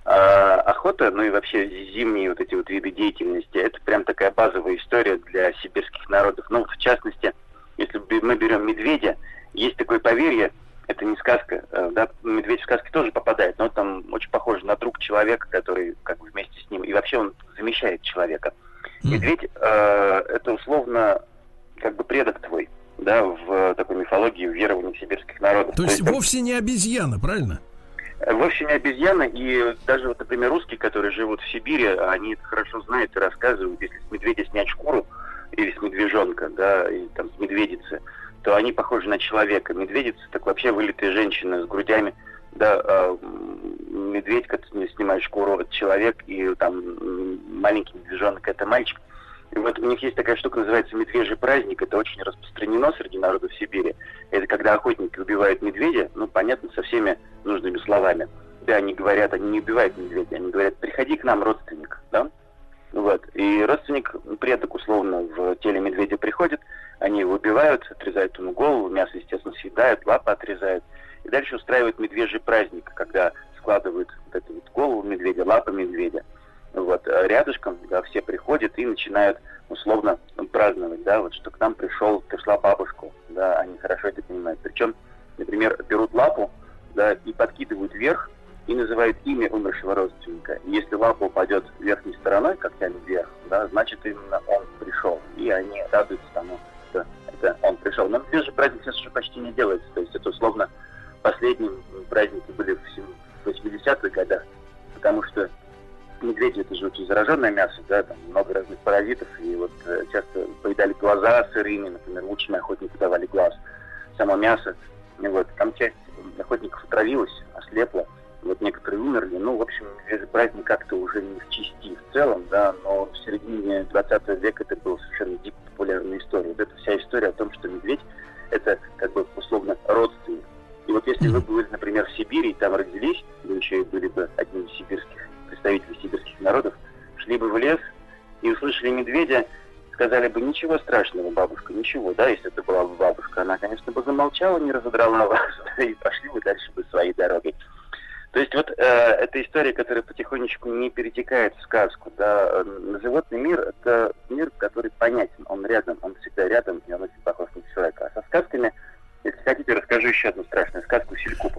А, охота, ну и вообще зимние вот эти вот виды деятельности, это прям такая базовая история для сибирских народов. Ну, в частности, если мы берем медведя, есть такое поверье, это не сказка, да, медведь в сказке тоже попадает, но он там очень похож на друг человека, который как бы вместе с ним, и вообще он замещает человека. Медведь э, это условно как бы предок твой. Да, в такой мифологии, в веровании сибирских народов. То, То есть, есть вовсе не обезьяна, правильно? Вовсе не обезьяна, и даже вот, например, русские, которые живут в Сибири, они это хорошо знают и рассказывают. Если с медведя снять шкуру, или с медвежонка, да, и там с медведицы, то они похожи на человека. Медведица, так вообще вылитая женщина с грудями, да, а медведь, который снимает шкуру, это человек, и там маленький медвежонок, это мальчик. И вот у них есть такая штука, называется медвежий праздник. Это очень распространено среди народов Сибири. Это когда охотники убивают медведя, ну, понятно, со всеми нужными словами. Да, они говорят, они не убивают медведя, они говорят, приходи к нам, родственник, да? Вот. И родственник, предок, условно, в теле медведя приходит, они его убивают, отрезают ему голову, мясо, естественно, съедают, лапы отрезают. И дальше устраивают медвежий праздник, когда складывают вот эту вот голову медведя, лапы медведя. Вот, рядышком, да, все приходят и начинают условно праздновать, да, вот, что к нам пришел, пришла бабушка, да, они хорошо это понимают. Причем, например, берут лапу, да, и подкидывают вверх, и называют имя умершего родственника. И если лапа упадет верхней стороной, когтями вверх, да, значит, именно он пришел. И они радуются тому, что это он пришел. Но медвежий праздник сейчас уже почти не делается, то есть это условно последние праздники были в восьмидесятых годах, потому что медведи — это же очень зараженное мясо, да, там много разных паразитов, и вот э, часто поедали глаза сырыми, например, лучшими охотники давали глаз, само мясо, и вот, там часть охотников отравилась, ослепла, вот некоторые умерли, ну, в общем, медвежий праздник как-то уже не в части в целом, да, но в середине двадцатого века это была совершенно дико популярная история. Вот эта вся история о том, что медведь — это как бы условно родственник. И вот если вы были, например, в Сибири и там родились, вы еще и были бы одним из сибирских представителей сибирских народов, шли бы в лес и услышали медведя, сказали бы, ничего страшного, бабушка, ничего, да, если это была бы бабушка, она, конечно, бы замолчала, не разодрала вас, и пошли бы дальше бы своей дорогой. То есть вот э, эта история, которая потихонечку не перетекает в сказку, да, животный мир — это мир, который понятен, он рядом, он всегда рядом, и он очень похож на человека. А со сказками, если хотите, расскажу еще одну страшную сказку Селькупов.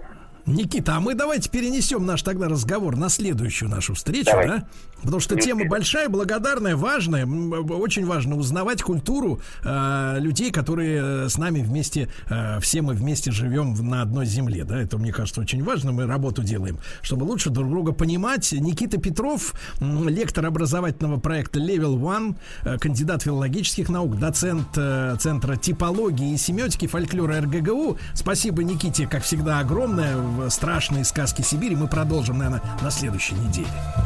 Никита, а мы давайте перенесем наш тогда разговор на следующую нашу встречу, Давай. да? Потому что тема большая, благодарная, важная. Очень важно узнавать культуру э, людей, которые с нами вместе, э, все мы вместе живем на одной земле, да? Это, мне кажется, очень важно. Мы работу делаем, чтобы лучше друг друга понимать. Никита Петров, лектор образовательного проекта Level One, э, кандидат филологических наук, доцент э, Центра типологии и семиотики фольклора эр гэ гэ у. Спасибо Никите, как всегда, огромное. Страшные сказки Сибири мы продолжим, наверное, на следующей неделе.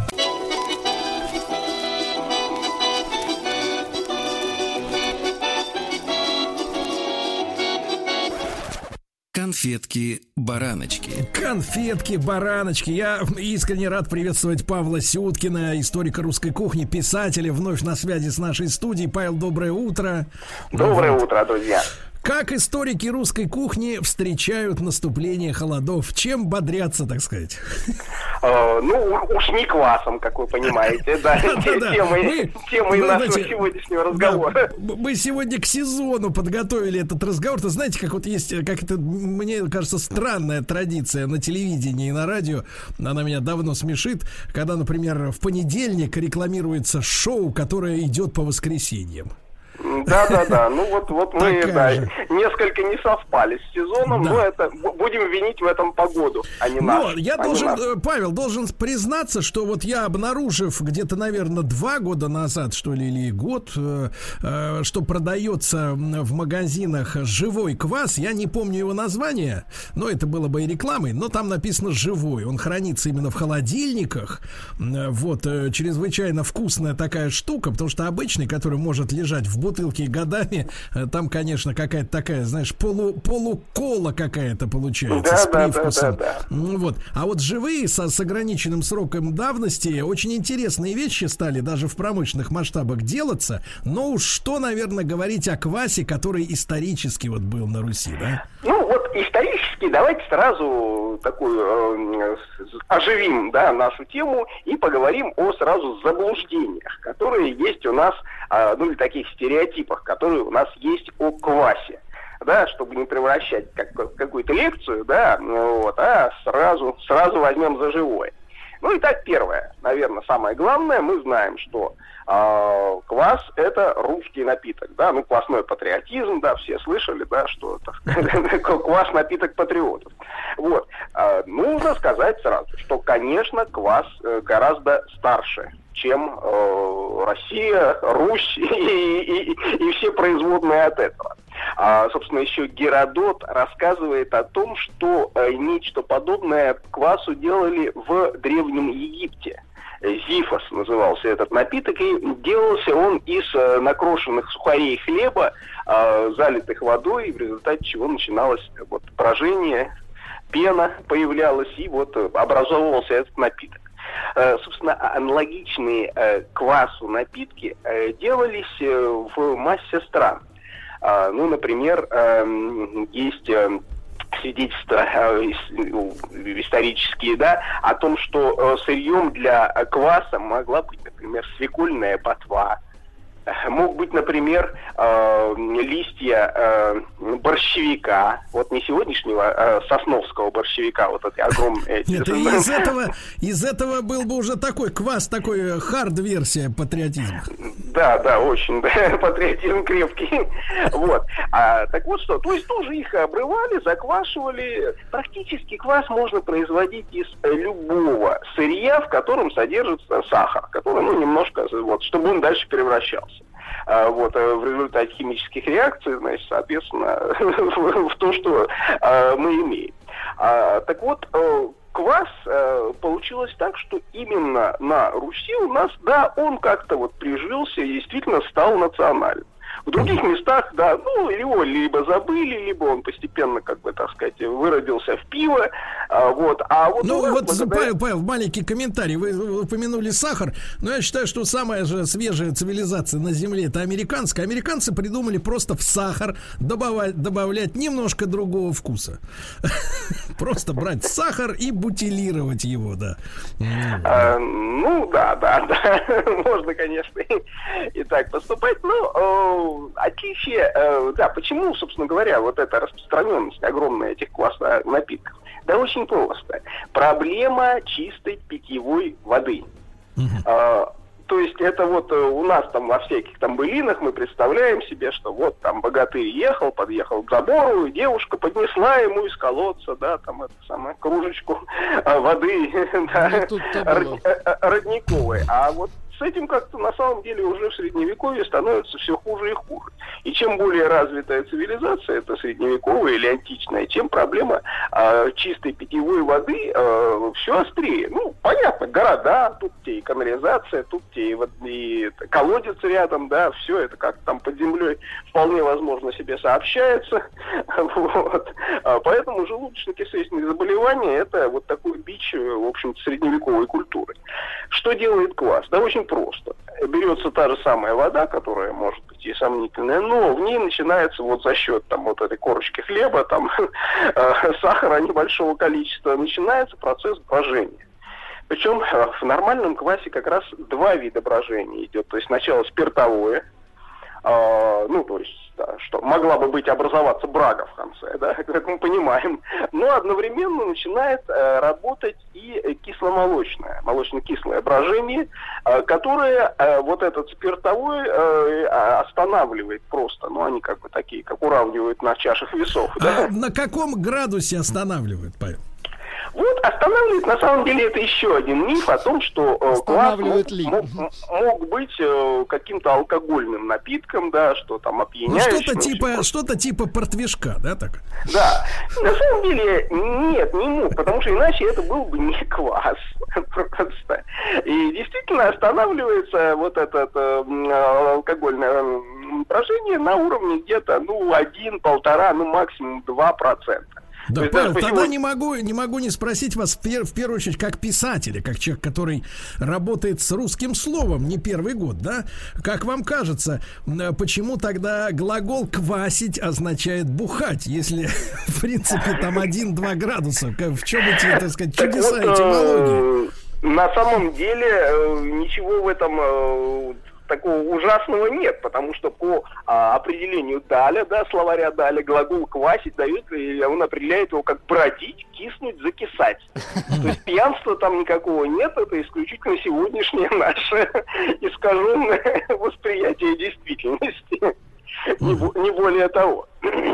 Конфетки-бараночки. Конфетки-бараночки. Я искренне рад приветствовать Павла Сюткина, историка русской кухни, писателя, вновь на связи с нашей студией. Павел, доброе утро. Доброе вот. утро, друзья. Как историки русской кухни встречают наступление холодов? Чем бодрятся, так сказать? Uh, ну, уж не квасом, как вы понимаете, да, темой нашего сегодняшнего разговора. Мы сегодня к сезону подготовили этот разговор. Ты знаете, как вот есть, как это, мне кажется, странная традиция на телевидении и на радио. Она меня давно смешит, когда, например, в понедельник рекламируется шоу, которое идет по воскресеньям. Да, да, да. Ну вот, вот мы да, несколько не совпали с сезоном, да. Но это будем винить в этом погоду, а не нас. Я а должен, нас. Павел, должен признаться, что вот я, обнаружив где-то, наверное, два года назад, что ли, или год, э, что продается в магазинах живой квас, я не помню его название, но это было бы и рекламой, но там написано живой. Он хранится именно в холодильниках. Вот, э, чрезвычайно вкусная такая штука, потому что обычный, который может лежать в бутылке годами, там, конечно, какая-то такая, знаешь, полу, полукола какая-то получается, да, с да, привкусом. Да, да, да. Вот. А вот живые со, с ограниченным сроком давности очень интересные вещи стали даже в промышленных масштабах делаться. Но уж что, наверное, говорить о квасе, который исторически вот был на Руси, да? Ну, вот исторически давайте сразу такую э, оживим, да, нашу тему и поговорим о сразу заблуждениях, которые есть у нас, э, ну, или таких стереотипах, которые у нас есть о квасе. Да, чтобы не превращать как, в какую-то лекцию, да, вот, а сразу, сразу возьмем за живое. Ну, итак, первое, наверное, самое главное, мы знаем, что э, квас – это русский напиток, да, ну, квасной патриотизм, да, все слышали, да, что квас – напиток патриотов. Вот, э, нужно сказать сразу, что, конечно, квас э, гораздо старше, чем э, Россия, Русь и, и, и, и все производные от этого. А, собственно, еще Геродот рассказывает о том, что э, нечто подобное квасу делали в Древнем Египте. Зифос назывался этот напиток, и делался он из э, накрошенных сухарей хлеба, э, залитых водой, в результате чего начиналось вот, брожение, пена появлялась, и вот образовывался этот напиток. Э, собственно, аналогичные э, квасу напитки э, делались э, в массе стран. Uh, ну, например, uh, есть uh, свидетельства uh, исторические, да, о том, что uh, сырьем для кваса могла быть, например, свекольная ботва. Мог быть, например, э, листья э, борщевика, вот не сегодняшнего э, сосновского борщевика, вот эти огромные. Нет, из этого, из этого был бы уже такой квас, такой хард-версия патриотизма. Да, да, очень, да, патриотизм крепкий. Вот. А, так вот что, то есть тоже их обрывали, заквашивали. Практически квас можно производить из любого сырья, в котором содержится сахар, который, ну, немножко, вот, чтобы он дальше превращался. А, вот, в результате химических реакций, значит, соответственно, в то, что а, мы имеем. А, так вот, квас а, получилось так, что именно на Руси у нас, да, он как-то вот прижился и действительно стал национальным. В других местах, да, ну, его либо забыли, либо он постепенно, как бы, так сказать, выродился в пиво, а, вот, а вот... Ну, вот, благодаря... Павел, Павел, маленький комментарий, вы упомянули сахар, но я считаю, что самая же свежая цивилизация на Земле — это американская. Американцы придумали просто в сахар добавлять, добавлять немножко другого вкуса. Просто брать сахар и бутилировать его, да. Ну, да, да, да, можно, конечно, и так поступать, но... Отличие, э, да, почему, собственно говоря, вот эта распространенность огромная этих квасных напитков? Да очень просто. Проблема чистой питьевой воды. А, то есть это вот у нас там во всяких там былинах мы представляем себе, что вот там богатырь ехал, подъехал к забору, и девушка поднесла ему из колодца, да, там эту самую кружечку а, воды, да, родниковой. А вот с этим как-то на самом деле уже в Средневековье становится все хуже и хуже. И чем более развитая цивилизация, это средневековая или античная, тем проблема э, чистой питьевой воды э, все острее. Ну, понятно, города, тут те и канализация, тут те и, вот, и колодец рядом, да, все это как-то там под землей вполне возможно себе сообщается. Вот. Поэтому желудочно-кишечные заболевания – это вот такой бич, в общем-то, средневековой культуры. Что делает квас? Да очень просто. Берется та же самая вода, которая может быть и сомнительная, но в ней начинается вот за счет там вот этой корочки хлеба, там сахара небольшого количества, начинается процесс брожения. Причем в нормальном квасе как раз два вида брожения идет. То есть сначала спиртовое, Uh, ну, то есть, да, что могла бы быть образоваться брага в конце, да, как мы понимаем, но одновременно начинает uh, работать и кисломолочное, молочно-кислое брожение, uh, которое uh, вот этот спиртовой uh, останавливает просто, ну, они как бы такие, как уравнивают на чашах весов. А да? На каком градусе останавливают, Павел? Вот, останавливает, на самом деле, это еще один миф о том, что э, квас мог, мог, мог быть э, каким-то алкогольным напитком, да, что там опьяняющим. Ну, что-то типа, что-то типа портвишка, да, так? Да. На самом деле, нет, не мог, потому что иначе это был бы не квас. Просто. И действительно останавливается вот это э, алкогольное брожение на уровне где-то, ну, один-полтора, ну, максимум два процента. Да, Павел, тогда почему... не могу, не могу не спросить вас в, пер, в первую очередь как писателя, как человек, который работает с русским словом не первый год, да? Как вам кажется, почему тогда глагол «квасить» означает «бухать», если, в принципе, там один-два градуса? В чем эти, так сказать, чудеса этимологии? На самом деле ничего в этом... такого ужасного нет, потому что по а, определению Даля, да, словаря Даля, глагол «квасить» дает, и он определяет его как бродить, киснуть, закисать. То есть пьянства там никакого нет, это исключительно сегодняшнее наше искаженное восприятие действительности. Не, не более того.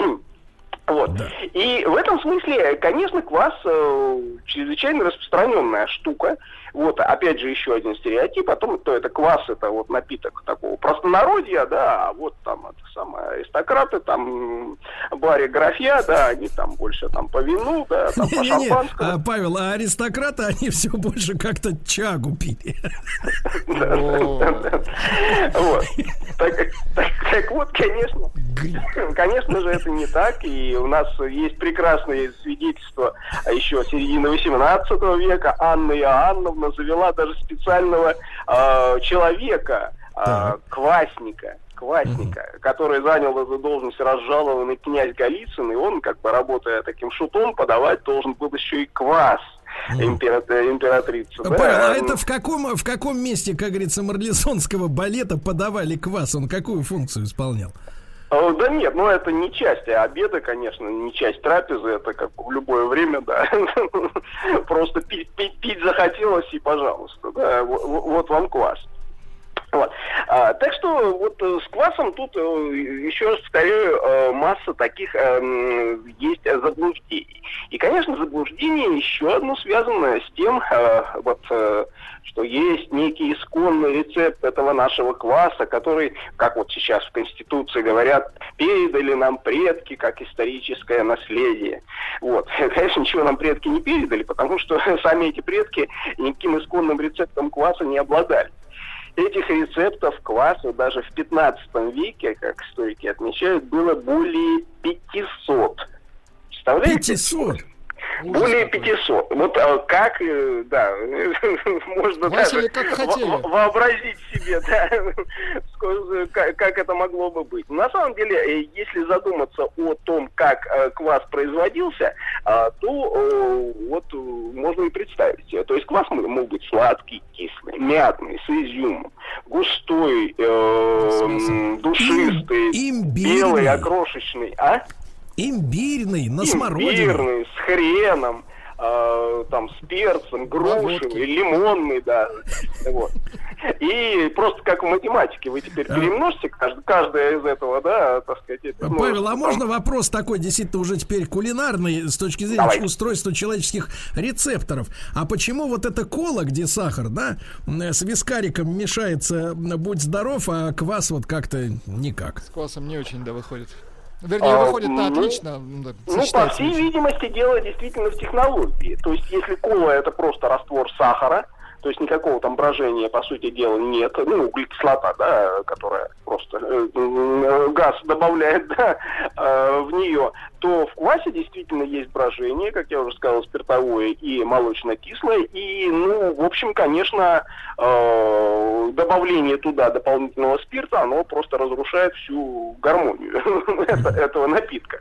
Вот. Да. И в этом смысле, конечно, квас э, чрезвычайно распространенная штука. Вот, опять же, еще один стереотип о том, что это квас, это вот напиток такого простонародья, да, а вот там это самое, аристократы, там баре графья, да, они там больше там по вину, да, там по шампанскому. А, Павел, а аристократы, они все больше как-то чагу пили. Вот. Так вот, конечно, конечно же, это не так, и у нас есть прекрасные свидетельства еще середины восемнадцатого века. Анна Иоанновна завела даже специального э, человека, э, квасника, квасника, угу. который занял эту должность разжалованный князь Голицын, и он, как бы работая таким шутом, подавать должен был еще и квас. Императри- императрица. Павел, да. А это в каком, в каком месте, как говорится, марлезонского балета подавали квас? Он какую функцию исполнял? Да нет, ну это не часть обеда, конечно, не часть трапезы, это как в любое время, да. Просто пить, пить, пить захотелось, и пожалуйста, да, вот вам квас. Вот. А, так что вот с квасом тут, еще раз повторяю, масса таких э, есть заблуждений. И, конечно, заблуждение еще одно связано с тем, э, вот, э, что есть некий исконный рецепт этого нашего кваса, который, как вот сейчас в Конституции говорят, передали нам предки как историческое наследие. Вот. Конечно, ничего нам предки не передали, потому что сами эти предки никаким исконным рецептом кваса не обладали. Этих рецептов кваса даже в пятнадцатом веке, как историки отмечают, было более пятисот. Представляете? пятьсот? Более пятисот. Вот как, да, можно даже во- вообразить себе, да, как, как это могло бы быть. На самом деле, если задуматься о том, как квас производился, то вот можно и представить. То есть квас мог быть сладкий, кислый, мятный, с изюмом, густой, э, душистый, имбирный, белый, окрошечный, а? Имбирный, на смородине. Имбирный, с хреном. э, там с перцем, грушевый, лимонный, да. Вот. И просто как в математике, вы теперь перемножьте кажд, каждое из этого, да, так сказать. Это, ну, Павел, а там... можно вопрос такой, действительно, уже теперь кулинарный, с точки зрения Давай. устройства человеческих рецепторов. А почему вот эта кола, где сахар, да, с вискариком мешается, будь здоров, а квас вот как-то никак? С квасом не очень, да, выходит. Вернее, а, выходит ну, отлично. Ну, по всей видимости, дело действительно в технологии. То есть, если кола — это просто раствор сахара, то есть никакого там брожения, по сути дела, нет. Ну, углекислота, да, которая просто э, газ добавляет, да, э, в нее, то в квасе действительно есть брожение, как я уже сказал, спиртовое и молочно-кислое. И, ну, в общем, конечно, э, добавление туда дополнительного спирта, оно просто разрушает всю гармонию этого напитка.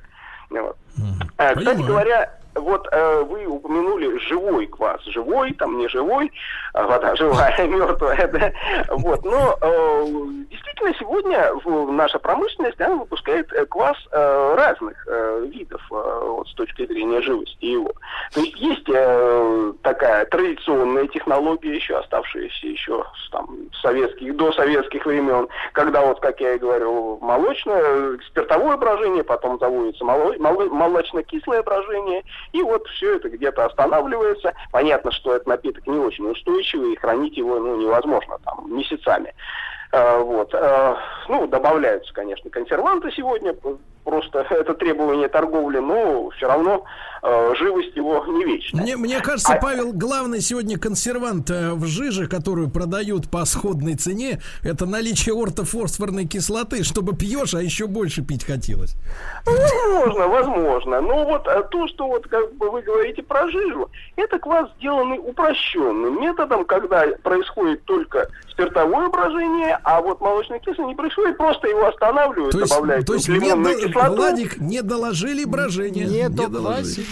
Кстати говоря, вот э, вы упомянули живой квас. Живой, там не живой, а вода живая, мертвая, да. Вот. Но э, действительно сегодня в, наша промышленность, она выпускает квас э, разных э, видов э, вот, с точки зрения живости его. То есть есть э, такая традиционная технология, еще оставшаяся еще с там, советских, до советских времен, когда вот, как я и говорил, молочное, спиртовое брожение, потом заводится моло- моло- молочно-кислое брожение. И вот все это где-то останавливается. Понятно, что этот напиток не очень устойчивый, и хранить его ну, невозможно там месяцами. А, вот. А, ну, добавляются, конечно, консерванты сегодня. Просто это требование торговли, но все равно э, живость его не вечная. Мне, мне кажется, а... Павел, главный сегодня консервант в жиже, которую продают по сходной цене, это наличие ортофосфорной кислоты, чтобы пьешь, а еще больше пить хотелось. Возможно, возможно. Но вот то, что вот как бы вы говорите про жижу, это квас, сделанный упрощенным методом, когда происходит только спиртовое брожение, а вот молочно-кислое не происходит, просто его останавливают, то есть, добавляют то есть лимонную не кислоту. Владик, не доложили брожение. Не, не доложили.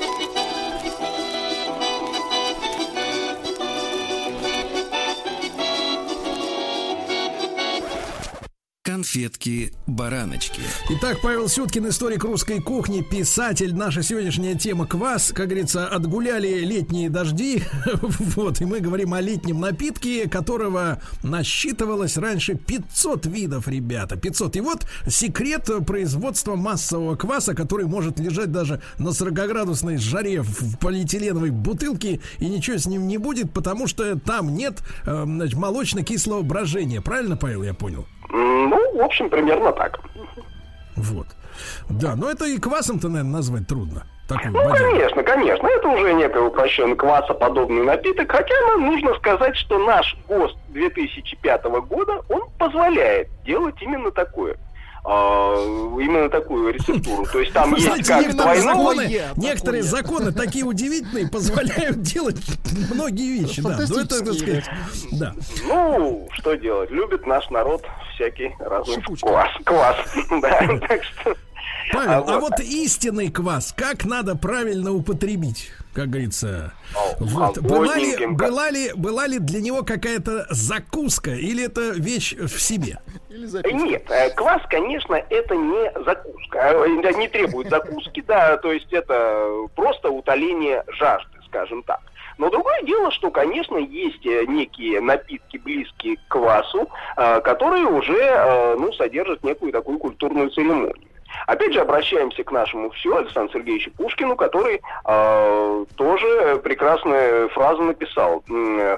Конфетки-бараночки. Итак, Павел Сюткин, историк русской кухни, писатель. Наша сегодняшняя тема — квас. Как говорится, отгуляли летние дожди. Вот, и мы говорим о летнем напитке, которого насчитывалось раньше пятьсот видов, ребята. пятьсот. И вот секрет производства массового кваса, который может лежать даже на сорокаградусной жаре в полиэтиленовой бутылке, и ничего с ним не будет, потому что там нет э, значит, молочно-кислого брожения. Правильно, Павел, я понял? Ну, в общем, примерно так. Вот. Да, но это и квасом-то, наверное, назвать трудно. Такой, ну, бодяга. конечно, конечно. Это уже некий упрощенный квасоподобный напиток. Хотя нам нужно сказать, что наш ГОСТ две тысячи пятого года, он позволяет делать именно такое. А, именно такую рецептуру. То есть там Вы есть знаете, как некоторые двойное... законы, некоторые законы такие удивительные, позволяют делать многие вещи. Да, ну, это, так сказать, да. Ну, что делать? Любит наш народ всякий разный квас. Квас. Да, так что... Павел, а вот. а вот истинный квас, как надо правильно употребить, как говорится? Вот. Была ли, была ли, была ли для него какая-то закуска, или это вещь в себе? Нет, квас, конечно, это не закуска, не требует закуски, да, то есть это просто утоление жажды, скажем так. Но другое дело, что, конечно, есть некие напитки, близкие к квасу, которые уже, ну, содержат некую такую культурную церемонию. Опять же, обращаемся к нашему всю Александру Сергеевичу Пушкину, который э, тоже прекрасную фразу написал. Э,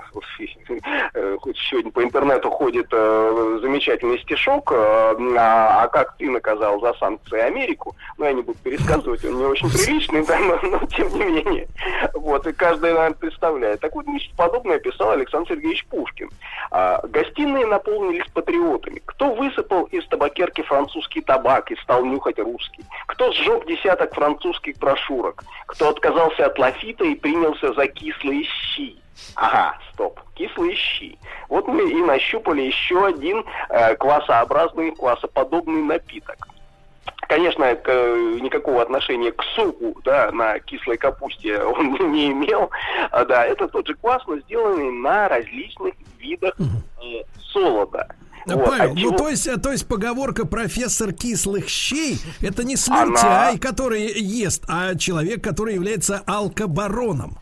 сегодня по интернету ходит э, замечательный стишок, э, а, а как ты наказал за санкции Америку. Ну, я не буду пересказывать, он не очень приличный, да, но, но тем не менее. Вот, и каждый, наверное, представляет. Так вот, нечто подобное писал Александр Сергеевич Пушкин. А, гостиные наполнились патриотами. Кто высыпал из табакерки французский табак и стал нюхать русский? Кто сжег десяток французских брошюрок? Кто отказался от лафита и принялся за кислые щи? Ага, стоп, кислые щи. Вот мы и нащупали еще один э, квасообразный, квасоподобный напиток. Конечно, к, никакого отношения к супу, да, на кислой капусте он не имел. Да, это тот же квас, но сделанный на различных видах э, солода. Вот, Павел, ну то есть, то есть поговорка «профессор кислых щей» — это не слюнтяй, Она... который ест, а человек, который является алкобароном.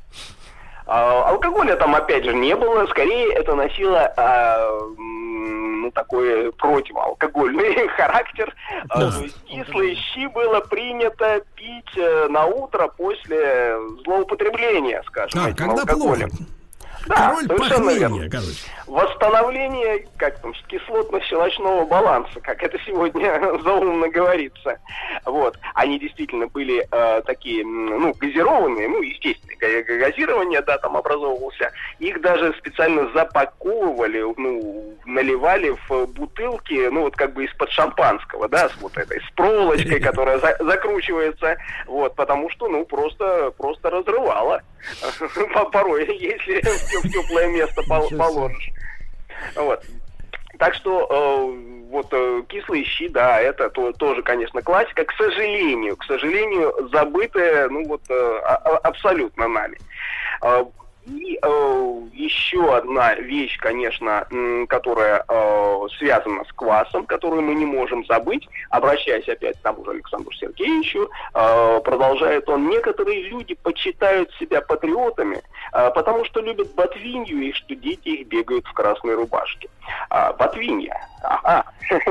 А, алкоголя там, опять же, не было. Скорее, это носило а, ну, такой противоалкогольный характер. Да. А, то есть кислые щи было принято пить на утро после злоупотребления, скажем, а, этим когда алкоголем. Плохо. Да, Король похмелья, короче. Восстановление, как там, кислотно-щелочного баланса, как это сегодня заумно говорится. Вот. Они действительно были э, такие, ну, газированные, ну, естественно, газирование, да, там образовывался. Их даже специально запаковывали, ну, наливали в бутылки, ну, вот как бы из-под шампанского, да, с вот этой, с проволочкой, которая за- закручивается, вот, потому что, ну, просто, просто разрывало. Порой, если в теплое место положишь. Вот. Так что э, вот э, кислые щи, да, это то, тоже, конечно, классика. К сожалению, к сожалению, забытая, ну вот, э, а, абсолютно нами. Э, и э, еще одна вещь, конечно, м, которая э, связана с квасом, которую мы не можем забыть, обращаясь опять к тому же Александру Сергеевичу, э, продолжает он: некоторые люди почитают себя патриотами, э, потому что любят ботвинью и что дети их бегают в красной рубашке. А, ботвинья. Ага.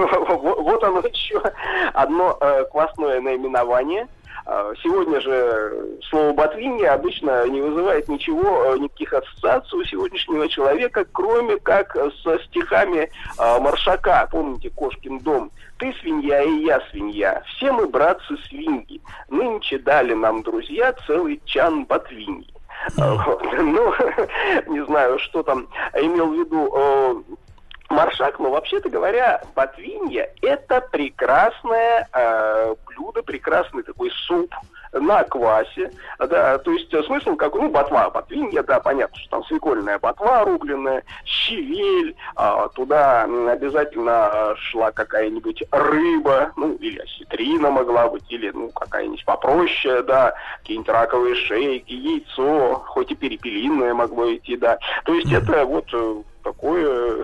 Вот оно еще одно э, квасное наименование. Сегодня же слово «ботвинья» обычно не вызывает ничего, никаких ассоциаций у сегодняшнего человека, кроме как со стихами Маршака. Помните «Кошкин дом»? «Ты свинья, и я свинья, все мы, братцы, свиньи. Нынче дали нам, друзья, целый чан ботвиньи». Ну, не знаю, что там имел в виду Маршак, но вообще-то говоря, ботвинья — это прекрасное э, блюдо, прекрасный такой суп на квасе, да, то есть смысл какой, ну, ботва, ботвинья, да, понятно, что там свекольная ботва рубленная, щавель, а, туда обязательно шла какая-нибудь рыба, ну, или осетрина могла быть, или, ну, какая-нибудь попроще, да, какие-нибудь раковые шейки, яйцо, хоть и перепелиное могло идти, да, то есть это вот такое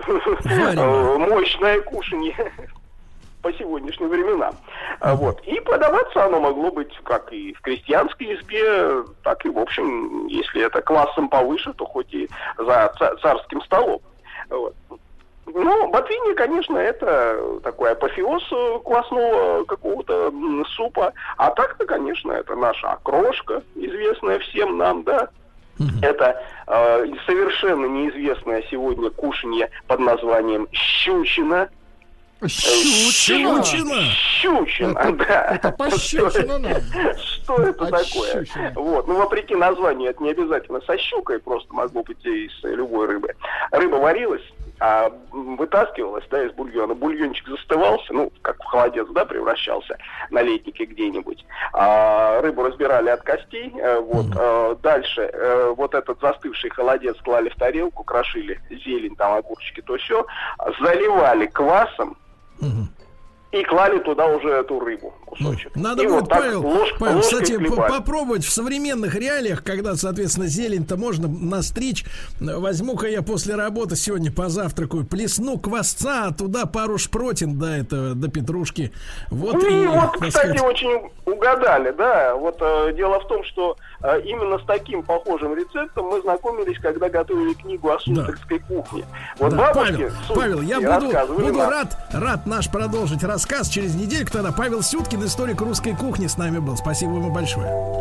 мощное кушанье по сегодняшним временам. Вот. И подаваться оно могло быть как и в крестьянской избе, так и, в общем, если это классом повыше, то хоть и за царским столом. Вот. Ну, ботвинья, конечно, это такой апофеоз квасного какого-то супа. А так-то, конечно, это наша окрошка, известная всем нам, да. Это э, совершенно неизвестное сегодня кушанье под названием щучина. Щучина? Щучина, щучина, это, да. Это пощучина нам. Что это а такое? Щучина. Вот, ну, вопреки названию, это не обязательно со щукой, просто могло быть из любой рыбы. Рыба варилась, а вытаскивалась, да, из бульона. Бульончик застывался, ну, как в холодец, да, превращался на леднике где-нибудь. А рыбу разбирали от костей, вот. Mm-hmm. Дальше вот этот застывший холодец клали в тарелку, крошили зелень, там, огурчики, то все, заливали квасом, mm-hmm. и клали туда уже эту рыбу, кусочек. Надо и будет, вот так, Павел, ложь, Павел кстати, попробовать в современных реалиях, когда, соответственно, зелень-то можно настричь. Возьму-ка я после работы сегодня позавтракаю, плесну квасца, а туда пару шпротин, да, это до петрушки. Вот, ну, и, вот, кстати, сказать... очень угадали, да. Вот э, дело в том, что э, именно с таким похожим рецептом мы знакомились, когда готовили книгу о суздальской да. кухне. Вот да, бабушки Павел, Павел, я буду, буду нам. рад, рад наш продолжить рассказ через недельку. Тогда Павел Сюткин, историк русской кухни, с нами был. Спасибо ему большое.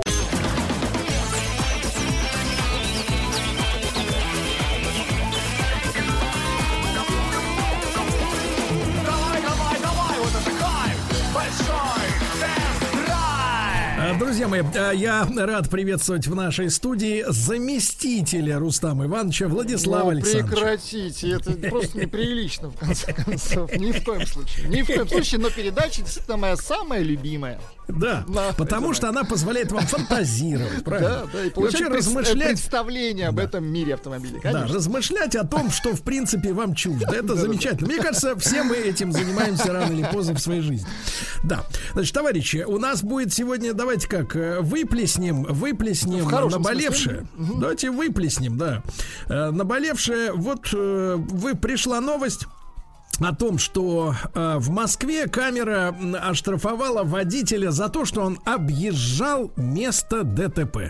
Друзья мои, я рад приветствовать в нашей студии заместителя Рустама Ивановича Владислава ну, Александровича. Прекратите, это просто неприлично, в конце концов. Ни в коем случае. Ни в коем случае, но передача действительно моя самая любимая. Да, да, потому что она позволяет вам фантазировать, правильно? Да, да, и получать и размышлять... представление об да. этом мире автомобилей, конечно. Да, размышлять о том, что в принципе вам чуждо. Это замечательно. Мне кажется, все мы этим занимаемся рано или поздно в своей жизни. Да, значит, товарищи, у нас будет сегодня, давайте как, выплеснем, выплеснем наболевшее. Угу. Давайте выплеснем, да. Наболевшее, вот вы, пришла новость. о том, что э, в Москве камера оштрафовала водителя за то, что он объезжал место ДТП.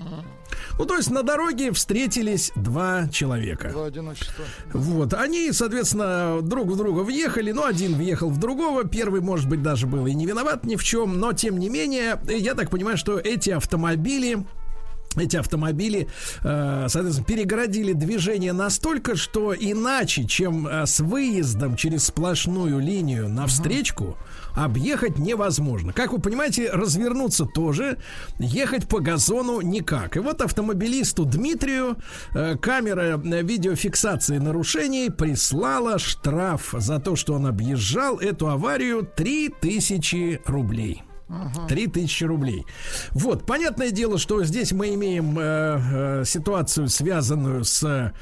Ну, то есть на дороге встретились два человека. Два одиночества. Вот, они, соответственно, друг в друга въехали. Ну, один въехал в другого. Первый, может быть, даже был и не виноват ни в чем. Но, тем не менее, я так понимаю, что эти автомобили... Эти автомобили, э, соответственно, перегородили движение настолько, что иначе, чем э, с выездом через сплошную линию навстречку, uh-huh. объехать невозможно. Как вы понимаете, развернуться тоже, ехать по газону никак. И вот автомобилисту Дмитрию э, камера видеофиксации нарушений прислала штраф за то, что он объезжал эту аварию, три тысячи рублей. Три тысячи рублей. Вот, понятное дело, что здесь мы имеем э, э, ситуацию, связанную с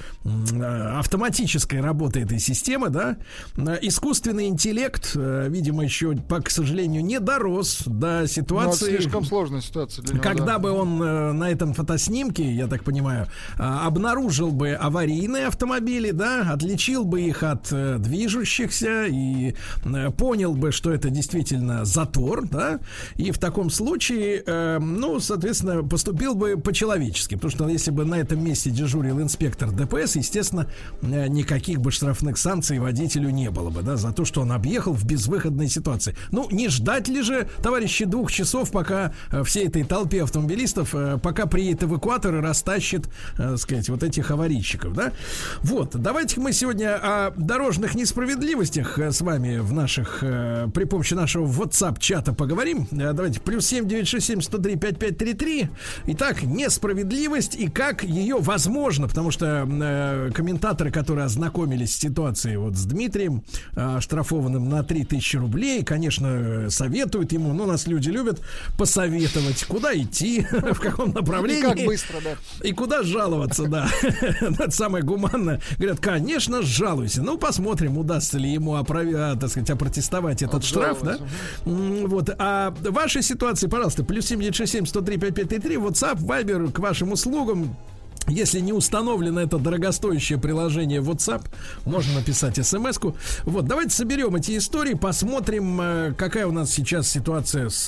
э, автоматической работой этой системы, да. Искусственный интеллект, э, видимо, еще, по, к сожалению, не дорос до ситуации. Ну, слишком сложная ситуация для него, когда да. бы он э, на этом фотоснимке, я так понимаю, э, обнаружил бы аварийные автомобили, да, отличил бы их от э, движущихся и э, понял бы, что это действительно затор, да. И в таком случае, э, ну, соответственно, поступил бы по-человечески. Потому что если бы на этом месте дежурил инспектор ДПС, естественно, э, никаких бы штрафных санкций водителю не было бы, да, за то, что он объехал в безвыходной ситуации. Ну, не ждать ли же, товарищи, двух часов, пока э, всей этой толпе автомобилистов, э, пока приедет эвакуатор и растащит, э, сказать, вот этих аварийщиков, да? Вот, давайте мы сегодня о дорожных несправедливостях э, с вами в наших, э, при помощи нашего WhatsApp-чата поговорим. Давайте, плюс семь девять шесть семь сто три пять пять три три. Итак, несправедливость и как ее возможно, потому что э, комментаторы, которые ознакомились с ситуацией вот с Дмитрием, э, оштрафованным на три тысячи рублей, конечно, советуют ему, ну, нас люди любят посоветовать, куда идти, в каком направлении. И как быстро, да. И куда жаловаться, да. Это самое гуманное. Говорят, конечно, жалуйся. Ну, посмотрим, удастся ли ему опров... так сказать, опротестовать этот штраф, да. Вот, а в вашей ситуации, пожалуйста, плюс семь девять шесть семь сто три пять пять три три, WhatsApp, Viber к вашим услугам. Если не установлено это дорогостоящее приложение WhatsApp, можно написать смс-ку. Вот, давайте соберем эти истории, посмотрим, какая у нас сейчас ситуация с,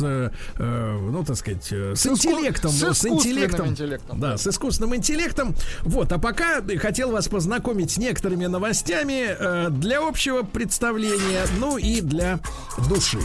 ну, так сказать, с, с интеллектом. С, с интеллектом. интеллектом. Да, с искусственным интеллектом. Вот, а пока хотел вас познакомить с некоторыми новостями для общего представления, ну и для души.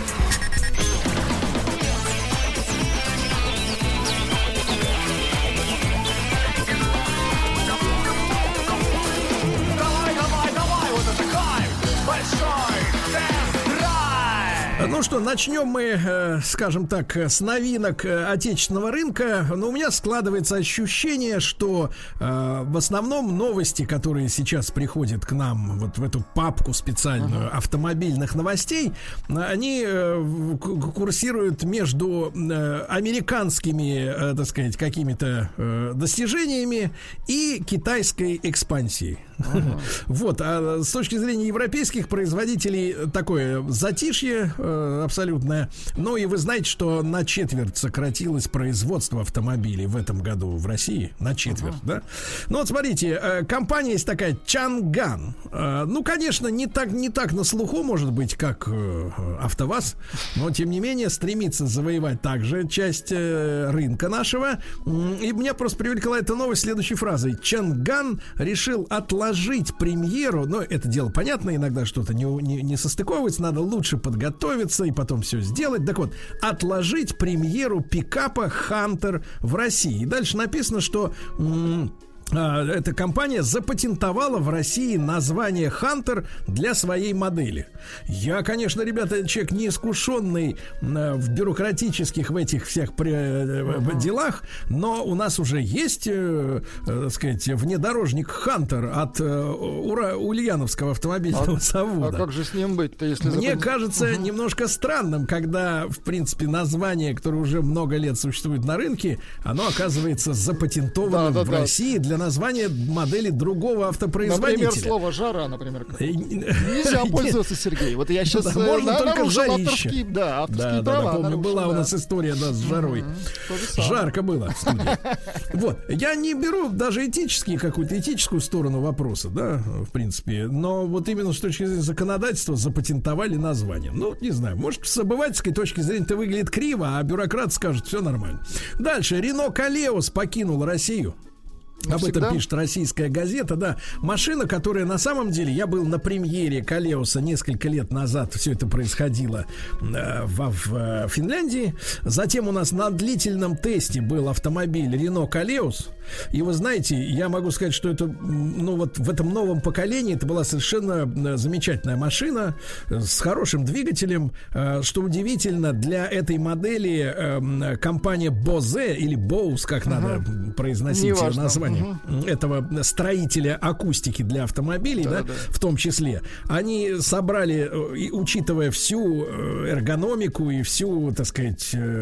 Ну что, начнем мы, э, скажем так, с новинок э, отечественного рынка. Но у меня складывается ощущение, что э, в основном новости, которые сейчас приходят к нам вот в эту папку специальную uh-huh. автомобильных новостей, они э, курсируют между э, американскими, э, так сказать, какими-то э, достижениями и китайской экспансией. Uh-huh. Вот, а с точки зрения европейских производителей такое затишье э, абсолютное. Ну и вы знаете, что на четверть сократилось производство автомобилей в этом году в России. На четверть, uh-huh. да? Ну вот смотрите, э, компания есть такая Чанган. Э, ну, конечно, не так, не так на слуху, может быть, как э, АвтоВАЗ, но тем не менее стремится завоевать также часть э, рынка нашего. И меня просто привлекла эта новость следующей фразой. Чанган решил отложить Отложить премьеру, но это дело понятно, иногда что-то не, не, не состыковывается, надо лучше подготовиться и потом все сделать. Так вот, отложить премьеру пикапа Hunter в России. И дальше написано, что м- эта компания запатентовала в России название Hunter для своей модели. Я, конечно, ребята, человек неискушенный в бюрократических в этих всех uh-huh. делах, но у нас уже есть, э, так сказать, внедорожник Hunter от э, Ура, Ульяновского автомобильного а, завода. А как же с ним быть-то, если... Мне запад... кажется uh-huh. немножко странным, когда, в принципе, название, которое уже много лет существует на рынке, оно оказывается запатентованным да, да, в да. России для название модели другого автопроизводителя. Например, слово «жара», например. Нельзя пользоваться, Сергей. Вот я сейчас можно только авторские, да, авторские да, права. Да, помню, была да. у нас история, да, с жарой. Mm-hmm. Жарко было в студии. Вот. Я не беру даже этические, какую-то этическую сторону вопроса, да, в принципе. Но вот именно с точки зрения законодательства запатентовали название. Ну, не знаю, может, с обывательской точки зрения это выглядит криво, а бюрократ скажет, все нормально. Дальше. Рено Калеос покинул Россию. Об этом пишет российская газета, да. Машина, которая на самом деле, я был на премьере Калеоса несколько лет назад, все это происходило э, в, в Финляндии. Затем у нас на длительном тесте был автомобиль Renault Калеос. И вы знаете, я могу сказать, что это, ну вот в этом новом поколении это была совершенно замечательная машина с хорошим двигателем. Э, что удивительно, для этой модели э, компания Bose или Bose, как uh-huh. надо произносить ее название, Uh-huh. этого строителя акустики для автомобилей, да, да, да, в том числе, они собрали, учитывая всю эргономику и всю, так сказать,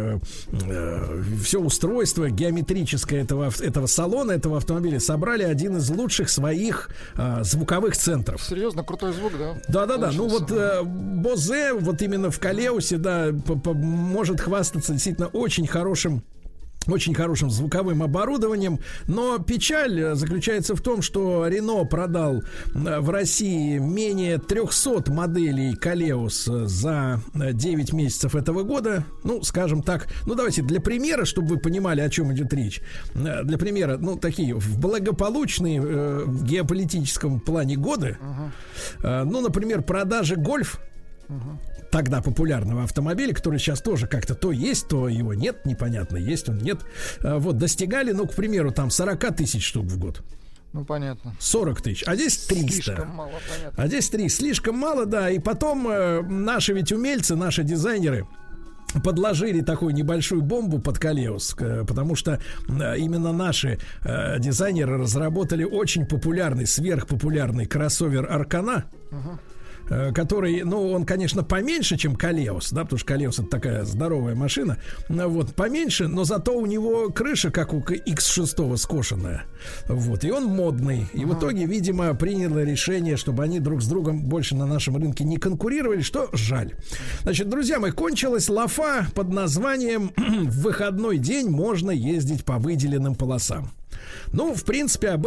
все устройство геометрическое этого, этого салона, этого автомобиля, собрали один из лучших своих звуковых центров. Серьезно, крутой звук, да? Да-да-да, ну вот Bose вот именно в Калеосе, да, может хвастаться действительно очень хорошим Очень хорошим звуковым оборудованием, но печаль заключается в том, что Renault продал в России менее трехсот моделей Калеос за девять месяцев этого года. Ну, скажем так, ну давайте для примера, чтобы вы понимали, о чем идет речь. Для примера, ну такие в благополучные э, в геополитическом плане годы, uh-huh. э, ну, например, продажи Гольф. Uh-huh. Тогда популярного автомобиля, который сейчас тоже как-то то есть, то его нет, непонятно, есть он, нет. Вот, достигали, ну, к примеру, там сорок тысяч штук в год. Ну, понятно. сорок тысяч, а здесь триста. Слишком мало, понятно. А здесь три, слишком мало, да. И потом э, наши ведь умельцы, наши дизайнеры подложили такую небольшую бомбу под Калеос, потому что именно наши э, дизайнеры разработали очень популярный, сверхпопулярный кроссовер Аркана. Uh-huh. Который, ну, он, конечно, поменьше, чем Калеос, да, потому что Калеос это такая здоровая машина, вот, поменьше, но зато у него крыша, как у икс шесть скошенная, вот, и он модный, и в итоге, видимо, приняло решение, чтобы они друг с другом больше на нашем рынке не конкурировали, что жаль. Значит, друзья мои, кончилась лафа под названием «В выходной день можно ездить по выделенным полосам». Ну, в принципе, об...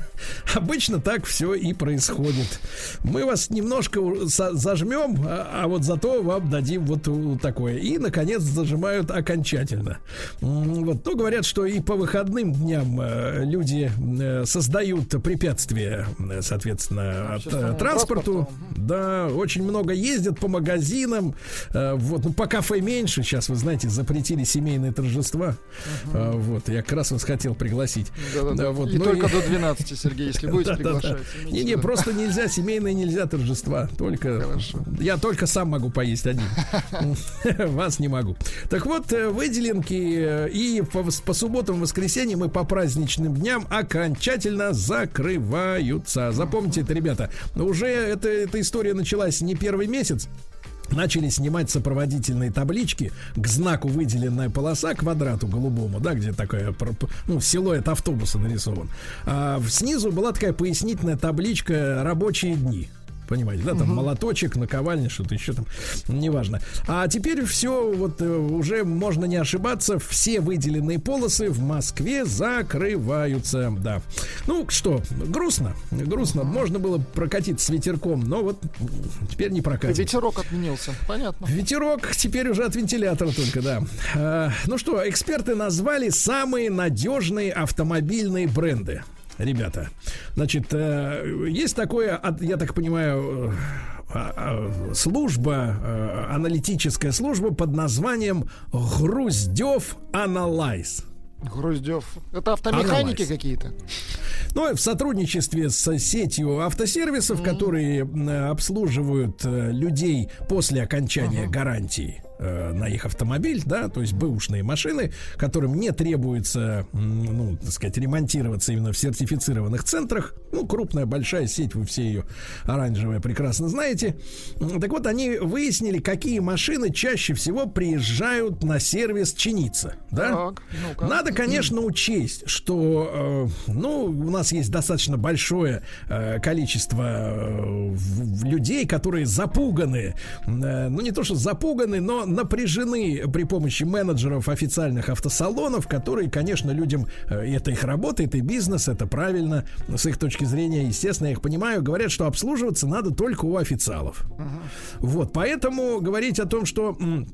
обычно так все и происходит. Мы вас немножко зажмем, а, а вот зато вам дадим вот такое. И, наконец, зажимают окончательно. Вот. Ну, говорят, что и по выходным дням люди создают препятствия, соответственно, от, транспорту. транспорту. Да, очень много ездят по магазинам. Вот. Ну, по кафе меньше. Сейчас, вы знаете, запретили семейные торжества. Uh-huh. Вот. Я как раз вас хотел пригласить. Да, да, да. Вот. И ну только и... до двенадцати, Сергей, если будете приглашать. Не-не, просто нельзя, семейные нельзя торжества. Только Хорошо. Я только сам могу поесть один. Вас не могу. Так вот, выделенки и по, по субботам и воскресеньям и по праздничным дням окончательно закрываются. Запомните это, ребята. Уже это, эта история началась не первый месяц. Начали снимать сопроводительные таблички к знаку выделенная полоса, квадрату голубому, да, где такая, ну, силуэт автобуса нарисован. А снизу была такая пояснительная табличка «Рабочие дни». Понимаете, да, там uh-huh. молоточек, наковальня, что-то еще там, неважно. А теперь все, вот уже можно не ошибаться, все выделенные полосы в Москве закрываются, да. Ну, что, грустно, грустно. Uh-huh. Можно было прокатиться с ветерком, но вот теперь не прокатится. Ветерок отменился, понятно. Ветерок теперь уже от вентилятора только, да. А, ну что, эксперты назвали самые надежные автомобильные бренды. Ребята, значит, есть такое, я так понимаю, служба, аналитическая служба под названием Груздев Аналайз. Груздев. Это автомеханики Аналайз. Какие-то? Ну, в сотрудничестве с сетью автосервисов, mm-hmm. которые обслуживают людей после окончания uh-huh. гарантии. э, на их автомобиль, да, то есть бэушные машины, которым не требуется, ну, так сказать, ремонтироваться именно в сертифицированных центрах. Ну, крупная, большая сеть, вы все ее оранжевая прекрасно знаете. Так вот, они выяснили, какие машины чаще всего приезжают на сервис чиниться, да? Так, ну-ка. Надо, конечно, учесть, что, э, ну, у нас есть достаточно большое э, количество э, в, людей, которые запуганы, э, ну, не то что запуганы, но напряжены при помощи менеджеров официальных автосалонов, которые, конечно, людям, э, это их работа, это бизнес, это правильно, с их точки зрения, естественно, я их понимаю, говорят, что обслуживаться надо только у официалов. Uh-huh. Вот, поэтому говорить о том, что...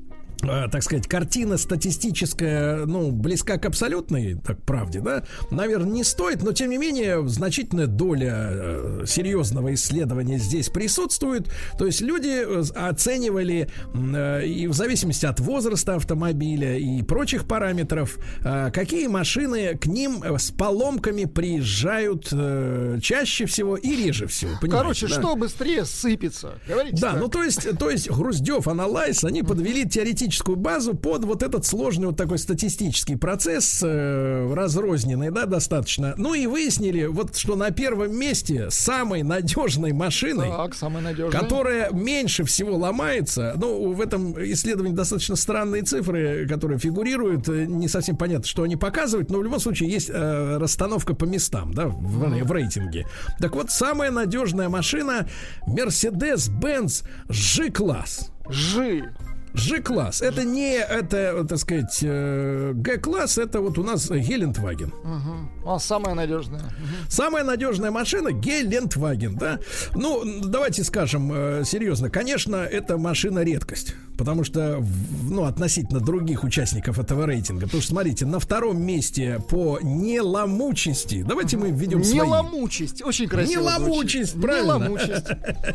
Э, так сказать, картина статистическая, ну, близка к абсолютной, так, правде, да, наверное, не стоит, но, тем не менее, значительная доля э, серьезного исследования здесь присутствует. То есть люди оценивали э, и в зависимости от возраста автомобиля и прочих параметров, э, какие машины к ним с поломками приезжают э, чаще всего и реже всего. Короче, да? Что быстрее сыпется? Говорите да, так. ну, то есть, то есть Груздев, Аналайз, они подвели теоретически базу под вот этот сложный вот такой статистический процесс, э, разрозненный, да, достаточно. Ну и выяснили, вот что на первом месте самой надежной машиной, так, самой надежной, которая меньше всего ломается. Ну, в этом исследовании достаточно странные цифры, которые фигурируют. Не совсем понятно, что они показывают, но в любом случае есть э, расстановка по местам, да, в, mm-hmm. в рейтинге. Так вот, самая надежная машина Mercedes-Benz G-класс. G. G-класс. Это не, это, так сказать, G-класс, это вот у нас Гелендваген. Угу. А самая надежная. Угу. Самая надежная машина Гелендваген, да? Ну, давайте скажем э, серьезно. Конечно, это машина редкость. Потому что, ну, относительно других участников этого рейтинга. Потому что, смотрите, на втором месте по неломучести. Давайте мы введем свои. Неломучесть. Очень красиво Неломучесть, звучит. правильно. Неломучесть.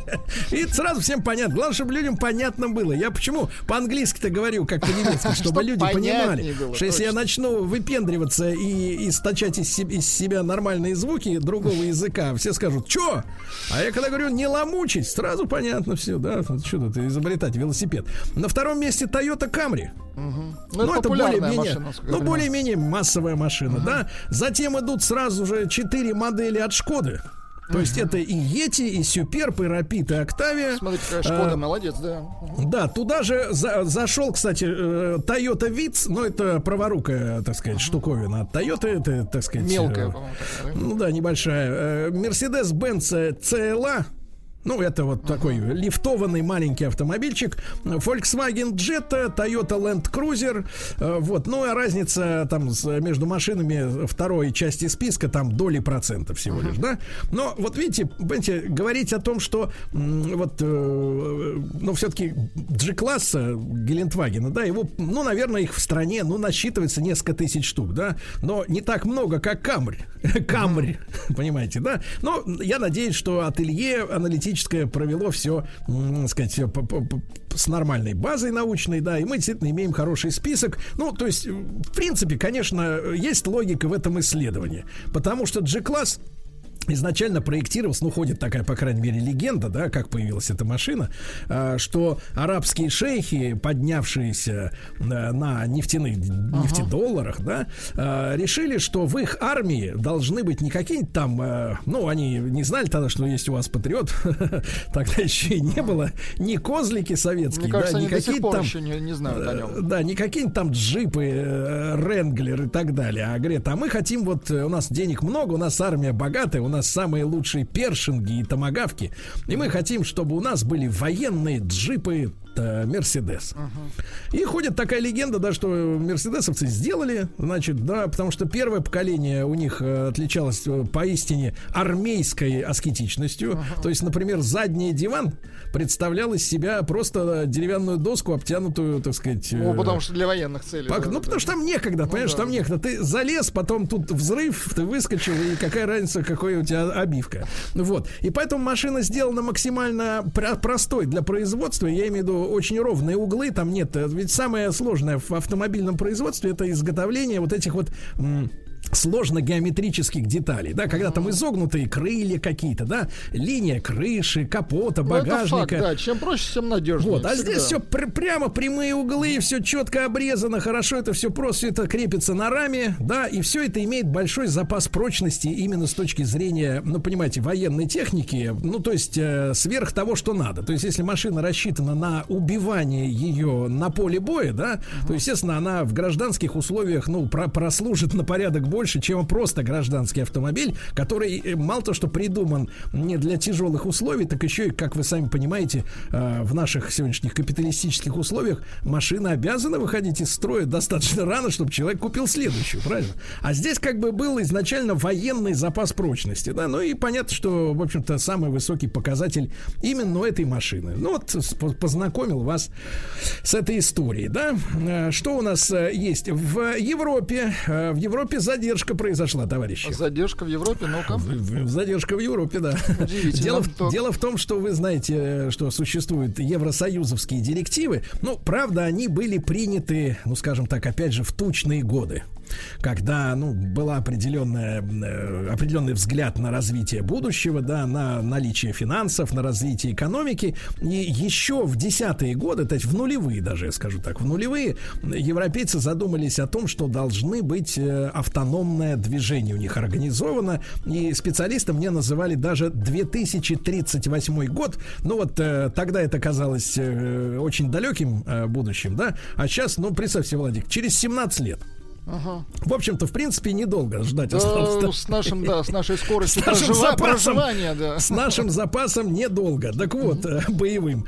И сразу всем понятно. Главное, чтобы людям понятно было. Я почему по-английски-то говорю, как по-немецки, чтобы люди понимали. Что если я начну выпендриваться и источать из себя нормальные звуки другого языка, все скажут, чё? А я когда говорю неломучесть, сразу понятно все, да? Что тут изобретать велосипед. На втором месте Toyota Camry. Угу. Ну, ну, это, это более-менее, машина, ну, более-менее массовая машина, угу. да. Затем идут сразу же четыре модели от Шкоды. То есть это и Yeti, и Superb, и Rapid, и Octavia. Смотрите, какая Шкода, а, молодец, да. Да, туда же за, зашел, кстати, Toyota Vitz, но это праворукая, так сказать, штуковина от Toyota, это, так сказать... Мелкая, по-моему, такая, да? Ну да, небольшая. Mercedes-Benz си эл эй. Ну, это вот uh-huh. такой лифтованный маленький автомобильчик. Volkswagen Jetta, Toyota Land Cruiser. Вот. Ну, а разница там между машинами второй части списка, там доли процента всего uh-huh. лишь, да? Но вот видите, понимаете, говорить о том, что вот, ну, все-таки G-класса Гелендвагена, да, его, ну, наверное, их в стране, ну, насчитывается несколько тысяч штук, да? Но не так много, как Camry. Camry, uh-huh. понимаете, да? Но я надеюсь, что ателье аналитическое провело все, так сказать, все с нормальной базой научной, да, и мы действительно имеем хороший список. Ну, то есть, в принципе, конечно, есть логика в этом исследовании, потому что G-класс изначально проектировался, ну, ходит такая, по крайней мере, легенда, да, как появилась эта машина, что арабские шейхи, поднявшиеся на нефтяных uh-huh. нефтедолларах, да, решили, что в их армии должны быть не какие-нибудь там, ну, они не знали тогда, что есть у вас патриот, тогда еще и не было, не козлики советские, мне кажется, да, они не до сих какие-то пор там, еще не, не знают о нем. Да, не какие-нибудь там джипы, Ренглер и так далее, а говорят, а мы хотим, вот, у нас денег много, у нас армия богатая, у нас самые лучшие першинги и томагавки, и мы хотим, чтобы у нас были военные джипы Мерседес. Uh-huh. И ходит такая легенда, да, что мерседесовцы сделали, значит, да, потому что первое поколение у них отличалось поистине армейской аскетичностью. Uh-huh. То есть, например, задний диван представлял из себя просто деревянную доску, обтянутую, так сказать... Ну, потому что для военных целей. Пок... Да, ну, да, потому да. что там некогда, ну, понимаешь, да. там некогда. Ты залез, потом тут взрыв, ты выскочил, и какая разница, какой у тебя обивка. Вот. И поэтому машина сделана максимально простой для производства, я имею в виду очень ровные углы, там нет. Ведь самое сложное в автомобильном производстве — это изготовление вот этих вот м- сложно-геометрических деталей, да, когда там изогнутые крылья какие-то, да, линия крыши, капота, багажника. Ну, это факт, да. Чем проще, тем надежнее. Вот, а всегда. Здесь все пр- прямо прямые углы, все четко обрезано, хорошо, это все просто, все это крепится на раме, да, и все это имеет большой запас прочности именно с точки зрения, ну, понимаете, военной техники, ну, то есть э, сверх того, что надо. То есть, если машина рассчитана на убивание ее на поле боя, да, uh-huh. то, естественно, она в гражданских условиях, ну, про- прослужит на порядок больше, больше, чем просто гражданский автомобиль, который мало того, что придуман не для тяжелых условий, так еще и, как вы сами понимаете, в наших сегодняшних капиталистических условиях машина обязана выходить из строя достаточно рано, чтобы человек купил следующую, правильно? А здесь как бы был изначально военный запас прочности, да, ну и понятно, что, в общем-то, самый высокий показатель именно этой машины. Ну вот, познакомил вас с этой историей, да. Что у нас есть? В Европе, в Европе задержка произошла, товарищи. Задержка в Европе, ну-ка. Задержка в Европе, да. Дело в, дело в том, что вы знаете, что существуют евросоюзовские директивы. Ну, правда, они были приняты, ну, скажем так, опять же, в тучные годы, когда, ну, был определенный определенный взгляд на развитие будущего, да, на наличие финансов, на развитие экономики. И еще в десятые годы, то есть в нулевые даже, я скажу так, в нулевые европейцы задумались о том, что должны быть автономное движение у них организовано. И специалисты мне называли даже две тысячи тридцать восьмой год. Ну вот тогда это казалось очень далеким будущим, да, а сейчас, ну, представьте, Владик, через семнадцать лет. Ага. В общем-то, в принципе, недолго ждать осталось. Да, с нашим, да, с нашей скоростью с нашим прожива... запасом, проживания, да. С нашим запасом недолго. Так вот, боевым.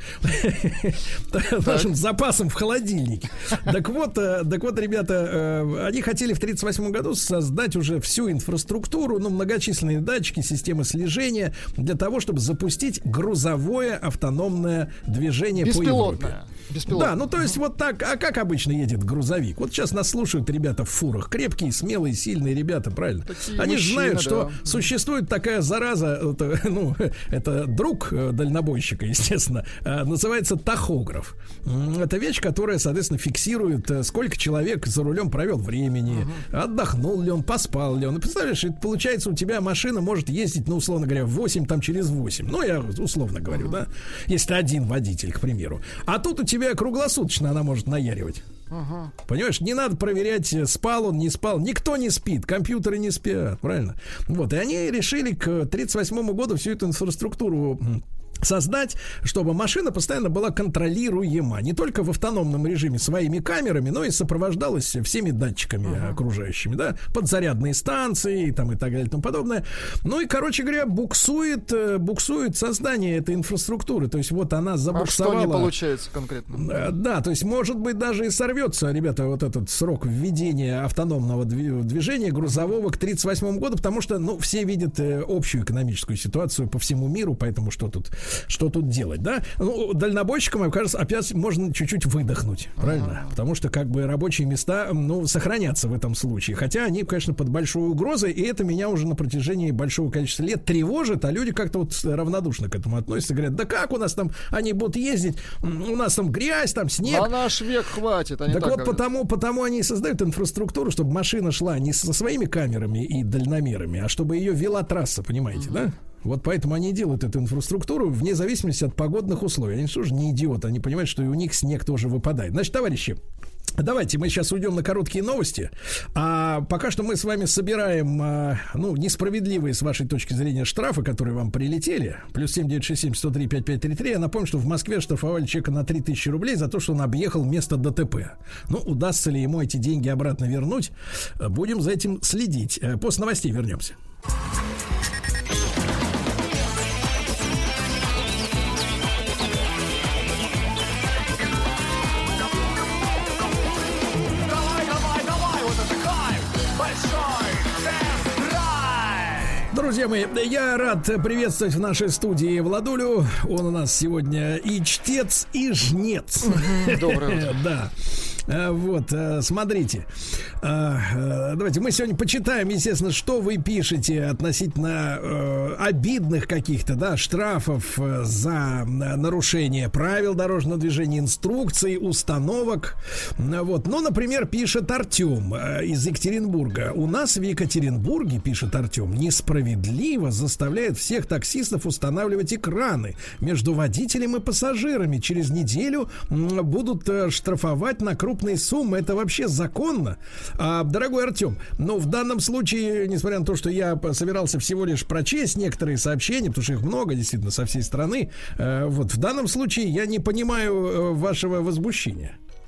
Нашим запасом в холодильнике. Так вот, так вот, ребята, они хотели в тридцать восьмом году создать уже всю инфраструктуру, ну, многочисленные датчики, системы слежения для того, чтобы запустить грузовое автономное движение по Европе. Да, ну то есть вот так, а как обычно едет грузовик? Вот сейчас нас слушают ребята в фурах, крепкие, смелые, сильные ребята, правильно? Такие Они же знают, да. что существует такая зараза, это, ну, это друг дальнобойщика, естественно, называется тахограф. Это вещь, которая, соответственно, фиксирует, сколько человек за рулем провел времени, uh-huh. отдохнул ли он, поспал ли он. И представляешь, это, получается, у тебя машина может ездить, ну, условно говоря, в восемь, там, через восемь. Ну, я условно говорю, uh-huh. да, если один водитель, к примеру. А тут у тебя круглосуточно она может наяривать. Uh-huh. Понимаешь, не надо проверять, спал он, не спал. Никто не спит, компьютеры не спят, правильно? Вот, и они решили к тридцать восьмому году всю эту инфраструктуру создать, чтобы машина постоянно была контролируема не только в автономном режиме своими камерами, но и сопровождалась всеми датчиками uh-huh. окружающими, да, подзарядные станции там и так далее и тому подобное. Ну и, короче говоря, буксует, буксует создание этой инфраструктуры. То есть вот она забуксовала. А что не получается конкретно? Да, то есть может быть даже и сорвется, ребята, вот этот срок введения автономного движения грузового к тридцать восьмому году, потому что, ну, все видят общую экономическую ситуацию по всему миру, поэтому что тут Что тут делать, да? Ну, дальнобойщикам, мне кажется, опять можно чуть-чуть выдохнуть, правильно? Uh-huh. Потому что, как бы, рабочие места, ну, сохранятся в этом случае. Хотя они, конечно, под большой угрозой, и это меня уже на протяжении большого количества лет тревожит, а люди как-то вот равнодушно к этому относятся. Говорят, да как у нас там, они будут ездить, у нас там грязь, там снег. На наш век хватит. Они так, так вот потому, потому они и создают инфраструктуру, чтобы машина шла не со своими камерами и дальномерами, а чтобы ее вела трасса, понимаете, uh-huh. да? Вот поэтому они делают эту инфраструктуру вне зависимости от погодных условий. Они тоже не идиоты, они понимают, что и у них снег тоже выпадает. Значит, товарищи, давайте мы сейчас уйдем на короткие новости. А пока что мы с вами собираем, а, ну, несправедливые с вашей точки зрения штрафы, которые вам прилетели. Плюс семь девять шесть семь сто три пять пять три три. Я напомню, что в Москве штрафовали человека на три тысячи рублей за то, что он объехал место ДТП. Ну, удастся ли ему эти деньги обратно вернуть? Будем за этим следить. После новостей вернемся. Друзья мои, я рад приветствовать в нашей студии Владулю. Он у нас сегодня и чтец, и жнец. Доброе утро. Да. Вот, смотрите. Давайте мы сегодня почитаем, естественно, что вы пишете относительно обидных каких-то, да, штрафов за нарушение правил дорожного движения, инструкций, установок. Вот. Ну, например, пишет Артем из Екатеринбурга. У нас в Екатеринбурге, пишет Артем, несправедливо заставляет всех таксистов устанавливать экраны между водителем и пассажирами. Через неделю будут штрафовать на крупные суммы. Это вообще законно? А, дорогой Артем, ну, в данном случае, несмотря на то, что я собирался всего лишь прочесть некоторые сообщения, потому что их много, действительно, со всей страны, э, вот в данном случае я не понимаю э, вашего возмущения.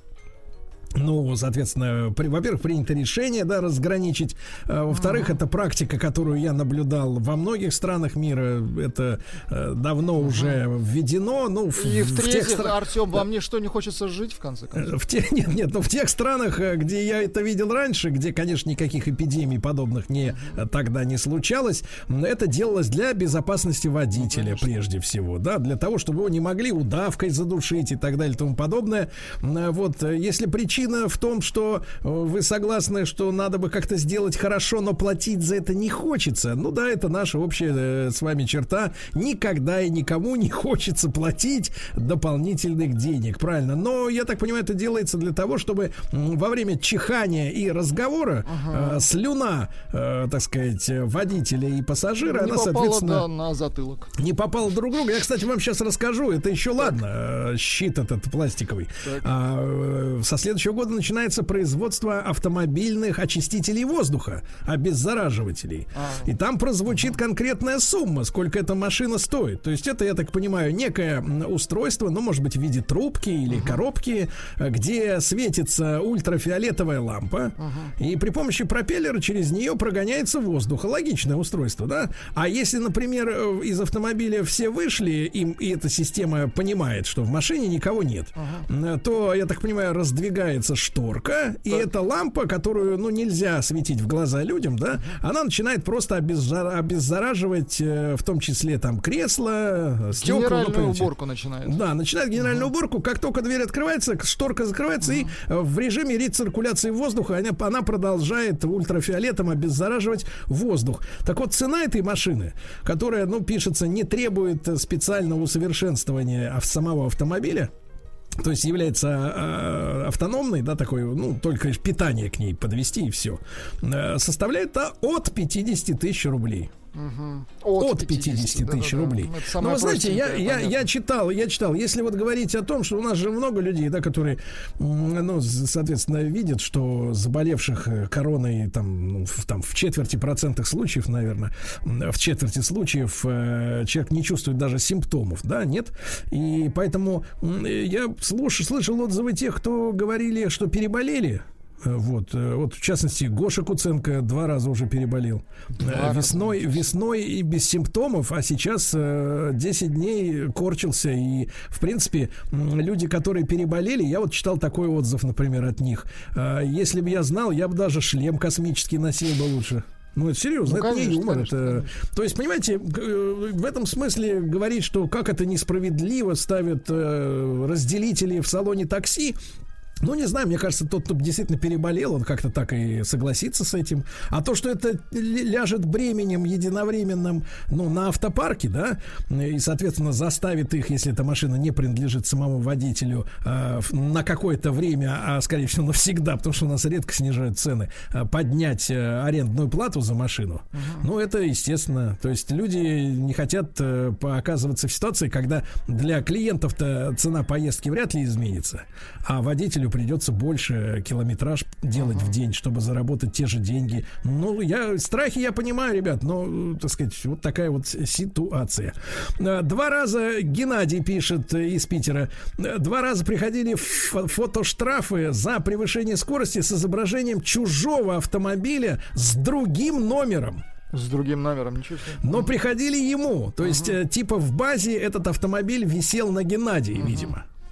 Ну, соответственно, при, во-первых, принято решение, да, разграничить. А, во-вторых, это практика, которую я наблюдал во многих странах мира. Это э, давно уже введено. Ну, в, И в в-третьих, стра... Артем, вам мне что, не хочется жить, в конце концов? В те... Нет, нет, но в тех странах, где я это видел раньше, где, конечно, никаких эпидемий подобных не, тогда не случалось, это делалось для безопасности водителя, ну, прежде всего, да, для того, чтобы его не могли удавкой задушить и так далее и тому подобное. Вот, если причина в том, что вы согласны, что надо бы как-то сделать хорошо, но платить за это не хочется. Ну да, это наша общая э, с вами черта. Никогда и никому не хочется платить дополнительных денег, правильно? Но, я так понимаю, это делается для того, чтобы во время чихания и разговора uh-huh. э, слюна, э, так сказать, водителя и пассажира, не она, попала, соответственно, да, на затылок. Не попала друг к другу. Я, кстати, вам сейчас расскажу. Это еще так. Ладно, э, щит этот пластиковый. А, э, со следующего года начинается производство автомобильных очистителей воздуха, обеззараживателей. А. И там прозвучит конкретная сумма, сколько эта машина стоит. То есть это, я так понимаю, некое устройство, ну, может быть, в виде трубки или uh-huh. коробки, где светится ультрафиолетовая лампа, uh-huh. и при помощи пропеллера через нее прогоняется воздух. Логичное устройство, да? А если, например, из автомобиля все вышли, и, и эта система понимает, что в машине никого нет, uh-huh. то, я так понимаю, раздвигается шторка, и так. эта лампа, которую, ну, нельзя светить в глаза людям, да, она начинает просто обеззара- обеззараживать, э, в том числе там кресла, стекла. Генеральную ну, уборку начинает. Да, начинает генеральную uh-huh. уборку. Как только дверь открывается, шторка закрывается, uh-huh. и э, в режиме рециркуляции воздуха она, она продолжает ультрафиолетом обеззараживать воздух. Так вот, цена этой машины, которая, ну, пишется, не требует специального усовершенствования самого автомобиля, то есть является э, автономной, да, такой, ну, только лишь питание к ней подвести и все, э, составляет а, от пятидесяти тысяч рублей. Угу. От, от пятидесяти тысяч да, рублей. Да, ну, вы знаете, я, я, я читал, я читал, если вот говорить о том, что у нас же много людей, да, которые, ну, соответственно, видят, что заболевших короной там, ну, в, там в четверти процентах случаев, наверное, в четверти случаев э, человек не чувствует даже симптомов, да, нет. И поэтому я слушал, слышал отзывы тех, кто говорили, что переболели. Вот, вот, в частности, Гоша Куценко два раза уже переболел. Два весной, раза. весной и без симптомов, а сейчас э, десять дней корчился. И, в принципе, люди, которые переболели, я вот читал такой отзыв, например, от них. Э, если бы я знал, я бы даже шлем космический носил бы лучше. Ну, это серьезно, ну, это конечно, не юмор. Конечно, это... конечно. То есть, понимаете, в этом смысле говорить, что как это несправедливо ставят э, разделители в салоне такси. Ну, не знаю, мне кажется, тот, кто действительно переболел, он как-то так и согласится с этим. А то, что это ляжет бременем единовременным, ну, на автопарке, да, и, соответственно, заставит их, если эта машина не принадлежит самому водителю, э, на какое-то время, а, скорее всего, навсегда, потому что у нас редко снижают цены, э, поднять э, арендную плату за машину. Uh-huh. Ну, это естественно. То есть люди не хотят э, оказываться в ситуации, когда для клиентов-то цена поездки вряд ли изменится, а водителю придется больше километраж делать uh-huh. в день, чтобы заработать те же деньги. Ну, я, страхи я понимаю, ребят, но, так сказать, вот такая вот ситуация. Два раза, Геннадий пишет из Питера, два раза приходили ф- фотоштрафы за превышение скорости с изображением чужого автомобиля с другим номером. С другим номером, ничего себе. Но приходили ему. То есть, uh-huh. типа в базе этот автомобиль висел на Геннадии, uh-huh. видимо.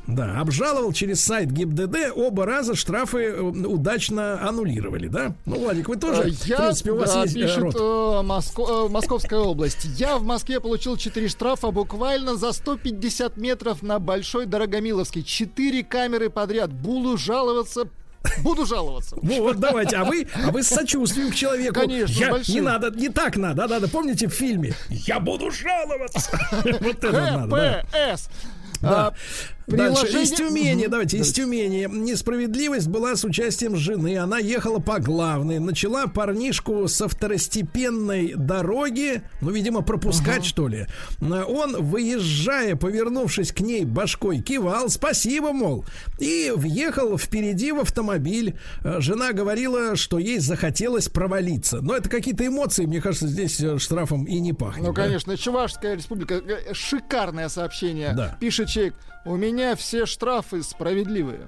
Да, обжаловал через сайт ГИБДД, оба раза штрафы удачно аннулировали, да? Ну, Владик, вы тоже, Я, в принципе, у вас да, есть пишет, рот. э, Моско- э, Московская область. Я в Москве получил четыре штрафа буквально за сто пятьдесят метров на Большой Дорогомиловский. Четыре камеры подряд. Буду жаловаться. Буду жаловаться. Ну вот давайте, а вы, а вы с сочувствием к человеку. Конечно, Я, большим. не надо, не так надо, да, да. Помните в фильме? Я буду жаловаться. Вот это надо, да. ХПС. Да. Дальше. Приложение- Из Тюмени, Мгм. давайте, из Давайте. Тюмени. Несправедливость была с участием жены. Она ехала по главной. Начала парнишку со второстепенной дороги, ну, видимо, пропускать, Ага. что ли. Он, выезжая, повернувшись к ней башкой, кивал, спасибо, мол, и въехал впереди в автомобиль. Жена говорила, что ей захотелось провалиться. Но это какие-то эмоции, мне кажется, здесь штрафом и не пахнет. Ну, да? конечно, Чувашская республика. э, Шикарное сообщение. Да. Пишет человек. У меня все штрафы справедливые.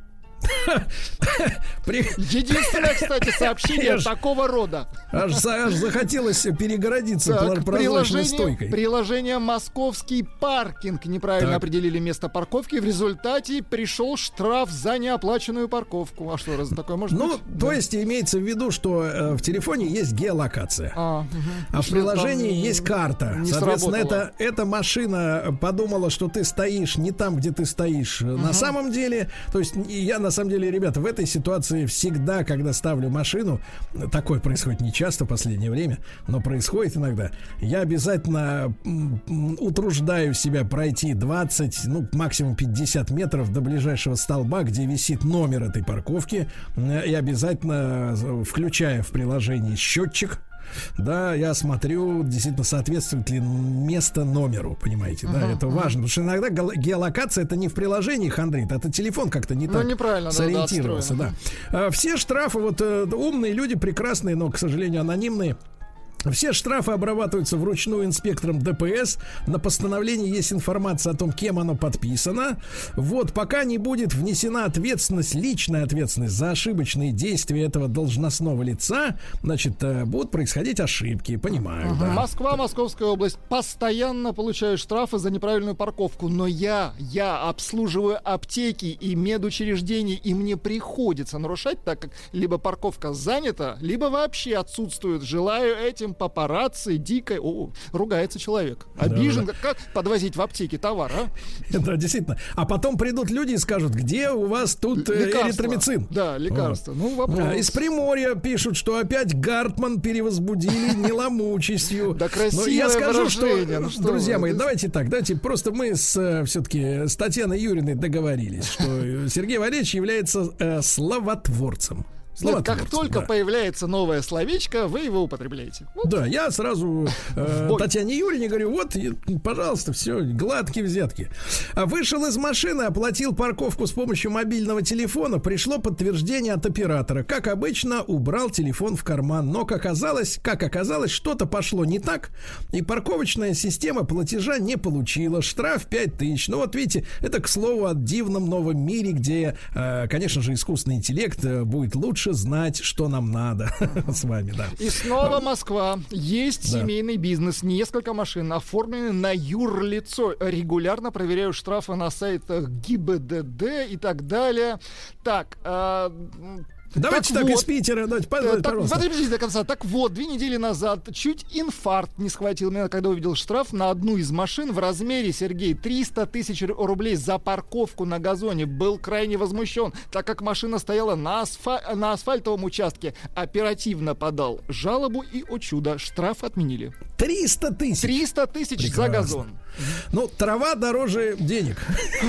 При- Единственное, кстати, сообщение Я ж- такого рода. Аж, за- аж захотелось перегородиться Так, пла- прозрачной приложение, стойкой. приложение «Московский паркинг» неправильно Так. определили место парковки. В результате пришел штраф за неоплаченную парковку. А что, раз такое может Ну, быть? то Да. есть имеется в виду, что э, в телефоне есть геолокация, А, мгм. а в Что приложении там есть карта. не Соответственно, сработало. это, эта машина подумала, что ты стоишь не там, где ты стоишь э, на самом деле. То есть и я, на самом деле, ребята, в этой ситуации всегда, когда ставлю машину, такое происходит не часто в последнее время, но происходит иногда, я обязательно м, м, утруждаю себя пройти двадцать, ну, максимум пятьдесят метров до ближайшего столба, где висит номер этой парковки, э, и обязательно, э, включая в приложении счетчик, да, я смотрю, действительно, соответствует ли место номеру, понимаете, да, Ага, это ага. важно, потому что иногда гео- геолокация это не в приложении хандрит, это телефон как-то не Ну, так неправильно, да, сориентировался, да, да. А, все штрафы, вот э, умные люди, прекрасные, но, к сожалению, анонимные. Все штрафы обрабатываются вручную инспектором ДПС. На постановлении есть информация о том, кем оно подписано. Вот, пока не будет внесена ответственность, личная ответственность за ошибочные действия этого должностного лица, значит, э, будут происходить ошибки, понимаю, Ага. да. Москва, Московская область. Постоянно получаю штрафы за неправильную парковку. Но я, я обслуживаю аптеки и медучреждения, и мне приходится нарушать, так как либо парковка занята, либо вообще отсутствует. Желаю этим папарацци дико... О, ругается человек. Обижен. Да, Как подвозить в аптеке товар, а? Да, действительно. А потом придут люди и скажут, где у вас тут э, Лекарства. эритромицин? Да, лекарства. Ну, вопрос. Да, из Приморья пишут, что опять Гартман перевозбудили неламучестью. Да, красивое Но я скажу, что, выражение, ну что друзья вы, мои, это- давайте так, давайте просто мы с все-таки с Татьяной Юрьевной договорились, что э, Сергей Валерьевич является э, словотворцем. Нет, как Словотворцем, только да. появляется новое словечко, вы его употребляете. Вот. Да, я сразу э, Бой. Татьяне Юрьевне говорю, вот, и, пожалуйста, все, гладкие взятки. А вышел из машины, оплатил парковку с помощью мобильного телефона, пришло подтверждение от оператора. Как обычно, убрал телефон в карман. Но, как оказалось, как оказалось, что-то пошло не так, и парковочная система платежа не получила. Штраф пять тысяч. Ну, вот видите, это, к слову, о дивном новом мире, где, э, конечно же, искусственный интеллект э, будет лучше знать, что нам надо с вами, да. И снова Москва. Есть Да. семейный бизнес, несколько машин оформлены на юрлицо. Регулярно проверяю штрафы на сайтах ГИБДД и так далее. Так, а, Давайте так, вот, из Питера, давайте, Э, пожалуйста. Так, подождите до конца. Так вот, две недели назад чуть инфаркт не схватил меня, когда увидел штраф на одну из машин в размере, Сергей, триста тысяч рублей за парковку на газоне. Был крайне возмущен, так как машина стояла на, асфа- на асфальтовом участке. Оперативно подал жалобу и, о чудо, штраф отменили. триста тысяч. триста тысяч за Прекрасно. газон. Ну, трава дороже денег.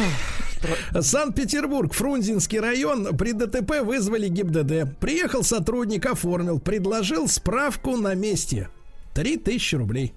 Санкт-Петербург, Фрунзенский район. При ДТП вызвали ГИБДД. Приехал сотрудник, оформил, предложил справку на месте. Три тысячи рублей.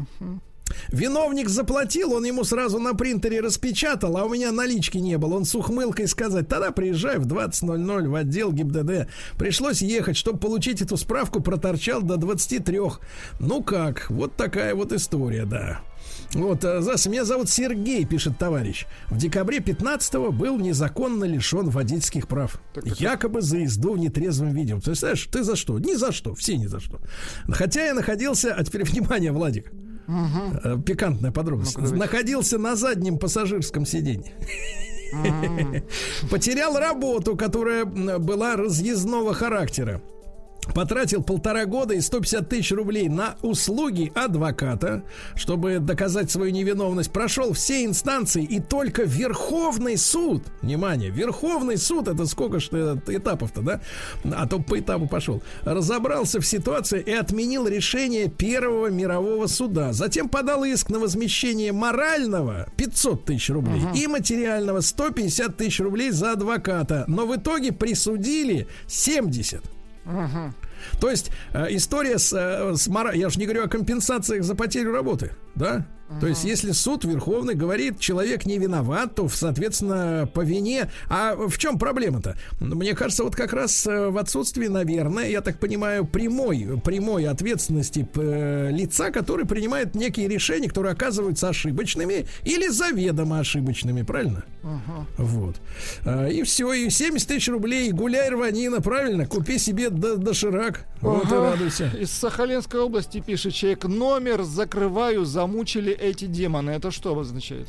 Виновник заплатил, он ему сразу на принтере распечатал, а у меня налички не было. Он с ухмылкой сказать, тогда приезжай в двадцать ноль ноль в отдел ГИБДД. Пришлось ехать, чтобы получить эту справку, проторчал до двадцати трёх. Ну как, вот такая вот история, да. Вот, здравствуйте, меня зовут Сергей, пишет товарищ. В декабре пятнадцатого был незаконно лишен водительских прав. Якобы за езду в нетрезвом виде. Представляешь, ты за что? Ни за что, все ни за что. Хотя я находился, а теперь внимание, Владик, угу. Пикантная подробность. Ну, находился на заднем пассажирском сиденье. Потерял работу, которая была разъездного характера. Потратил полтора года и сто пятьдесят тысяч рублей на услуги адвоката, чтобы доказать свою невиновность. Прошел все инстанции, и только Верховный суд, внимание, Верховный суд, это сколько же этапов-то, да? А то по этапу пошел. Разобрался в ситуации и отменил решение Первого мирового суда. Затем подал иск на возмещение морального пятьсот тысяч рублей uh-huh. и материального сто пятьдесят тысяч рублей за адвоката. Но в итоге присудили семьдесят. Uh-huh. То есть э, история с, э, с мора... я же не говорю о компенсациях за потерю работы, да? Uh-huh. То есть если суд Верховный говорит, человек не виноват, то, соответственно, по вине. А в чем проблема-то? Мне кажется, вот как раз в отсутствии, наверное, я так понимаю, прямой, прямой ответственности э, лица, который принимает некие решения, которые оказываются ошибочными или заведомо ошибочными, правильно? Uh-huh. Вот. А, и все, и семьдесят тысяч рублей, гуляй, рванина, правильно? Купи себе доширак, uh-huh. вот и радуйся. Из Сахалинской области пишет человек: номер закрываю, замучили эти демоны. Это что обозначает?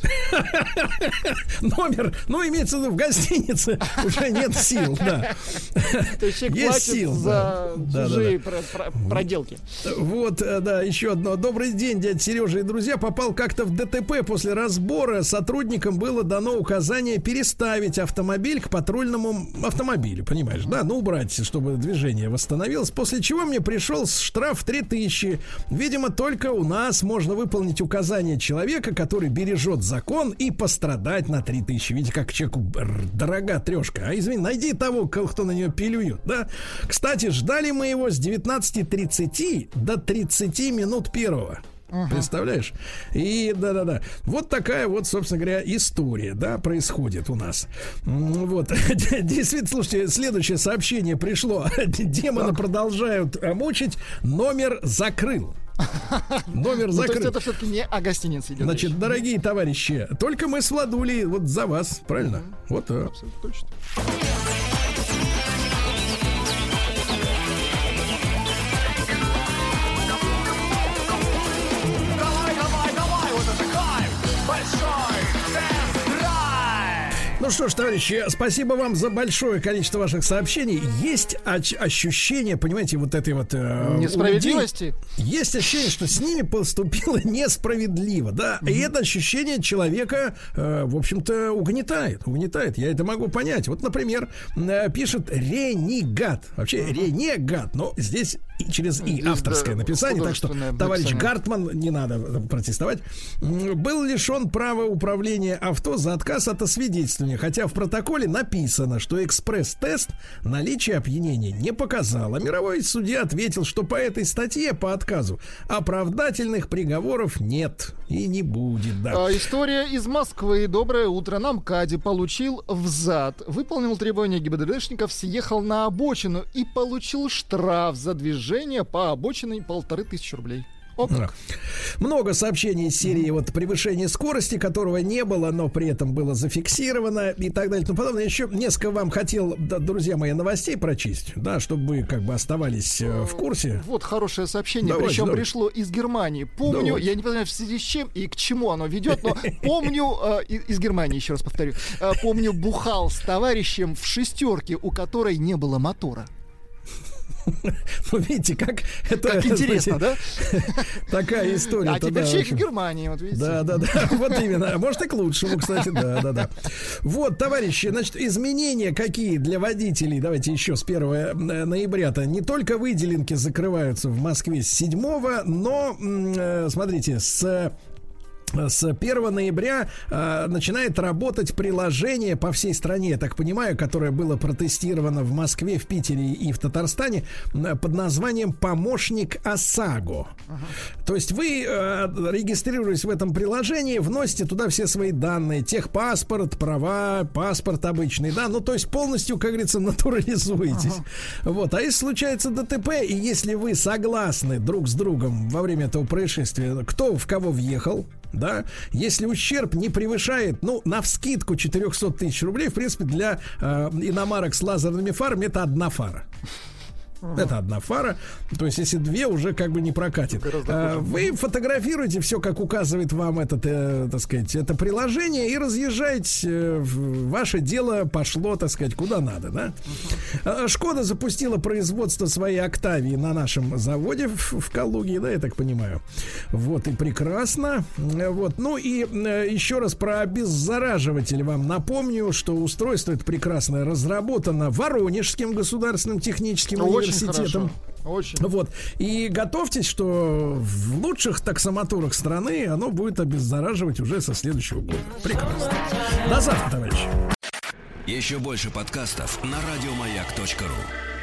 Номер, ну, имеется в виду, в гостинице уже нет сил, да. То есть человек платит за чужие проделки. Вот, да, еще одно. Добрый день, дядя Сережа и друзья. Попал как-то в ДТП. После разбора сотрудникам было дано указание переставить автомобиль к патрульному автомобилю, понимаешь, да? Ну, убрать, чтобы движение восстановилось. После чего мне пришел штраф в три тысячи. Видимо, только у нас можно выполнить указание человека, который бережет закон, и пострадать на три тысячи. Видите, как человеку дорога трешка. А извини, найди того, кто на нее пилюет, да? Кстати, ждали мы его с девятнадцати тридцати до тридцати минут первого. Uh-huh. Представляешь? И да-да-да. Вот такая вот, собственно говоря, история, да, происходит у нас. Вот. Действительно, слушайте, следующее сообщение пришло. Демона продолжают мучить. Номер закрыл. Номер закрыт. Ну, то есть это все-таки не о гостинице идет. Значит, речь. Дорогие товарищи, только мы с Владулей вот за вас, правильно? Mm-hmm. Вот так. Абсолютно точно. Ну что ж, товарищи, спасибо вам за большое количество ваших сообщений. Есть оч- ощущение, понимаете, вот этой вот э, несправедливости. Есть ощущение, что с ними поступило несправедливо, да. Mm-hmm. И это ощущение человека, э, в общем-то, угнетает, угнетает. Я это могу понять. Вот, например, э, пишет ренегат. Вообще mm-hmm. ренегат, но здесь и через и здесь, авторское да, написание, так что товарищ написание. Гартман, не надо протестовать. Был лишен права управления авто за отказ от освидетельствования. Хотя в протоколе написано, что экспресс-тест наличие опьянения не показал. А мировой судья ответил, что по этой статье, по отказу, оправдательных приговоров нет и не будет. Да. А, история из Москвы. Доброе утро. На МКАДе получил взад. Выполнил требования ГИБДДшников, съехал на обочину и получил штраф за движение по обочине полторы тысячи рублей. Да. Много сообщений из серии вот превышения скорости, которого не было, но при этом было зафиксировано и так далее. Ну, подобное. Еще несколько вам хотел, да, друзья мои, новостей прочесть, да, чтобы вы как бы оставались э, в курсе. Вот хорошее сообщение, давайте, причем давайте. Пришло из Германии. Помню, давайте. Я не понимаю в связи с чем и к чему оно ведет, но помню, э, из Германии, еще раз повторю, э, помню, бухал с товарищем в шестерке, у которой не было мотора. Ну, видите, как это... Как интересно, знаете, да? Такая история. А теперь да, человек в Германии, вот видите. Да, да, да, вот именно. Может, и к лучшему, кстати, да, да, да. Вот, товарищи, значит, изменения какие для водителей, давайте еще с первого ноября-то. Не только выделенки закрываются в Москве с седьмого, но, смотрите, с... С первого ноября э, начинает работать приложение по всей стране, я так понимаю, которое было протестировано в Москве, в Питере и в Татарстане э, под названием «Помощник ОСАГО». Uh-huh. То есть вы, э, регистрируясь в этом приложении, вносите туда все свои данные, техпаспорт, права, паспорт обычный, да, ну то есть полностью, как говорится, натурализуетесь. Uh-huh. Вот, а если случается ДТП, и если вы согласны друг с другом во время этого происшествия, кто в кого въехал, да, если ущерб не превышает, ну, навскидку четыреста тысяч рублей, в принципе, для э, иномарок с лазерными фарами это одна фара. Это одна фара. То есть, если две, уже как бы не прокатит. А, вы фотографируете все, как указывает вам этот, э, так сказать, это приложение, и разъезжаете. Э, ваше дело пошло, так сказать, куда надо, да? А, Шкода запустила производство своей Октавии на нашем заводе в, в Калуге, да, я так понимаю. Вот, и прекрасно. Вот, ну и э, еще раз про обеззараживатель вам напомню, что устройство это прекрасное разработано Воронежским государственным техническим Очень университетом. хорошо. Очень. Вот. И готовьтесь, что в лучших таксомоторах страны оно будет обеззараживать уже со следующего года. Прекрасно. До завтра, товарищи. Еще больше подкастов на радиомаяк точка ру.